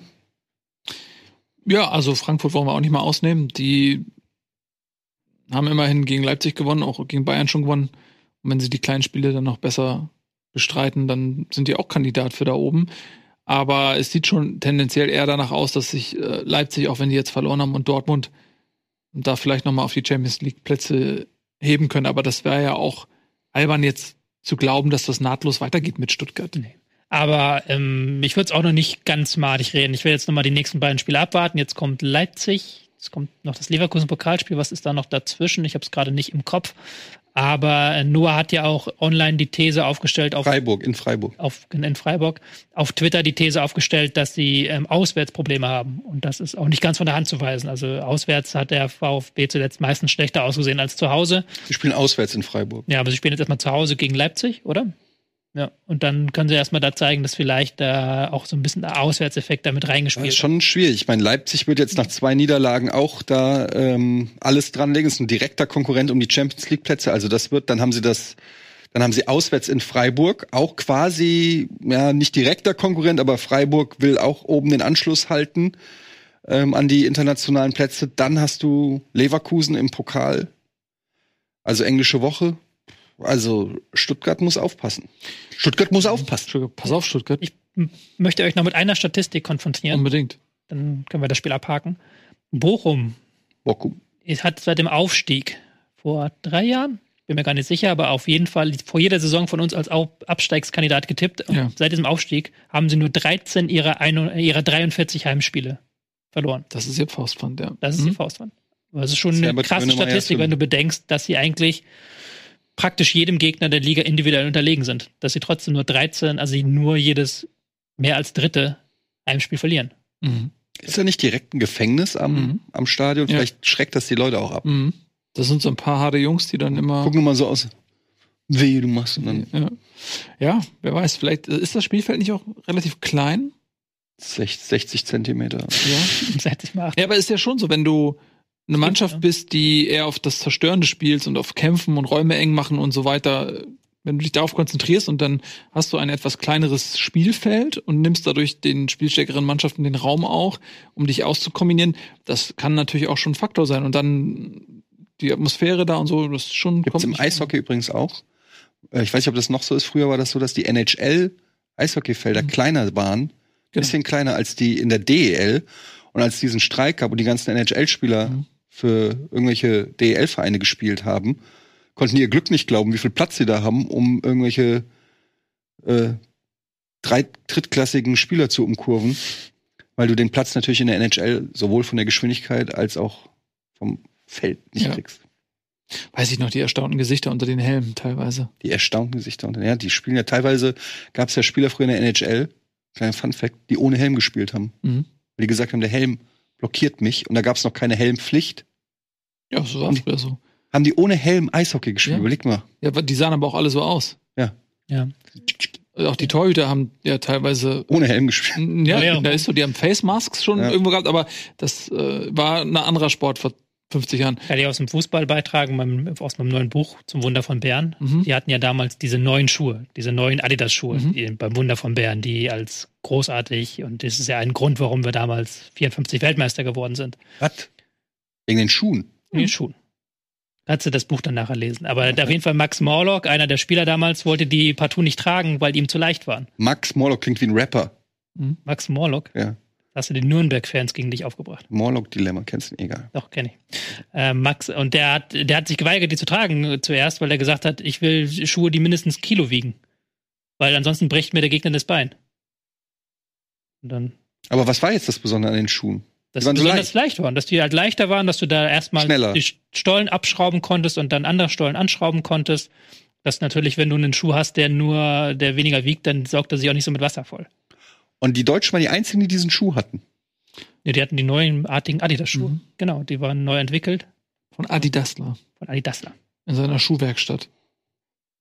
Ja, also Frankfurt wollen wir auch nicht mal ausnehmen. Die haben immerhin gegen Leipzig gewonnen, auch gegen Bayern schon gewonnen. Und wenn sie die kleinen Spiele dann noch besser bestreiten, dann sind die auch Kandidat für da oben. Aber es sieht schon tendenziell eher danach aus, dass sich Leipzig, auch wenn die jetzt verloren haben, und Dortmund da vielleicht noch mal auf die Champions League Plätze heben können. Aber das wäre ja auch albern jetzt zu glauben, dass das nahtlos weitergeht mit Stuttgart. Nee. Aber ich würde es auch noch nicht ganz madig reden. Ich will jetzt noch mal die nächsten beiden Spiele abwarten. Jetzt kommt Leipzig, jetzt kommt noch das Leverkusen-Pokalspiel. Was ist da noch dazwischen? Ich habe es gerade nicht im Kopf. Aber Noah hat ja auch online die These aufgestellt in Freiburg. Auf Twitter die These aufgestellt, dass sie Auswärtsprobleme haben. Und das ist auch nicht ganz von der Hand zu weisen. Also auswärts hat der VfB zuletzt meistens schlechter ausgesehen als zu Hause. Sie spielen auswärts in Freiburg. Ja, aber sie spielen jetzt erstmal zu Hause gegen Leipzig, oder? Ja, und dann können sie erstmal da zeigen, dass vielleicht da auch so ein bisschen der Auswärtseffekt damit reingespielt ist. Schon schwierig. Ich meine, Leipzig wird jetzt nach 2 Niederlagen auch da alles dranlegen. Ist ein direkter Konkurrent um die Champions League Plätze. Also dann haben sie auswärts in Freiburg auch quasi, ja, nicht direkter Konkurrent, aber Freiburg will auch oben den Anschluss halten an die internationalen Plätze. Dann hast du Leverkusen im Pokal. Also englische Woche. Also Stuttgart muss aufpassen. Pass auf, Stuttgart. Ich möchte euch noch mit einer Statistik konfrontieren. Unbedingt. Dann können wir das Spiel abhaken. Bochum hat seit dem Aufstieg vor 3 Jahren, bin mir gar nicht sicher, aber auf jeden Fall vor jeder Saison von uns als Abstiegskandidat getippt. Ja. Und seit diesem Aufstieg haben sie nur 13 ihrer 43 Heimspiele verloren. Das ist ihr Faustpfand, ja. Das ist ihr Faustpfand. Das ist schon eine krasse Statistik, wenn du bedenkst, dass sie eigentlich praktisch jedem Gegner der Liga individuell unterlegen sind. Dass sie trotzdem nur 13, also nur jedes mehr als dritte Heimspiel verlieren. Mhm. Ist ja nicht direkt ein Gefängnis am Stadion? Vielleicht schreckt das die Leute auch ab. Mhm. Das sind so ein paar harte Jungs, die dann immer... Gucken immer so aus, wie du machst. Und dann ja, wer weiß, vielleicht ist das Spielfeld nicht auch relativ klein? 60 Zentimeter. Ja, 60 mal 8. Ja, aber ist ja schon so, wenn du eine Mannschaft bist, die eher auf das Zerstörende spielst und auf Kämpfen und Räume eng machen und so weiter, wenn du dich darauf konzentrierst und dann hast du ein etwas kleineres Spielfeld und nimmst dadurch den spielstärkeren Mannschaften den Raum auch, um dich auszukombinieren, das kann natürlich auch schon ein Faktor sein. Und dann die Atmosphäre da und so, das ist schon... Gibt's im Eishockey übrigens auch. Ich weiß nicht, ob das noch so ist. Früher war das so, dass die NHL-Eishockeyfelder kleiner waren, bisschen kleiner als die in der DEL. Und als es diesen Streik gab und die ganzen NHL-Spieler für irgendwelche DEL-Vereine gespielt haben, konnten die ihr Glück nicht glauben, wie viel Platz sie da haben, um irgendwelche drittklassigen Spieler zu umkurven. Weil du den Platz natürlich in der NHL sowohl von der Geschwindigkeit als auch vom Feld nicht kriegst. Weiß ich noch, die erstaunten Gesichter unter den Helmen teilweise. Die erstaunten Gesichter unter den Helmen. Die spielen ja teilweise, gab es ja Spieler früher in der NHL, kleiner Funfact, die ohne Helm gespielt haben. Weil die gesagt haben, der Helm blockiert mich. Und da gab es noch keine Helmpflicht. Ja, das war früher so. Haben die ohne Helm Eishockey gespielt? Überleg mal. Ja, die sahen aber auch alle so aus. Ja. Auch die Torhüter haben ja teilweise ohne Helm gespielt. Ja, da ist so, die haben Face Masks schon irgendwo gehabt, aber das war ein anderer Sport vor 50 Jahren. Kann ich aus dem Fußball beitragen, aus meinem neuen Buch zum Wunder von Bern. Die hatten ja damals diese neuen Schuhe, diese neuen Adidas-Schuhe beim Wunder von Bern, die als großartig, und das ist ja ein Grund, warum wir damals 54 Weltmeister geworden sind. Was? Wegen den Schuhen? Wegen den Schuhen. Kannst du das Buch dann nachher lesen. Aber auf jeden Fall Max Morlock, einer der Spieler damals, wollte die partout nicht tragen, weil die ihm zu leicht waren. Max Morlock klingt wie ein Rapper. Max Morlock? Ja. Hast du die Nürnberg-Fans gegen dich aufgebracht? Morlock-Dilemma, kennst du? Egal. Doch, kenne ich. Max, und der hat sich geweigert, die zu tragen zuerst, weil er gesagt hat, ich will Schuhe, die mindestens Kilo wiegen. Weil ansonsten bricht mir der Gegner das Bein. Und dann... Aber was war jetzt das Besondere an den Schuhen? Dass die besonders leicht waren, dass die halt leichter waren, dass du da erstmal die Stollen abschrauben konntest und dann andere Stollen anschrauben konntest. Dass natürlich, wenn du einen Schuh hast, der weniger wiegt, dann saugt er sich auch nicht so mit Wasser voll. Und die Deutschen waren die einzigen, die diesen Schuh hatten? Ja, die hatten die neuartigen Adidas-Schuhe. Genau, die waren neu entwickelt. Von Adidasler. Von Adidasler. In seiner Schuhwerkstatt.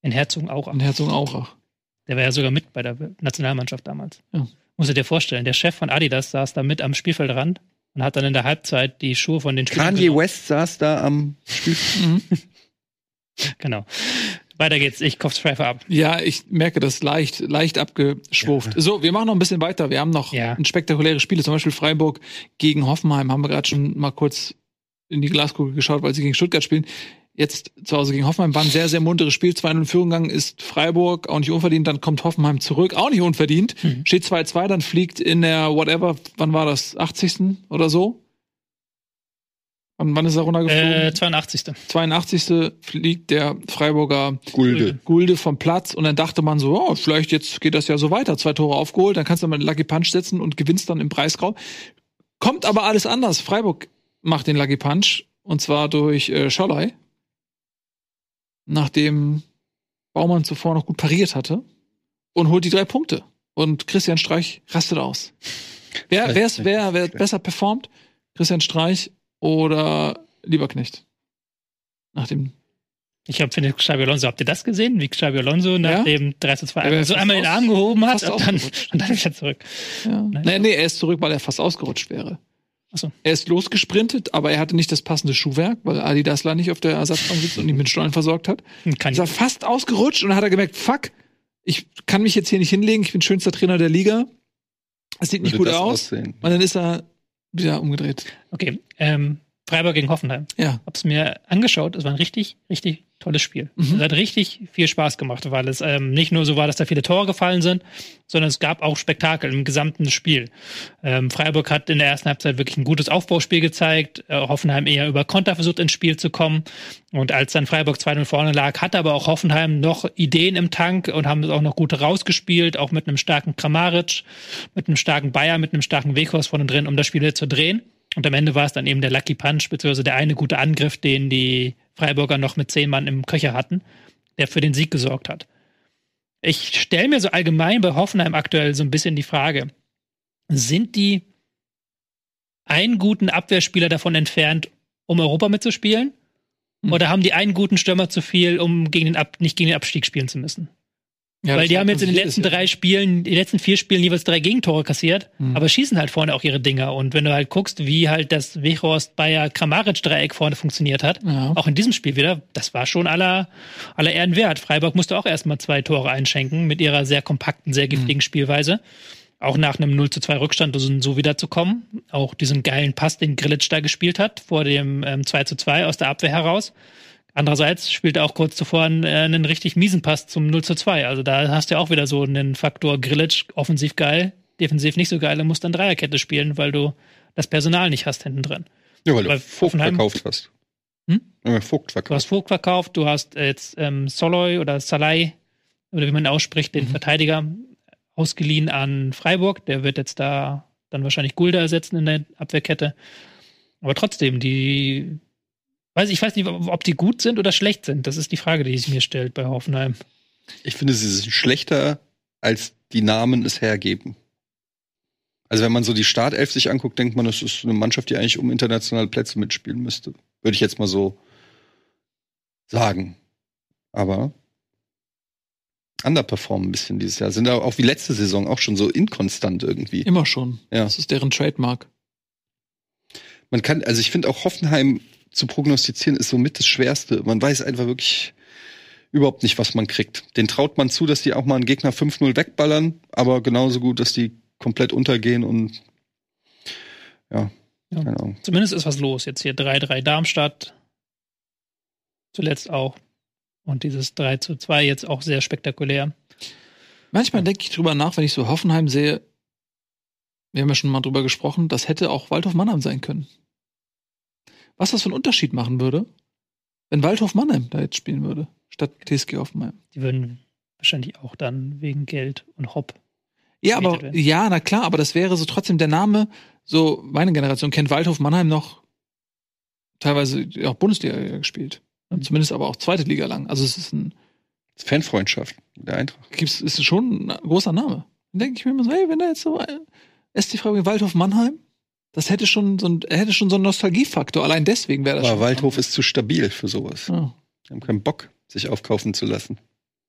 In Herzogenaurach. Der war ja sogar mit bei der Nationalmannschaft damals. Ja. Musst du dir vorstellen, der Chef von Adidas saß da mit am Spielfeldrand und hat dann in der Halbzeit die Schuhe von den Spielern Kanye West saß da am Spielfeld. Genau. Weiter geht's. Ich kopf's Pfeife ab. Ja, ich merke das leicht abgeschwurft. Ja. So, wir machen noch ein bisschen weiter. Wir haben noch ein spektakuläres Spiel. Zum Beispiel Freiburg gegen Hoffenheim. Haben wir gerade schon mal kurz in die Glaskugel geschaut, weil sie gegen Stuttgart spielen. Jetzt zu Hause gegen Hoffenheim war ein sehr, sehr munteres Spiel. 2-0 in Führung gegangen ist Freiburg, auch nicht unverdient. Dann kommt Hoffenheim zurück, auch nicht unverdient. Steht 2-2, dann fliegt in der wann war das? 80. oder so? Wann ist er runtergeflogen? 82. fliegt der Freiburger Gulde vom Platz. Und dann dachte man so, vielleicht jetzt geht das ja so weiter. 2 Tore aufgeholt, dann kannst du mal einen Lucky Punch setzen und gewinnst dann im Breisgau. Kommt aber alles anders. Freiburg macht den Lucky Punch. Und zwar durch Scholley. Nachdem Baumann zuvor noch gut pariert hatte. Und holt die 3 Punkte. Und Christian Streich rastet aus. Wer besser performt? Christian Streich oder Lieberknecht? Ich finde Xabi Alonso, habt ihr das gesehen? Wie Xabi Alonso nach dem 3-2 so einmal den Arm gehoben hat und dann wieder zurück. Ja. Nee, er ist zurück, weil er fast ausgerutscht wäre. Achso. Er ist losgesprintet, aber er hatte nicht das passende Schuhwerk, weil Adi Dassler nicht auf der Ersatzbank sitzt und ihn mit Stollen versorgt hat. Ist er fast ausgerutscht und dann hat er gemerkt, fuck, ich kann mich jetzt hier nicht hinlegen, ich bin schönster Trainer der Liga. Es sieht nicht gut aus. Und dann ist er wieder umgedreht. Okay, Freiburg gegen Hoffenheim. Ja. Hab's mir angeschaut, es war ein richtig, richtig tolles Spiel. Es hat richtig viel Spaß gemacht, weil es nicht nur so war, dass da viele Tore gefallen sind, sondern es gab auch Spektakel im gesamten Spiel. Freiburg hat in der ersten Halbzeit wirklich ein gutes Aufbauspiel gezeigt, Hoffenheim eher über Konter versucht ins Spiel zu kommen und als dann Freiburg 2-0 vorne lag, hatte aber auch Hoffenheim noch Ideen im Tank und haben das auch noch gut rausgespielt, auch mit einem starken Kramaric, mit einem starken Bayer, mit einem starken Weghorst vorne drin, um das Spiel zu drehen. Und am Ende war es dann eben der Lucky Punch, beziehungsweise der eine gute Angriff, den die Freiburger noch mit 10 Mann im Köcher hatten, der für den Sieg gesorgt hat. Ich stelle mir so allgemein bei Hoffenheim aktuell so ein bisschen die Frage, sind die einen guten Abwehrspieler davon entfernt, um Europa mitzuspielen? Oder haben die einen guten Stürmer zu viel, um nicht gegen den Abstieg spielen zu müssen? Ja, weil die haben jetzt in den letzten 4 Spielen jeweils 3 Gegentore kassiert, aber schießen halt vorne auch ihre Dinger. Und wenn du halt guckst, wie halt das Weghorst-Bayer-Kramaric-Dreieck vorne funktioniert hat, auch in diesem Spiel wieder, das war schon aller Ehren wert. Freiburg musste auch erstmal 2 Tore einschenken mit ihrer sehr kompakten, sehr giftigen Spielweise. Auch nach einem 0-2 Rückstand so wiederzukommen. Auch diesen geilen Pass, den Grilic da gespielt hat, vor dem 2-2 aus der Abwehr heraus. Andererseits spielt er auch kurz zuvor einen richtig miesen Pass zum 0-2. Also da hast du ja auch wieder so einen Faktor Grilic, offensiv geil, defensiv nicht so geil, du musst dann Dreierkette spielen, weil du das Personal nicht hast hinten drin. Ja, weil du Vogt verkauft hast. Du hast Vogt verkauft, du hast jetzt Soloy oder Salai, oder wie man ihn ausspricht, den Verteidiger, ausgeliehen an Freiburg. Der wird jetzt da dann wahrscheinlich Gulde ersetzen in der Abwehrkette. Aber trotzdem, ich weiß nicht, ob die gut sind oder schlecht sind. Das ist die Frage, die sich mir stellt bei Hoffenheim. Ich finde, sie sind schlechter, als die Namen es hergeben. Also wenn man so die Startelf sich anguckt, denkt man, das ist eine Mannschaft, die eigentlich um internationale Plätze mitspielen müsste. Würde ich jetzt mal so sagen. Aber underperformen ein bisschen dieses Jahr. Sind auch wie letzte Saison auch schon so inkonstant irgendwie. Immer schon. Ja. Das ist deren Trademark. Ich finde auch Hoffenheim zu prognostizieren ist somit das Schwerste. Man weiß einfach wirklich überhaupt nicht, was man kriegt. Den traut man zu, dass die auch mal einen Gegner 5-0 wegballern, aber genauso gut, dass die komplett untergehen und keine Ahnung. Zumindest ist was los. Jetzt hier 3-3 Darmstadt. Zuletzt auch. Und dieses 3-2 jetzt auch sehr spektakulär. Manchmal denke ich drüber nach, wenn ich so Hoffenheim sehe, wir haben ja schon mal drüber gesprochen, das hätte auch Waldhof Mannheim sein können. Was das für einen Unterschied machen würde, wenn Waldhof Mannheim da jetzt spielen würde, statt TSG Hoffenheim. Die würden wahrscheinlich auch dann wegen Geld und Hopp. Ja, na klar, aber das wäre so trotzdem der Name, so meine Generation kennt Waldhof Mannheim noch teilweise auch Bundesliga gespielt. Zumindest aber auch zweite Liga lang. Also es ist Fanfreundschaft der Eintracht. Ist schon ein großer Name. Dann denke ich mir immer so, wenn da jetzt so SC Freiburg Waldhof Mannheim, das hätte schon so einen Nostalgiefaktor. Allein deswegen wäre das aber Waldhof ist zu stabil für sowas. Ja. Die haben keinen Bock, sich aufkaufen zu lassen.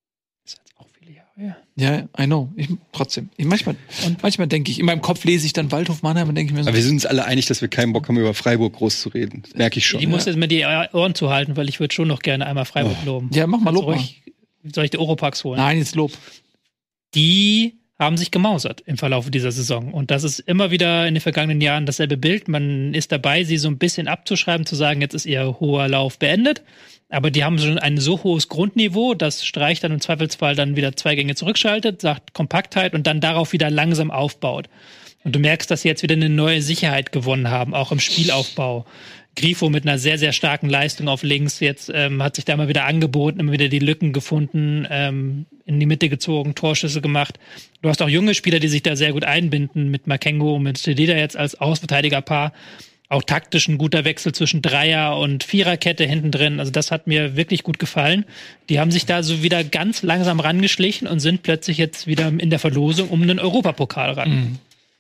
Das ist jetzt auch viele Jahre, Ja, I know. Manchmal denke ich, in meinem Kopf lese ich dann Waldhof Mannheim und denke ich mir so. Aber wir sind uns alle einig, dass wir keinen Bock haben, über Freiburg groß zu reden. Das merke ich schon. Ich muss jetzt mir die Ohren zuhalten, weil ich würde schon noch gerne einmal Freiburg loben. Ja, mach mal Lob. Soll ich die Oropax holen? Nein, jetzt Lob. Die haben sich gemausert im Verlauf dieser Saison. Und das ist immer wieder in den vergangenen Jahren dasselbe Bild. Man ist dabei, sie so ein bisschen abzuschreiben, zu sagen, jetzt ist ihr hoher Lauf beendet. Aber die haben schon ein so hohes Grundniveau, dass Streich dann im Zweifelsfall dann wieder 2 Gänge zurückschaltet, sagt Kompaktheit und dann darauf wieder langsam aufbaut. Und du merkst, dass sie jetzt wieder eine neue Sicherheit gewonnen haben, auch im Spielaufbau. Grifo mit einer sehr, sehr starken Leistung auf links. Jetzt hat sich da immer wieder angeboten, immer wieder die Lücken gefunden, in die Mitte gezogen, Torschüsse gemacht. Du hast auch junge Spieler, die sich da sehr gut einbinden, mit Makengo und mit Stedida jetzt als Außenverteidigerpaar. Auch taktisch ein guter Wechsel zwischen Dreier- und Viererkette hinten drin. Also das hat mir wirklich gut gefallen. Die haben sich da so wieder ganz langsam rangeschlichen und sind plötzlich jetzt wieder in der Verlosung um den Europapokal ran. Mhm.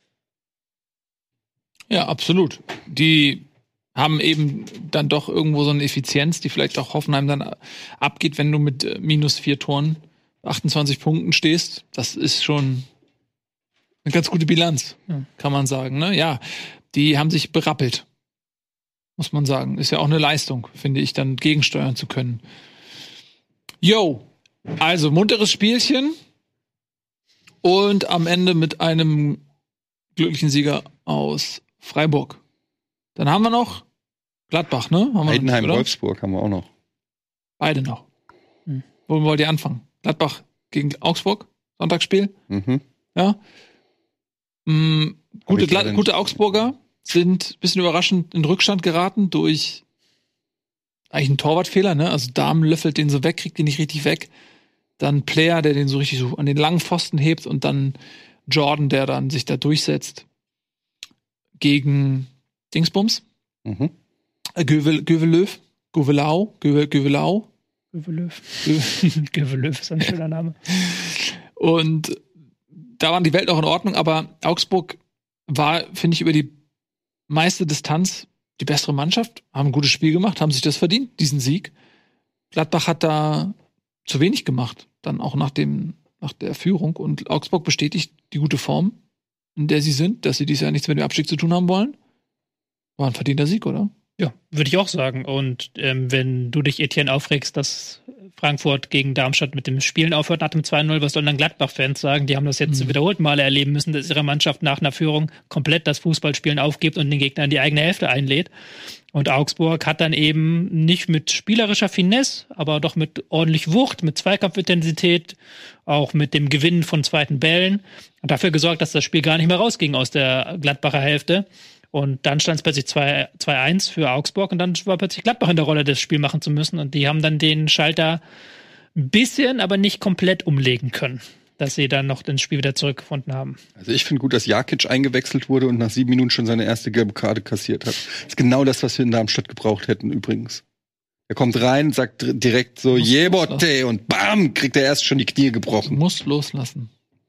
Ja, absolut. Die haben eben dann doch irgendwo so eine Effizienz, die vielleicht auch Hoffenheim dann abgeht, wenn du mit -4 Toren 28 Punkten stehst. Das ist schon eine ganz gute Bilanz, kann man sagen. Ne? Ja, die haben sich berappelt, muss man sagen. Ist ja auch eine Leistung, finde ich, dann gegensteuern zu können. Jo, also munteres Spielchen und am Ende mit einem glücklichen Sieger aus Freiburg. Dann haben wir noch Gladbach, ne? Heidenheim, Wolfsburg haben wir auch noch. Beide noch. Wo wollt ihr anfangen? Gladbach gegen Augsburg, Sonntagsspiel. Mhm. Ja. Gute Augsburger sind ein bisschen überraschend in Rückstand geraten durch eigentlich einen Torwartfehler, ne? Also Dahmen löffelt den so weg, kriegt den nicht richtig weg. Dann Player, der den so richtig so an den langen Pfosten hebt und dann Jordan, der dann sich da durchsetzt gegen Dingsbums. Mhm. Gövelöw ist ein schöner Name. Und da war die Welt noch in Ordnung, aber Augsburg war, finde ich, über die meiste Distanz die bessere Mannschaft, haben ein gutes Spiel gemacht, haben sich das verdient, diesen Sieg. Gladbach hat da zu wenig gemacht, dann auch nach der Führung. Und Augsburg bestätigt die gute Form, in der sie sind, dass sie dieses Jahr nichts mit dem Abstieg zu tun haben wollen. War ein verdienter Sieg, oder? Ja, würde ich auch sagen. Und wenn du dich, Etienne, aufregst, dass Frankfurt gegen Darmstadt mit dem Spielen aufhört nach dem 2-0, was sollen dann Gladbach-Fans sagen? Die haben das jetzt wiederholt Male erleben müssen, dass ihre Mannschaft nach einer Führung komplett das Fußballspielen aufgibt und den Gegner in die eigene Hälfte einlädt. Und Augsburg hat dann eben nicht mit spielerischer Finesse, aber doch mit ordentlich Wucht, mit Zweikampfintensität, auch mit dem Gewinnen von zweiten Bällen und dafür gesorgt, dass das Spiel gar nicht mehr rausging aus der Gladbacher Hälfte. Und dann stand es plötzlich 2-1 für Augsburg und dann war plötzlich Gladbach in der Rolle, das Spiel machen zu müssen. Und die haben dann den Schalter ein bisschen, aber nicht komplett umlegen können, dass sie dann noch das Spiel wieder zurückgefunden haben. Also ich finde gut, dass Jakic eingewechselt wurde und nach 7 Minuten schon seine erste gelbe Karte kassiert hat. Das ist genau das, was wir in Darmstadt gebraucht hätten übrigens. Er kommt rein, sagt direkt so Jebote und bam, kriegt er erst schon die Knie gebrochen. Muss loslassen.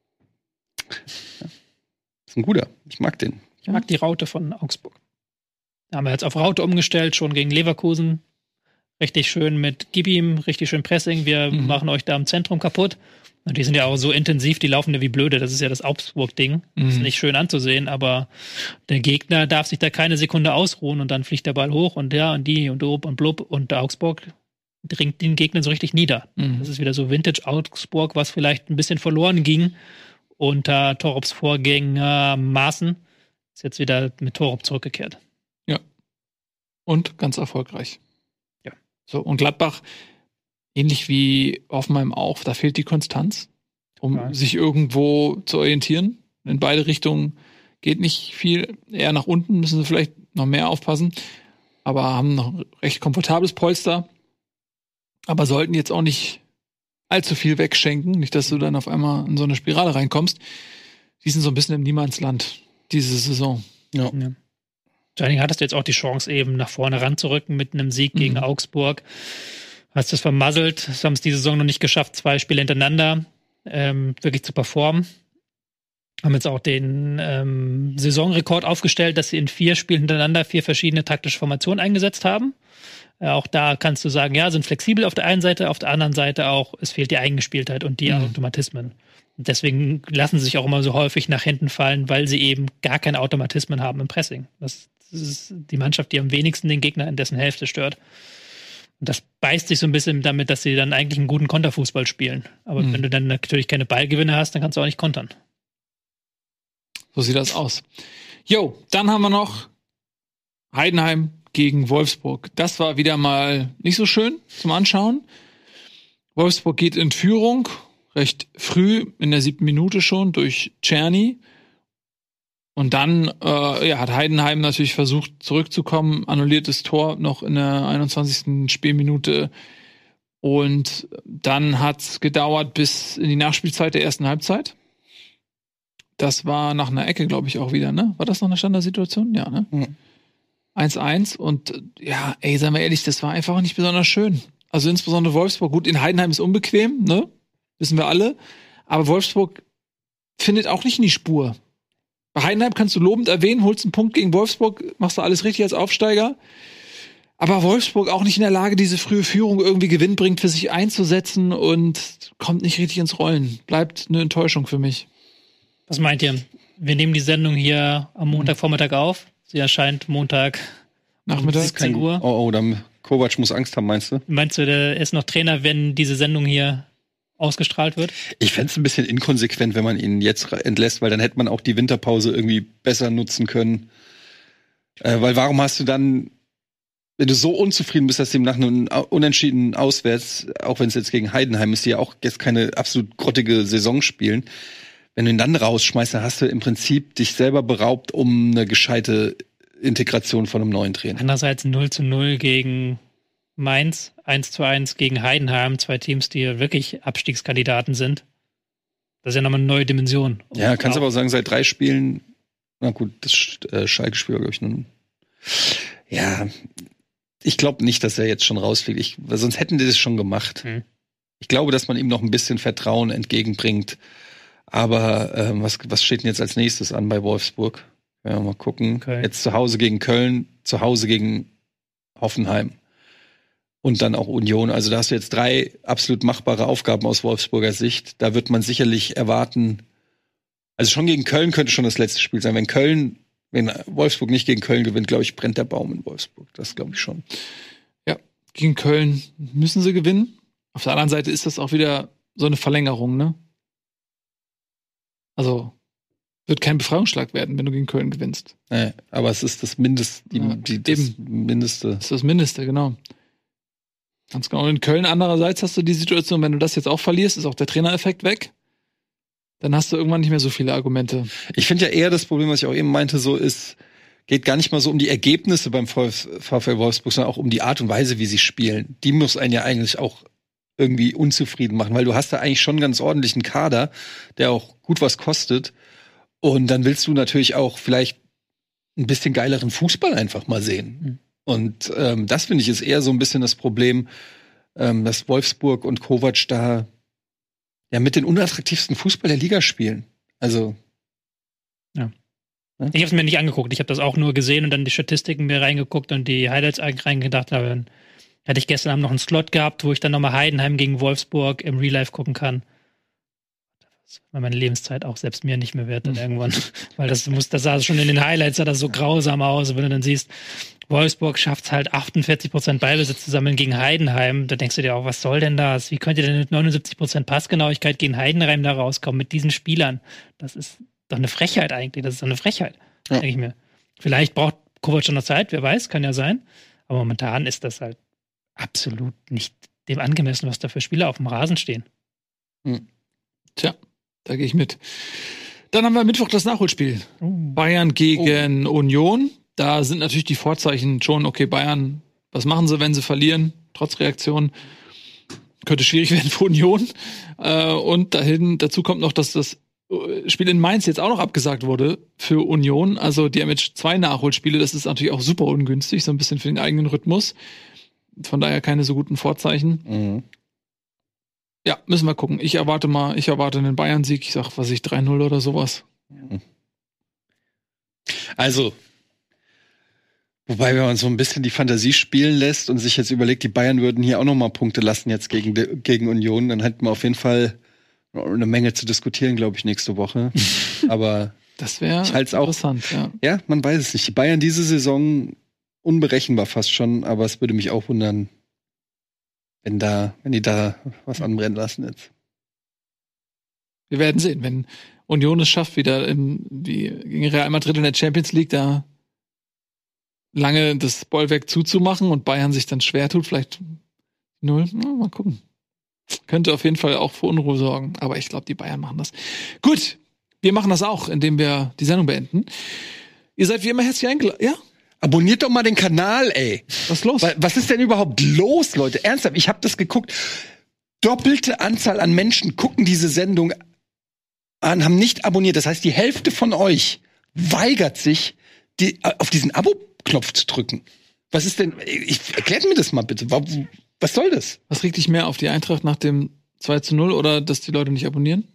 Ja. Ist ein guter. Ich mag den. Ich mag die Raute von Augsburg. Da haben wir jetzt auf Raute umgestellt, schon gegen Leverkusen. Richtig schön mit Gib ihm, richtig schön Pressing. Wir machen euch da im Zentrum kaputt. Und die sind ja auch so intensiv, die laufen ja wie blöde. Das ist ja das Augsburg-Ding. Das ist nicht schön anzusehen, aber der Gegner darf sich da keine Sekunde ausruhen und dann fliegt der Ball hoch und ja, und die und ob und blub und Augsburg dringt den Gegner so richtig nieder. Das ist wieder so Vintage Augsburg, was vielleicht ein bisschen verloren ging unter Torups Vorgänger Maaßen. Ist jetzt wieder mit Torup zurückgekehrt. Ja. Und ganz erfolgreich. Ja. So, und Gladbach, ähnlich wie Hoffenheim auch, da fehlt die Konstanz, um sich irgendwo zu orientieren. In beide Richtungen geht nicht viel. Eher nach unten müssen sie vielleicht noch mehr aufpassen. Aber haben noch ein recht komfortables Polster. Aber sollten jetzt auch nicht allzu viel wegschenken. Nicht, dass du dann auf einmal in so eine Spirale reinkommst. Die sind so ein bisschen im Niemandsland diese Saison. Ja. Vor allen Dingen hattest du jetzt auch die Chance, eben nach vorne ranzurücken mit einem Sieg gegen Augsburg. Hast das vermasselt. Das haben es diese Saison noch nicht geschafft, 2 Spiele hintereinander wirklich zu performen. Haben jetzt auch den Saisonrekord aufgestellt, dass sie in 4 Spielen hintereinander 4 verschiedene taktische Formationen eingesetzt haben. Auch da kannst du sagen, ja, sind flexibel auf der einen Seite, auf der anderen Seite auch, es fehlt die Eigengespieltheit und die Automatismen. Und deswegen lassen sie sich auch immer so häufig nach hinten fallen, weil sie eben gar keine Automatismen haben im Pressing. Das ist die Mannschaft, die am wenigsten den Gegner in dessen Hälfte stört. Und das beißt sich so ein bisschen damit, dass sie dann eigentlich einen guten Konterfußball spielen. Aber wenn du dann natürlich keine Ballgewinne hast, dann kannst du auch nicht kontern. So sieht das aus. Jo, dann haben wir noch Heidenheim gegen Wolfsburg. Das war wieder mal nicht so schön zum Anschauen. Wolfsburg geht in Führung, recht früh, in der 7. Minute schon, durch Czerny. Und dann hat Heidenheim natürlich versucht, zurückzukommen, annulliertes Tor noch in der 21. Spielminute. Und dann hat's gedauert bis in die Nachspielzeit der ersten Halbzeit. Das war nach einer Ecke, glaube ich, auch wieder, ne? War das noch eine Standardsituation? Ja, ne? 1-1 und seien wir ehrlich, das war einfach nicht besonders schön. Also insbesondere Wolfsburg, gut, in Heidenheim ist unbequem, ne? Wissen wir alle. Aber Wolfsburg findet auch nicht in die Spur. Bei Heidenheim kannst du lobend erwähnen, holst einen Punkt gegen Wolfsburg, machst du alles richtig als Aufsteiger. Aber Wolfsburg auch nicht in der Lage, diese frühe Führung irgendwie gewinnbringend für sich einzusetzen und kommt nicht richtig ins Rollen. Bleibt eine Enttäuschung für mich. Was meint ihr? Wir nehmen die Sendung hier am Montagvormittag auf. Sie erscheint Montag Nachmittag. 17 Uhr. Oh, dann Kovac muss Angst haben, meinst du? Meinst du, der ist noch Trainer, wenn diese Sendung hier ausgestrahlt wird? Ich fände es ein bisschen inkonsequent, wenn man ihn jetzt entlässt, weil dann hätte man auch die Winterpause irgendwie besser nutzen können. Weil warum hast du dann, wenn du so unzufrieden bist, dass sie nach einem Unentschieden auswärts, auch wenn es jetzt gegen Heidenheim ist, die ja auch jetzt keine absolut grottige Saison spielen, wenn du ihn dann rausschmeißt, dann hast du im Prinzip dich selber beraubt, um eine gescheite Integration von einem neuen Trainer. Andererseits 0-0 gegen Mainz, 1-1 gegen Heidenheim, 2 Teams, die ja wirklich Abstiegskandidaten sind. Das ist ja nochmal eine neue Dimension. Ja, kannst aber auch sagen, seit 3 Spielen, na gut, das Schalke-Spiel war, glaube ich, nun. Ja, ich glaube nicht, dass er jetzt schon rausfliegt. Weil sonst hätten die das schon gemacht. Ich glaube, dass man ihm noch ein bisschen Vertrauen entgegenbringt. Aber was steht denn jetzt als nächstes an bei Wolfsburg? Ja, mal gucken. Okay. Jetzt zu Hause gegen Köln, zu Hause gegen Hoffenheim. Und dann auch Union. Also da hast du jetzt 3 absolut machbare Aufgaben aus Wolfsburger Sicht. Da wird man sicherlich erwarten, also schon gegen Köln könnte schon das letzte Spiel sein. Wenn Wolfsburg nicht gegen Köln gewinnt, glaube ich, brennt der Baum in Wolfsburg. Das glaube ich schon. Ja, gegen Köln müssen sie gewinnen. Auf der anderen Seite ist das auch wieder so eine Verlängerung, ne? Also wird kein Befreiungsschlag werden, wenn du gegen Köln gewinnst. Nee, aber es ist das Mindeste. Mindeste. Das ist das Mindeste, genau. Ganz genau. Und in Köln andererseits hast du die Situation, wenn du das jetzt auch verlierst, ist auch der Trainereffekt weg. Dann hast du irgendwann nicht mehr so viele Argumente. Ich finde ja eher das Problem, was ich auch eben meinte, geht gar nicht mal so um die Ergebnisse beim VfL Wolfsburg, sondern auch um die Art und Weise, wie sie spielen. Die muss einen ja eigentlich auch irgendwie unzufrieden machen, weil du hast da eigentlich schon einen ganz ordentlichen Kader, der auch gut was kostet. Und dann willst du natürlich auch vielleicht ein bisschen geileren Fußball einfach mal sehen. Und das, finde ich, ist eher so ein bisschen das Problem, dass Wolfsburg und Kovac da ja mit den unattraktivsten Fußball der Liga spielen. Also ja. Ich habe es mir nicht angeguckt. Ich habe das auch nur gesehen und dann die Statistiken mir reingeguckt und die Highlights reingedacht. Aber dann hatte ich gestern Abend noch einen Slot gehabt, wo ich dann nochmal Heidenheim gegen Wolfsburg im Real Life gucken kann. Weil meine Lebenszeit auch selbst mir nicht mehr wert dann irgendwann. Weil das sah schon in den Highlights, sah das so grausam aus. Wenn du dann siehst, Wolfsburg schafft es halt 48% Ballbesitz zu sammeln gegen Heidenheim, da denkst du dir auch, was soll denn das? Wie könnt ihr denn mit 79% Passgenauigkeit gegen Heidenheim da rauskommen mit diesen Spielern? Das ist doch eine Frechheit eigentlich. Das ist doch eine Frechheit, denke ich mir. Vielleicht braucht Kovac schon noch Zeit, wer weiß, kann ja sein. Aber momentan ist das halt absolut nicht dem angemessen, was da für Spieler auf dem Rasen stehen. Tja, da gehe ich mit. Dann haben wir Mittwoch das Nachholspiel. Bayern gegen Union. Da sind natürlich die Vorzeichen schon, okay, Bayern, was machen sie, wenn sie verlieren? Trotz Reaktion. Könnte schwierig werden für Union. Und dazu kommt noch, dass das Spiel in Mainz jetzt auch noch abgesagt wurde für Union. Also die haben jetzt 2 Nachholspiele. Das ist natürlich auch super ungünstig, so ein bisschen für den eigenen Rhythmus. Von daher keine so guten Vorzeichen. Ja, müssen wir gucken. Ich erwarte einen Bayern-Sieg. Ich sag, 3-0 oder sowas. Also, Wobei, wenn man so ein bisschen die Fantasie spielen lässt und sich jetzt überlegt, die Bayern würden hier auch noch mal Punkte lassen jetzt gegen Union, dann hätten wir auf jeden Fall eine Menge zu diskutieren, glaube ich, nächste Woche. Aber das wäre interessant, ja. Ja, man weiß es nicht. Die Bayern diese Saison unberechenbar fast schon, aber es würde mich auch wundern, wenn die da was anbrennen lassen jetzt. Wir werden sehen, wenn Union es schafft, wieder wie gegen Real Madrid in der Champions League da lange das Bollwerk zuzumachen und Bayern sich dann schwer tut, vielleicht 0. Mal gucken. Könnte auf jeden Fall auch für Unruhe sorgen, aber ich glaube, die Bayern machen das. Gut, wir machen das auch, indem wir die Sendung beenden. Ihr seid wie immer herzlich eingeladen, ja? Abonniert doch mal den Kanal, ey. Was ist los? Was ist denn überhaupt los, Leute? Ernsthaft, ich habe das geguckt. Doppelte Anzahl an Menschen gucken diese Sendung an, haben nicht abonniert. Das heißt, die Hälfte von euch weigert sich, auf diesen Abo-Knopf zu drücken. Was ist denn? Erklärt mir das mal bitte. Was soll das? Was regt dich mehr auf, die Eintracht nach dem 2:0 oder dass die Leute nicht abonnieren?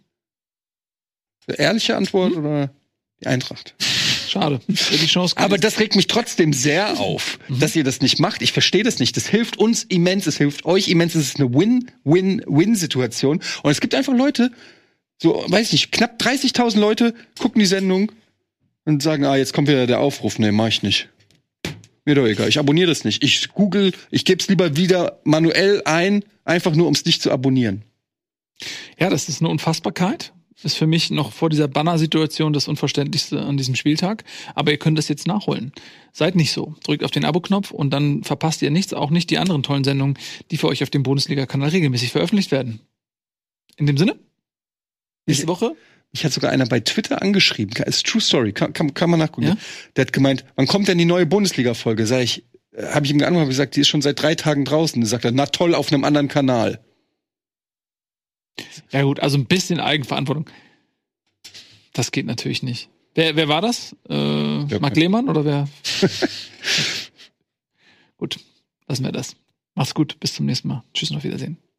Ehrliche Antwort oder die Eintracht? Schade. Die Chance aber das regt mich trotzdem sehr auf, dass ihr das nicht macht. Ich verstehe das nicht. Das hilft uns immens, es hilft euch immens. Es ist eine Win-Win-Win-Situation. Und es gibt einfach Leute, so, weiß ich nicht, knapp 30.000 Leute gucken die Sendung und sagen, jetzt kommt wieder der Aufruf. Nee, mach ich nicht. Mir doch egal, ich abonniere das nicht. Ich gebe es lieber wieder manuell ein, einfach nur, um es nicht zu abonnieren. Ja, das ist eine Unfassbarkeit. Ist für mich noch vor dieser Banner-Situation das Unverständlichste an diesem Spieltag. Aber ihr könnt das jetzt nachholen. Seid nicht so. Drückt auf den Abo-Knopf und dann verpasst ihr nichts, auch nicht die anderen tollen Sendungen, die für euch auf dem Bundesliga-Kanal regelmäßig veröffentlicht werden. In dem Sinne, nächste Woche. Mich hat sogar einer bei Twitter angeschrieben. Ist True Story, kann man nachgucken. Ja? Der hat gemeint, wann kommt denn die neue Bundesliga-Folge? Habe ich ihm geantwortet, habe gesagt, die ist schon seit 3 Tagen draußen. Da sagt er, na toll, auf einem anderen Kanal. Ja gut, also ein bisschen Eigenverantwortung. Das geht natürlich nicht. Wer war das? Marc Lehmann oder wer? Gut, lassen wir das. Macht's gut, bis zum nächsten Mal. Tschüss und auf Wiedersehen.